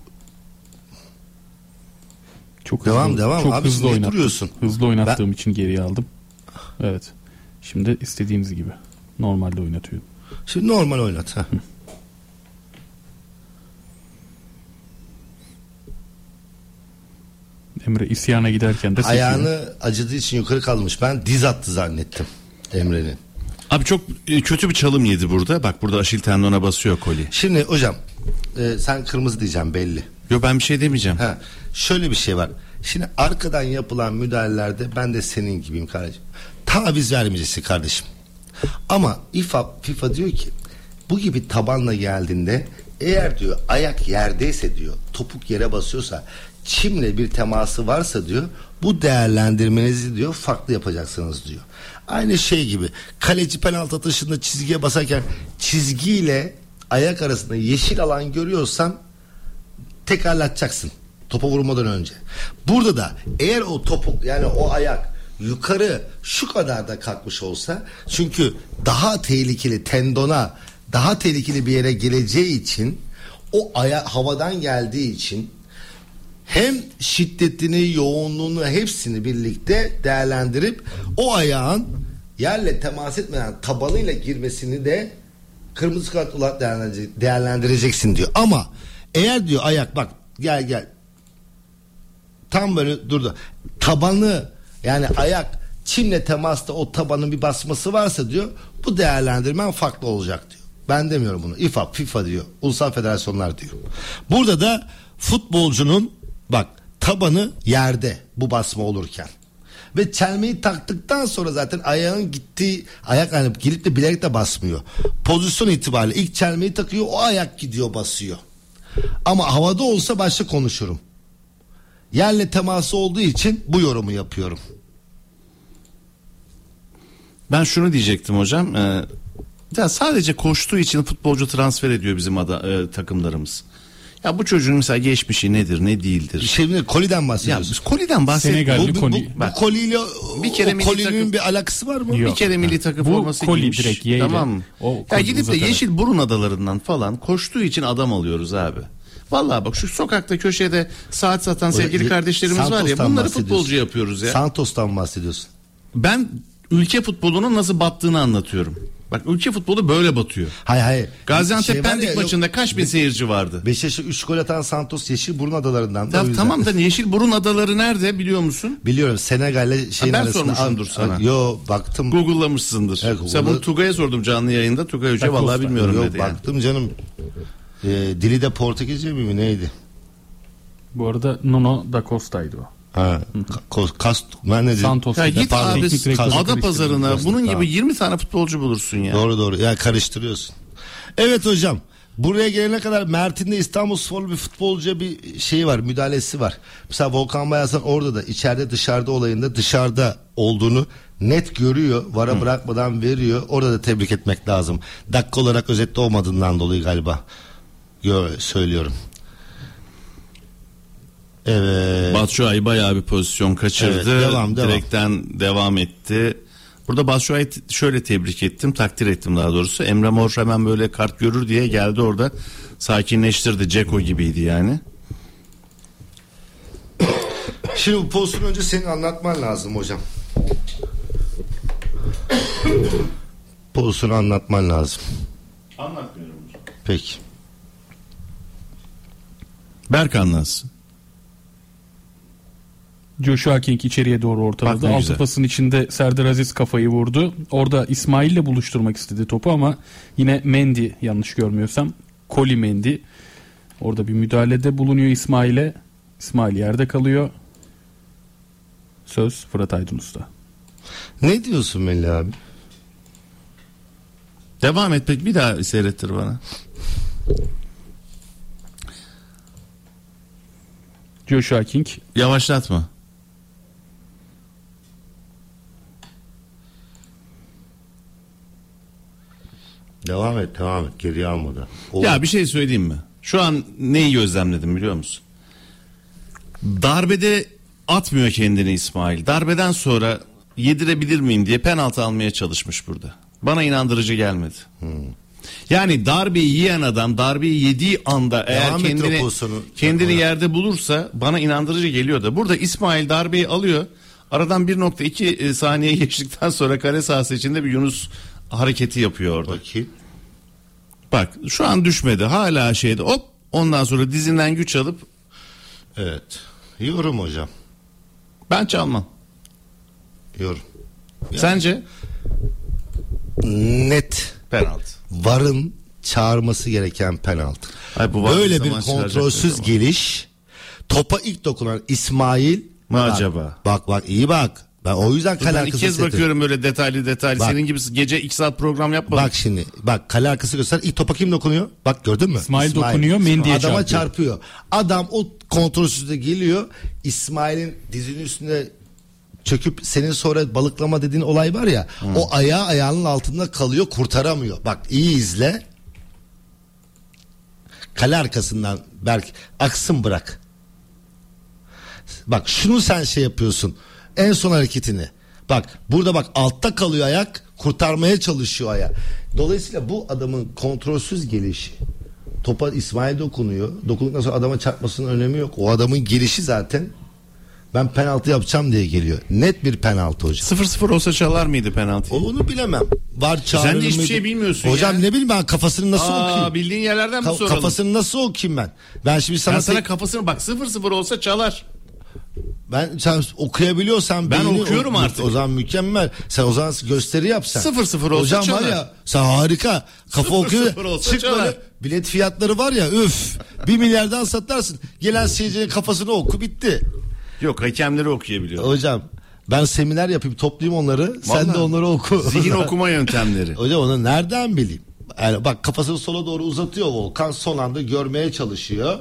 Çok devam hızlı, devam çok abi, hızlı oynattım. duruyorsun. Hızlı oynattığım Ben... için geriye aldım. Evet. Şimdi istediğimiz gibi normalde oynatıyorum. Şimdi normal oynat. Ha. Emre isyana giderken de seçiyor. Ayağını acıdığı için yukarı kaldırmış. Ben diz attı zannettim Emre'nin. Abi çok kötü bir çalım yedi burada. Bak burada aşil tendona basıyor Koli. Şimdi hocam e, sen kırmızı diyeceğim belli. Yok ben bir şey demeyeceğim. Ha, şöyle bir şey var. Şimdi arkadan yapılan müdahalelerde ben de senin gibiyim kardeşim. Taviz vermeyeceksin kardeşim. Ama FIFA, FIFA diyor ki bu gibi tabanla geldiğinde eğer diyor ayak yerdeyse diyor, topuk yere basıyorsa, çimle bir teması varsa diyor, bu değerlendirmenizi diyor farklı yapacaksınız diyor. Aynı şey gibi kaleci penaltı atışında çizgiye basarken çizgiyle ayak arasında yeşil alan görüyorsan tekrarlatacaksın topa vurmadan önce. Burada da eğer o topuk, yani o ayak yukarı şu kadar da kalkmış olsa, çünkü daha tehlikeli tendona, daha tehlikeli bir yere geleceği için, o ayak havadan geldiği için hem şiddetini, yoğunluğunu hepsini birlikte değerlendirip o ayağın yerle temas etmeden tabanıyla girmesini de kırmızı kart olarak değerlendireceksin diyor. Ama eğer diyor ayak bak gel gel tam böyle durdu, tabanı, yani ayak çimle temasta o tabanın bir basması varsa diyor, bu değerlendirmen farklı olacak diyor. Ben demiyorum bunu. İFA, FIFA diyor. Ulusal federasyonlar diyor. Burada da futbolcunun bak tabanı yerde bu basma olurken ve çelmeyi taktıktan sonra zaten ayağın gittiği ayak, yani gelip de bilerek de basmıyor. Pozisyon itibariyle ilk çelmeyi takıyor, o ayak gidiyor basıyor. Ama havada olsa başka konuşurum. Yerle teması olduğu için bu yorumu yapıyorum. Ben şunu diyecektim hocam. Ee, ya sadece koştuğu için futbolcu transfer ediyor bizim ada, e, takımlarımız. Ya bu çocuğun mesela geçmişi nedir, ne değildir? Şimdi Koli'den bahsediyoruz. Ya biz Koli'den bahsediyoruz. Senegalli bu, Koli. Bu, bu Koli'yle bir kere o Koli'nin takım, bir alakası var mı? Yok. Bir kere milli Ha. takım Bu forması Koli giymiş. direkt yeyle. Tamam mı? O Ya gidip de uzatarak. Yeşil Burun adalarından falan koştuğu için adam alıyoruz abi. Vallahi bak şu sokakta köşede saat satan sevgili Ye- kardeşlerimiz var ya, Santos'tan bunları bahsediyorsun. futbolcu yapıyoruz ya. Santos'tan bahsediyorsun. Ben ülke futbolunun nasıl battığını anlatıyorum. Bak ülke futbolu böyle batıyor. Hayır hayır. Gaziantep Şey var Pendik ya, maçında yok, kaç bin seyirci vardı? Beşiktaş'a üç gol atan Santos Yeşilburun adalarından da. Ya tamam da Yeşilburun adaları nerede biliyor musun? Biliyorum, Senegal'le şeyin Ha, ben arasında. sormuşumdur sana. Yo baktım. Google'lamışsındır. Evet, Google'da- Sen bunu Tugay'a sordum canlı yayında. Tugay Hoca Da vallahi Costa. bilmiyorum Yok dedi yani. baktım canım. Ee, dili de Portekizce mi neydi? Bu arada Nuno da Costa'ydı o. Ha, Ka- Kast, ben ne dedim? Santos. Ya git Pardon, abi teknik direktörü ada karıştırdım. pazarına bunun Tamam. gibi yirmi tane futbolcu bulursun ya. Doğru doğru. Ya karıştırıyorsun. Evet hocam. Buraya gelene kadar Mert'in de İstanbulsporlu bir futbolcuya bir şeyi var, müdahalesi var. Mesela Volkan Bayasan orada da içeride dışarıda olayında dışarıda olduğunu net görüyor. Vara bırakmadan veriyor. Orada da tebrik etmek lazım. Dakika olarak özette olmadığından dolayı galiba. Yo, söylüyorum. Evet. Batshuayi bayağı bir pozisyon kaçırdı. Evet, devam, devam. Direkten devam etti. Burada Batshuayi şöyle tebrik ettim, takdir ettim daha doğrusu. Emre Mor hemen böyle kart görür diye geldi orada. Sakinleştirdi. Ceko gibiydi yani. Şimdi bu pozisyonu önce senin anlatman lazım hocam. Pozisyonu anlatman lazım. Anlatmıyorum hocam. Peki. Berk anlatsın. Joshua King içeriye doğru Bak ortaladı. ne Altı güzel. pasın içinde Serdar Aziz kafayı vurdu. Orada İsmail'le buluşturmak istedi topu ama yine Mendy, yanlış görmüyorsam Koli Mendy orada bir müdahalede bulunuyor İsmail'e. İsmail yerde kalıyor. Söz Fırat Aydınus'ta. Ne diyorsun Melih abi? Devam et peki, bir daha seyrettir bana. Joshua King Yavaşlatma. Devam et devam et, geriye almadan. O- Ya bir şey söyleyeyim mi? Şu an neyi gözlemledim biliyor musun? Darbede atmıyor kendini İsmail. Darbeden sonra yedirebilir miyim diye penaltı almaya çalışmış burada. Bana inandırıcı gelmedi. Hmm. Yani darbeyi yiyen adam darbeyi yediği anda eğer Devam et kendini, o pozisyonu. kendini Yapma. yerde bulursa bana inandırıcı geliyor da. Burada İsmail darbeyi alıyor. Aradan bir nokta iki saniye geçtikten sonra kare sahası içinde bir Yunus hareketi yapıyor orada. Bakayım. Bak şu an düşmedi. Hala şeyde hop, ondan sonra dizinden güç alıp Evet. Yorum hocam. ben çalmam. Yorum. Sence? Net. Penaltı. Varın çağırması gereken penaltı. Ay, bu var Böyle bir bir zaman kontrolsüz çıkaracak bir geliş. Topa ilk dokunan İsmail. Mi Bak, acaba? Bak bak iyi bak. Ben o yüzden Ben kale ilk arkası kez gösterdim. bakıyorum böyle detaylı detaylı. Bak. Senin gibi gece iki saat program yapmadım. Bak şimdi bak kale arkası göster. İlk topa kim dokunuyor? Bak gördün mü? İsmail dokunuyor, Mendy'ye Adama çarpıyor. çarpıyor. Adam o kontrolsüzde geliyor. İsmail'in dizinin üstünde çöküp senin sonra balıklama dediğin olay var ya. Hmm. O ayağı ayağının altında kalıyor, kurtaramıyor. Bak iyi izle. Kale arkasından Berk aksın bırak. Bak şunu sen şey yapıyorsun. En son hareketini. Bak burada bak altta kalıyor ayak, kurtarmaya çalışıyor ayağı. Dolayısıyla bu adamın kontrolsüz gelişi. Topa İsmail dokunuyor. Dokunduktan sonra adama çarpmasının önemi yok. O adamın gelişi zaten ben penaltı yapacağım diye geliyor. Net bir penaltı hocam. sıfır sıfır olsa çalar mıydı penaltıyı? Onu bilemem. Var çağrılır Sen de hiçbir mıydı? şey bilmiyorsun Hocam ya. ne bileyim ben kafasını nasıl Aa, okuyayım? bildiğin yerlerden mi Ka- soralım? kafasını nasıl okuyayım ben? Ben şimdi sana, Ben sana tek- kafasını bak sıfır sıfır olsa çalar. ben sen okuyabiliyorsan Ben beyni- okuyorum o, artık. O zaman mükemmel. Sen o zaman gösteri yap sen. Sıfır sıfır olsa Hocam var çalar. ya sen harika. Kafa Sıfır okuyor. sıfır olsa Çık çalar. böyle bilet fiyatları var ya üf. Bir milyardan satarsın. Gelen seyircinin kafasını oku bitti. Yok, hakemleri okuyabiliyor. Hocam ben seminer yapayım toplayayım onları. Sen Vallahi. de onları oku. Zihin okuma yöntemleri. Hocam onu nereden bileyim? Yani bak kafasını sola doğru uzatıyor Volkan. Son anda görmeye çalışıyor.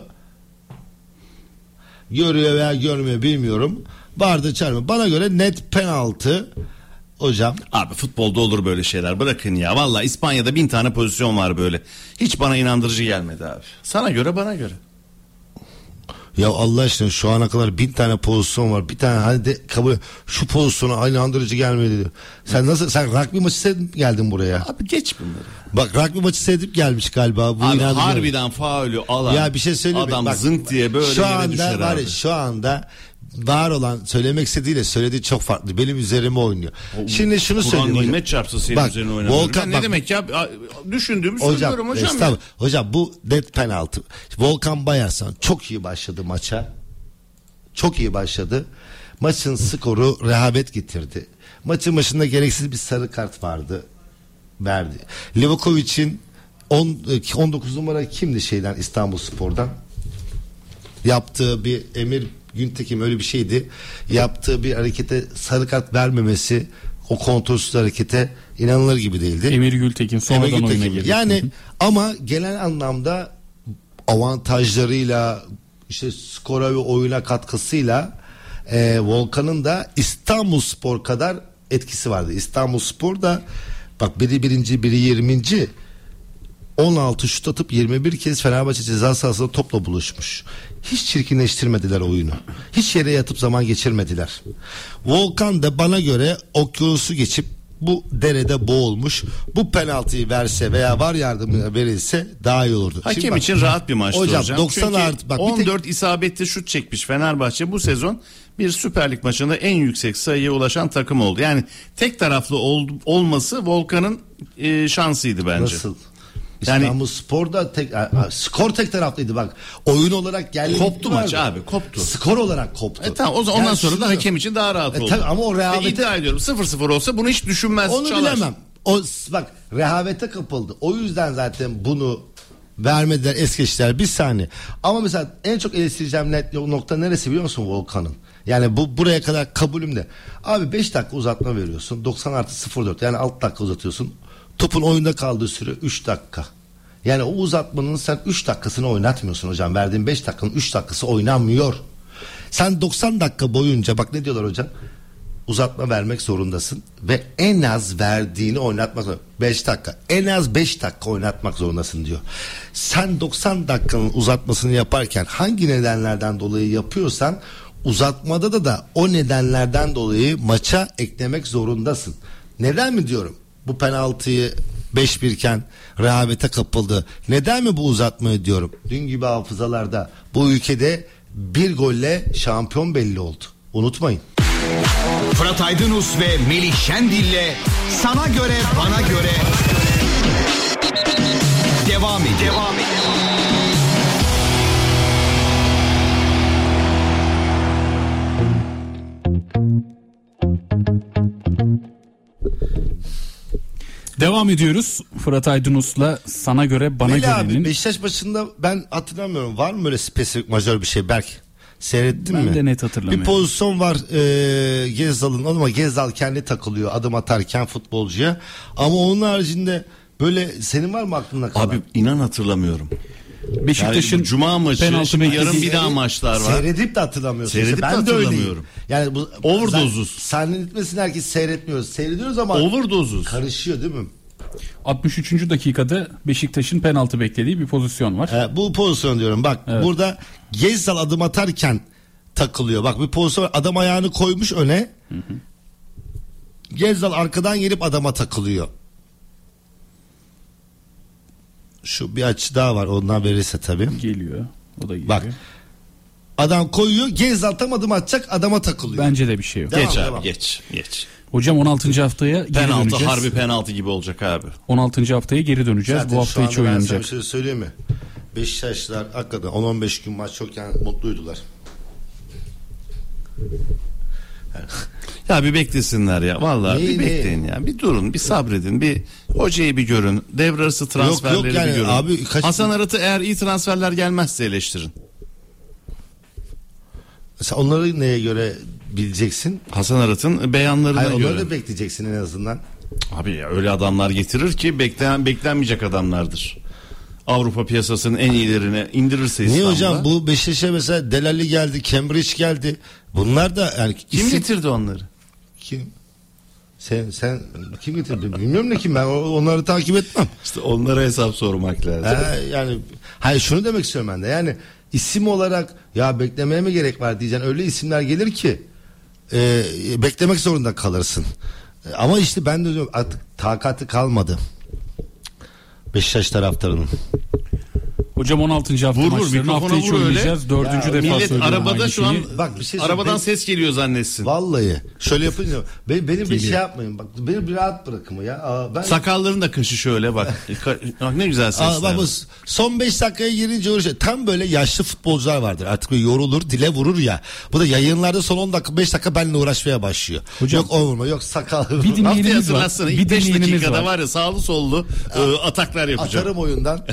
Görüyor veya görmüyor bilmiyorum. Barda çarpıyor. Bana göre net penaltı. Hocam. Abi futbolda olur böyle şeyler, bırakın ya. Vallahi İspanya'da bin tane pozisyon var böyle. Hiç bana inandırıcı gelmedi abi. Sana göre bana göre. Ya Allah aşkına şu ana kadar bin tane pozisyon var. Bir tane hani de kabul şu pozisyona inandırıcı gelmedi diyor. Sen nasıl sen rugby maçı seyredip geldin buraya? Abi geç bunları. Bak rugby maçı seyredip gelmiş galiba. Bu Abi inandırıcı. harbiden faulü alan Ya bir şey söyleyeyim mi? adam Bak, zınk diye böyle şu yere anda düşer var abi. ya, şu anda var olan söylemek istediğiyle söylediği çok farklı. Benim üzerime oynuyor. O, Şimdi şunu Kur'an söyleyeyim. Kur'an hocam. nimet çarpsın senin Bak, üzerine oynamıyorum. Volkan, ne bak, demek ya? Düşündüğümü hocam, söylüyorum hocam. Ya. Hocam bu net penaltı. Volkan Bayarsan çok iyi başladı maça. Çok iyi başladı. Maçın skoru rehavet getirdi. Maçın başında gereksiz bir sarı kart vardı. Verdi. Livakovic'in on dokuz numara kimdi şeyden, İstanbulspor'dan? Yaptığı bir Emir Güntekin öyle bir şeydi. Yaptığı bir harekete sarı kart vermemesi, o kontrolsüz harekete inanılır gibi değildi. Emir Gültekin sonradan Emir Gültekin. oyuna girdi. Yani ama genel anlamda avantajlarıyla, işte skora ve oyuna katkısıyla e, Volkan'ın da İstanbulspor kadar etkisi vardı. İstanbulspor da bak biri birinci, biri yirminci on altı şut atıp yirmi bir kez Fenerbahçe ceza sahasında topla buluşmuş. Hiç çirkinleştirmediler oyunu. Hiç yere yatıp zaman geçirmediler. Volkan da bana göre okyanusu geçip bu derede boğulmuş. Bu penaltıyı verse veya var yardımı verilse daha iyi olurdu. Hakem Şimdi için bak, rahat bir maçtı hocam. hocam. doksan Çünkü artı bak, on dört tek... isabetli şut çekmiş Fenerbahçe bu sezon bir Süper Lig maçında en yüksek sayıya ulaşan takım oldu. Yani tek taraflı ol, olması Volkan'ın e, şansıydı bence. Nasıl? Yani İstanbulspor'da tek a, a, skor tek taraflıydı bak. Oyun olarak geldi. Koptu maç abi, koptu. Skor olarak koptu. E tamam, o zaman yani ondan sonra şunu, da hakem için daha rahat e, oldu. Tabii, ama o rehavet... Ve iddia ediyorum sıfır sıfır olsa bunu hiç düşünmez. Onu çalar. bilemem. O bak rehavete kapıldı. O yüzden zaten bunu vermediler, es geçtiler. Bir saniye. Ama mesela en çok eleştireceğim net nokta neresi biliyor musun Volkan'ın? Yani bu buraya kadar kabulüm de. Abi beş dakika uzatma veriyorsun. doksan artı sıfır dört yani altı dakika uzatıyorsun. Topun oyunda kaldığı süre üç dakika. Yani o uzatmanın sen üç dakikasını oynatmıyorsun hocam. Verdiğin beş dakikanın üç dakikası oynanmıyor. Sen doksan dakika boyunca bak ne diyorlar hocam? Uzatma vermek zorundasın ve en az verdiğini oynatmak zorundasın. beş dakika. En az beş dakika oynatmak zorundasın diyor. Sen doksan dakikanın uzatmasını yaparken hangi nedenlerden dolayı yapıyorsan uzatmada da da o nedenlerden dolayı maça eklemek zorundasın. Neden mi diyorum? Bu penaltıyı beş bir iken rehavete kapıldı. Neden mi bu uzatmayı diyorum? Dün gibi hafızalarda bu ülkede bir golle şampiyon belli oldu. Unutmayın. Fırat Aydınus ve Melih Şendil'le Sana Göre Bana Göre devam ediyor. Devam ediyor. Devam ediyoruz. Fırat Aydınus'la Sana Göre Bana Melih Göre'nin. abi Beşiktaş maçında ben hatırlamıyorum. Var mı böyle spesifik majör bir şey Berk? Seyrettin ben mi? Ben de net hatırlamıyorum. Bir pozisyon var e, Gezzal'ın ama Gezzal kendi takılıyor adım atarken futbolcuya. Ama onun haricinde böyle senin var mı aklında kalan? Abi inan hatırlamıyorum. Beşiktaş'ın yani Cuma maçı, şimdi yarın bir daha maçlar var. Seyredip de hatırlamıyorsun. Seyredip işte. de Ben hatırlamıyorum. De yani bu overdozuz. Zannetmesin herkes seyretmiyoruz. Seyrediyoruz ama overdozuz. Karışıyor değil mi? altmış üçüncü dakikada Beşiktaş'ın penaltı beklediği bir pozisyon var. Ee, bu pozisyon diyorum. Bak evet. Burada Gezzal adım atarken takılıyor. Bak bir pozisyon var. Adam ayağını koymuş öne. Hı hı. Gezzal arkadan gelip adama takılıyor. Şu bir açı daha var. Ondan verirse tabii. Geliyor. O da geliyor. Bak. Adam koyuyor. Gezzal tam adım atacak. Adama takılıyor. Bence de bir şey yok. Geç Devam, abi devam. geç. Geç. Hocam on altıncı haftaya geri penaltı, döneceğiz. Harbi penaltı gibi olacak abi. on altıncı haftaya geri döneceğiz. Zaten bu hafta içi oynanacak. Bir şey söyleyeyim mi? Beşiktaşlılar hakikaten on on beş gün maç yokken mutluydular. Ya bir beklesinler ya. Vallahi Neyi, bir bekleyin neyi? ya. Bir durun, bir sabredin. Bir hocayı bir görün. Devre arası transferleri yok, yok yani, bir görün. abi, kaç... Hasan Arat'ı eğer iyi transferler gelmezse eleştirin. Mesela onları neye göre bileceksin? Hasan Arat'ın beyanlarına Hayır, göre. onları da bekleyeceksin en azından. Abi ya öyle adamlar getirir ki beklen beklenmeyecek adamlardır. Avrupa piyasasının en iyilerine indirirse İstanbul'a. Niye hocam bu Beşiktaş'a mesela Delali geldi, Cambridge geldi. Bunlar da yani kim isim... getirdi onları? Kim? Sen sen kim getirdi? Bilmiyorum ne kim, ben onları takip etmem. İşte onlara hesap sormak lazım. Ha, yani hayır şunu demek istiyorum ben de. Yani isim olarak ya beklemeye mi gerek var diyeceksin. Öyle isimler gelir ki e, beklemek zorunda kalırsın. E, ama işte ben de diyorum artık takatı kalmadı Beşiktaş taraftarının. Hocam on altıncı hafta Vur vur maçlarını mikrofona hafta içi vur öyle. oynayacağız. Dördüncü Ya, defa Millet söylüyorum arabada aynı şu an şeyi. Bak bir şey arabadan söyleyeyim. ses geliyor zannetsin. Vallahi şöyle yapınca beni, benim bir Geliyor. şey yapmayın. Bak beni bir rahat bırakın ya. Aa, ben Sakalların da kaşı şöyle bak. Ka- bak ne güzel sesler. Aa, bak, bu son beş dakikaya girince uğraşıyor. Tam böyle yaşlı futbolcular vardır. Artık böyle yorulur, dile vurur ya. Bu da yayınlarda son on dakika beş dakika benimle uğraşmaya başlıyor. Hocam, yok o vurma, yok sakal. Bir Haftaya dinleyenimiz var. hatırlatsana. Bir İlk beş dinleyenimiz dakikada var. var ya sağlı sollu e, ataklar yapacağım. Atarım oyundan.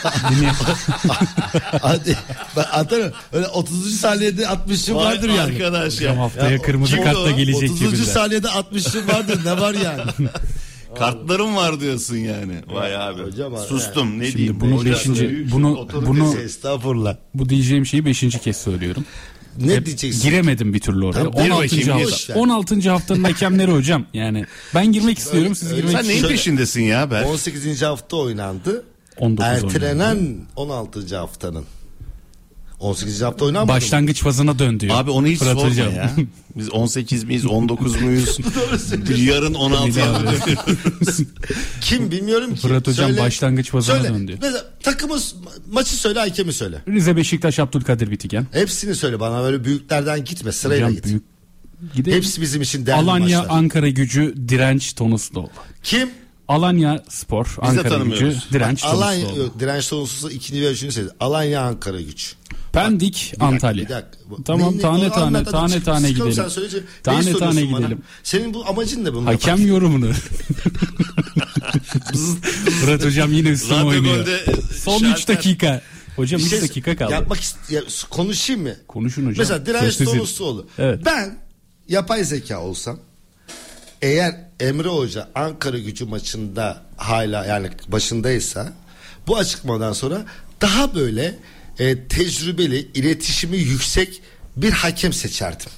Hadi ben atarım. Öyle otuzuncu saniyede atmışım Vay vardır yani. arkadaş ya. Hocam haftaya Ya, kırmızı kim kartla o? gelecek gibi otuzuncu de. saniyede atmışım vardır, ne var yani? Kartlarım var diyorsun yani. Vay abi. Hocam, Sustum ne Şimdi diyeyim. bunu Hocam, beşinci büyük bunu otorite bunu Neyse, estağfurullah. bu diyeceğim şeyi beşinci kez söylüyorum. Ne Hep diyeceksin? giremedim bir türlü oraya. Tamam, bir on bakayım, altıncı bir hafta. boş ver. on altıncı haftanın hakemleri hocam. Yani ben girmek istiyorum, siz girmek Sen neyin istiyorsunuz. peşindesin ya ben? on sekizinci hafta oynandı. on dokuz Ertelenen on altıncı haftanın. on sekizinci hafta oynanmadı mı? Başlangıç fazına dön diyor. Abi onu hiç Fırat sorma hocam. ya. Biz on sekiz miyiz on dokuz muyuz? Yarın on altı. Kim bilmiyorum ki. Fırat hocam Söyle. başlangıç fazına Söyle. dön diyor. Mesela takımı, maçı söyle, hakemi söyle. Rize Beşiktaş Abdülkadir Bitigen. Hepsini söyle bana, böyle büyüklerden gitme, sırayla Hocam git. büyük. Gidelim. Hepsi bizim için değerli Alanya maçlar. Ankara Gücü Direnç Tonusluoğlu. Kim? Alanya Spor Ankara tanımıyoruz. Gücü Direnç Alanya, Tonusluoğlu. direnç Tonusluoğlu ikinci ve üçüncü seyirci. Alanya Ankara Güç. Pendik Antalya. Bir dakika. Tamam, Ne- ne- tane onu tane anlat, hadi tane çık- tane çıkalım, gidelim. sen söyleyece. Neyi Tane soruyorsun tane bana? gidelim. Senin bu amacın ne bunun? Hakem yorumunu. Fırat hocam yine üstüme Radyo oynuyor. Gol'de Son şartlar- üç dakika. Hocam Bir üç şey dakika kaldı. Yapmak ist- ya, konuşayım mı? Konuşun hocam. Mesela direnç Söz sizin. Tonusluoğlu. Evet. Ben yapay zeka olsam, eğer Emre Hoca Ankara Gücü maçında hala yani başındaysa, bu açıklamadan sonra daha böyle e, tecrübeli, iletişimi yüksek bir hakem seçerdim.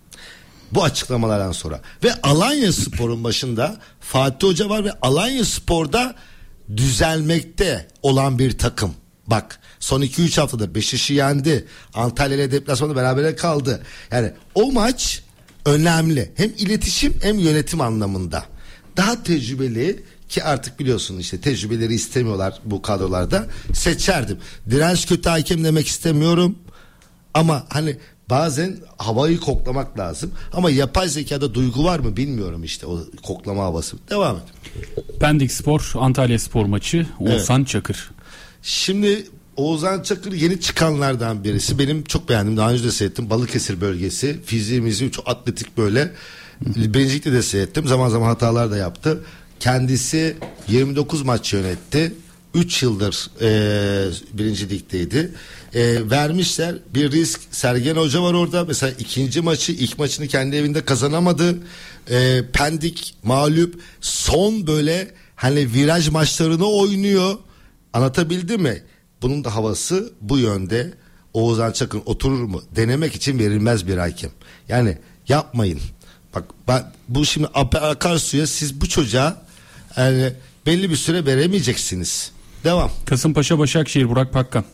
Bu açıklamalardan sonra. Ve Alanya Spor'un başında Fatih Hoca var ve Alanya Spor'da düzelmekte olan bir takım. Bak, son iki üç haftadır Beşiktaş'ı yendi. Antalya ile deplasmanda berabere kaldı. Yani o maç önemli. Hem iletişim hem yönetim anlamında. Daha tecrübeli, ki artık biliyorsun işte tecrübeleri istemiyorlar bu kadrolarda, seçerdim. Direnç kötü hakem demek istemiyorum. Ama hani bazen havayı koklamak lazım. Ama yapay zekada duygu var mı bilmiyorum, işte o koklama havası. Devam et. Pendik Spor Antalya Spor maçı. Oğuzhan Çakır. Şimdi Oğuzhan Çakır yeni çıkanlardan birisi. Benim çok beğendim. Daha önce de seyrettim. Balıkesir bölgesi. Fiziğimizi çok atletik böyle. Birincilikte de seyrettim. Zaman zaman hatalar da yaptı. Kendisi yirmi dokuz maç yönetti. üç yıldır e, birinci ligdeydi. E, vermişler bir risk. Sergen Hoca var orada. Mesela ikinci maçı, ilk maçını kendi evinde kazanamadı. E, Pendik mağlup. Son böyle hani viraj maçlarını oynuyor. Anlatabildim mi? Bunun da havası bu yönde. Oğuzhan Çakır oturur mu? Denemek için verilmez bir hakem. Yani yapmayın. Bak ben, bu şimdi akarsuya siz bu çocuğa yani belli bir süre veremeyeceksiniz. Devam. Kasımpaşa Başakşehir Burak Pakkan.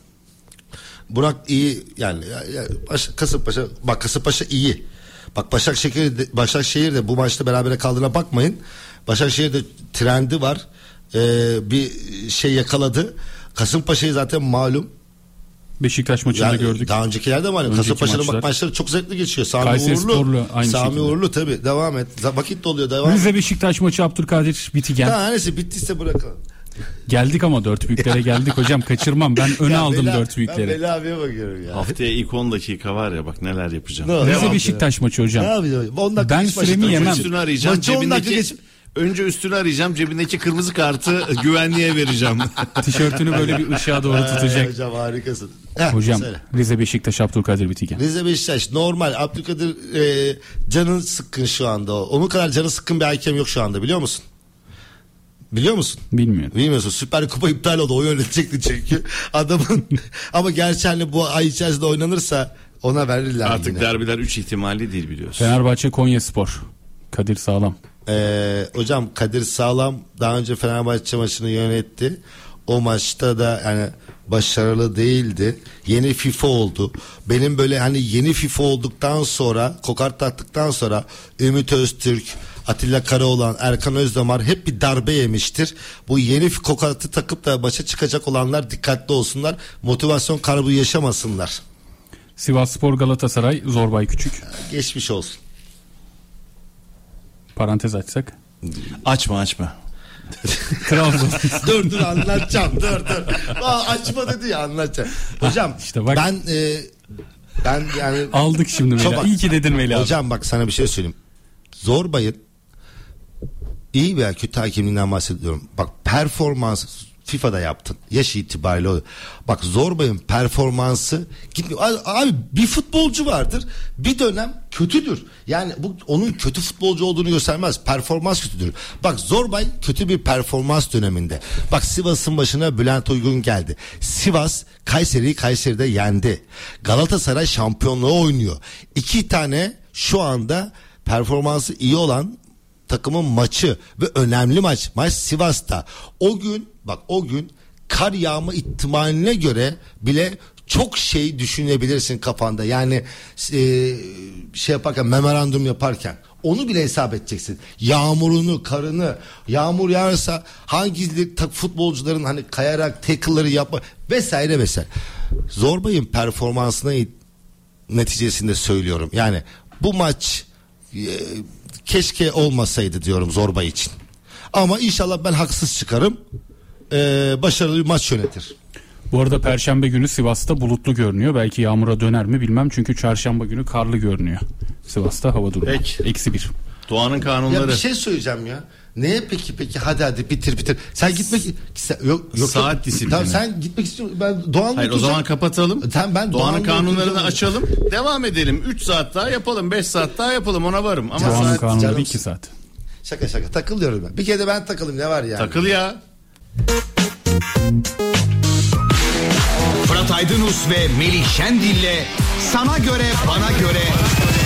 Burak iyi yani, yani Baş, Kasımpaşa bak Kasımpaşa iyi. Bak Başakşehir de, Başakşehir de bu maçta berabere kaldığına bakmayın. Başakşehir'de trendi var. Ee, bir şey yakaladı. Kasımpaşa'yı zaten malum. Beşiktaş maçında Yani gördük. daha öncekilerde malum. Önceki Kasımpaşa'nın maçlar. bak maçları çok zevkli geçiyor. Sami Kayseri Uğurlu. Sporlu aynı Sami şekilde. Uğurlu tabii. Devam et. Vakit doluyor, devam et. Rize Beşiktaş maçı Abdülkadir Bitigen. Daha neyse bittiyse bırakalım. Geldik ama dört büyüklere geldik hocam, kaçırmam. Ben öne Ya aldım Bela- dört Ben büyükleri. Bela abiye bakıyorum ya. Haftaya ilk on dakika var ya bak neler yapacağım. Ne oldu? Rize Devam. Beşiktaş maçı hocam. Ne yapacağım? on dakika Ben geç süremi başladım. yemem. Üstünü arayacağım. Maçı on dakika Cebindeki, geç. önce üstünü arayacağım. Cebindeki kırmızı kartı güvenliğe vereceğim. Tişörtünü böyle bir ışığa doğru Ay, tutacak. hocam harikasın. Heh, Hocam söyle. Rize Beşiktaş Abdülkadir Bitigen. Rize Beşiktaş normal. Abdülkadir e, canın sıkkın şu anda o. Onun kadar canı sıkkın bir hakem yok şu anda, biliyor musun? Biliyor musun? Bilmiyorum. Bilmiyorsun. Süper Kupa iptal oldu. O yönetecekti çünkü. Adamın ama gerçi hani bu ay içerisinde oynanırsa ona verirler Artık yine. derbiler üç ihtimalli değil biliyorsun. Fenerbahçe Konyaspor. Kadir Sağlam. Ee, hocam Kadir Sağlam daha önce Fenerbahçe maçını yönetti. O maçta da yani başarılı değildi. Yeni FIFA oldu. Benim böyle hani yeni FIFA olduktan sonra, kokart taktıktan sonra Ümit Öztürk, Atilla Karaoğlan, Erkan Özdamar hep bir darbe yemiştir. Bu yeni kokatı takıp da başa çıkacak olanlar dikkatli olsunlar. Motivasyon kaybı yaşamasınlar. Sivasspor Galatasaray Zorbay Küçük. Geçmiş olsun. Parantez açsak. Açma açma. Trabzon. dur dur anlatacağım dur dur. Aa, açma dedi ya anlatacağım. Hocam işte bak. ben e, ben yani aldık şimdi Melih. İyi ki dedin Melih abi. Hocam bak sana bir şey söyleyeyim. Zorbay'ın iyi veya kötü hakemliğinden bahsediyorum. Bak performans FIFA'da yaptın. Yaş itibariyle o. Bak Zorbay'ın performansı gitmiyor. Abi bir futbolcu vardır. Bir dönem kötüdür. Yani bu onun kötü futbolcu olduğunu göstermez. Performans kötüdür. Bak Zorbay kötü bir performans döneminde. Bak Sivas'ın başına Bülent Uygun geldi. Sivas Kayseri'yi Kayseri'de yendi. Galatasaray şampiyonluğu oynuyor. İki tane şu anda performansı iyi olan takımın maçı ve önemli maç. Maç Sivas'ta. O gün bak o gün kar yağma ihtimaline göre bile çok şey düşünebilirsin kafanda. Yani e, şey yaparken memorandum yaparken onu bile hesap edeceksin. Yağmurunu, karını, yağmur yağarsa hangi futbolcuların hani kayarak tackle'ları yapma vesaire vesaire. Zorbay'ın performansına neticesinde söylüyorum. Yani bu maç e, keşke olmasaydı diyorum Zorbay için. Ama inşallah ben haksız çıkarım. Ee, başarılı bir maç yönetir. Bu arada Perşembe günü Sivas'ta bulutlu görünüyor. Belki yağmura döner mi bilmem. Çünkü Çarşamba günü karlı görünüyor. Sivas'ta hava durumu. Peki. Eksi bir. Doğanın kanunları. Ya bir şey söyleyeceğim ya. Neye peki peki hadi hadi bitir bitir. Sen gitmek yok yok. Saat disiplini. Tamam sen gitmek istiyorsun. Ben Doğan'la Hayır o zaman kapatalım. Tamam ben Doğanın kanunlarını oturacağım. açalım. Devam edelim. üç saat daha yapalım. beş saat daha yapalım. Ona varım. Ama Doğanın saat... kanunları canım- iki saat. Şaka şaka takılıyorum ben. Bir kere de ben takılayım ne var yani. Takıl ya. Fırat Aydınus ve Melih Şendil'le Sana Göre Bana Göre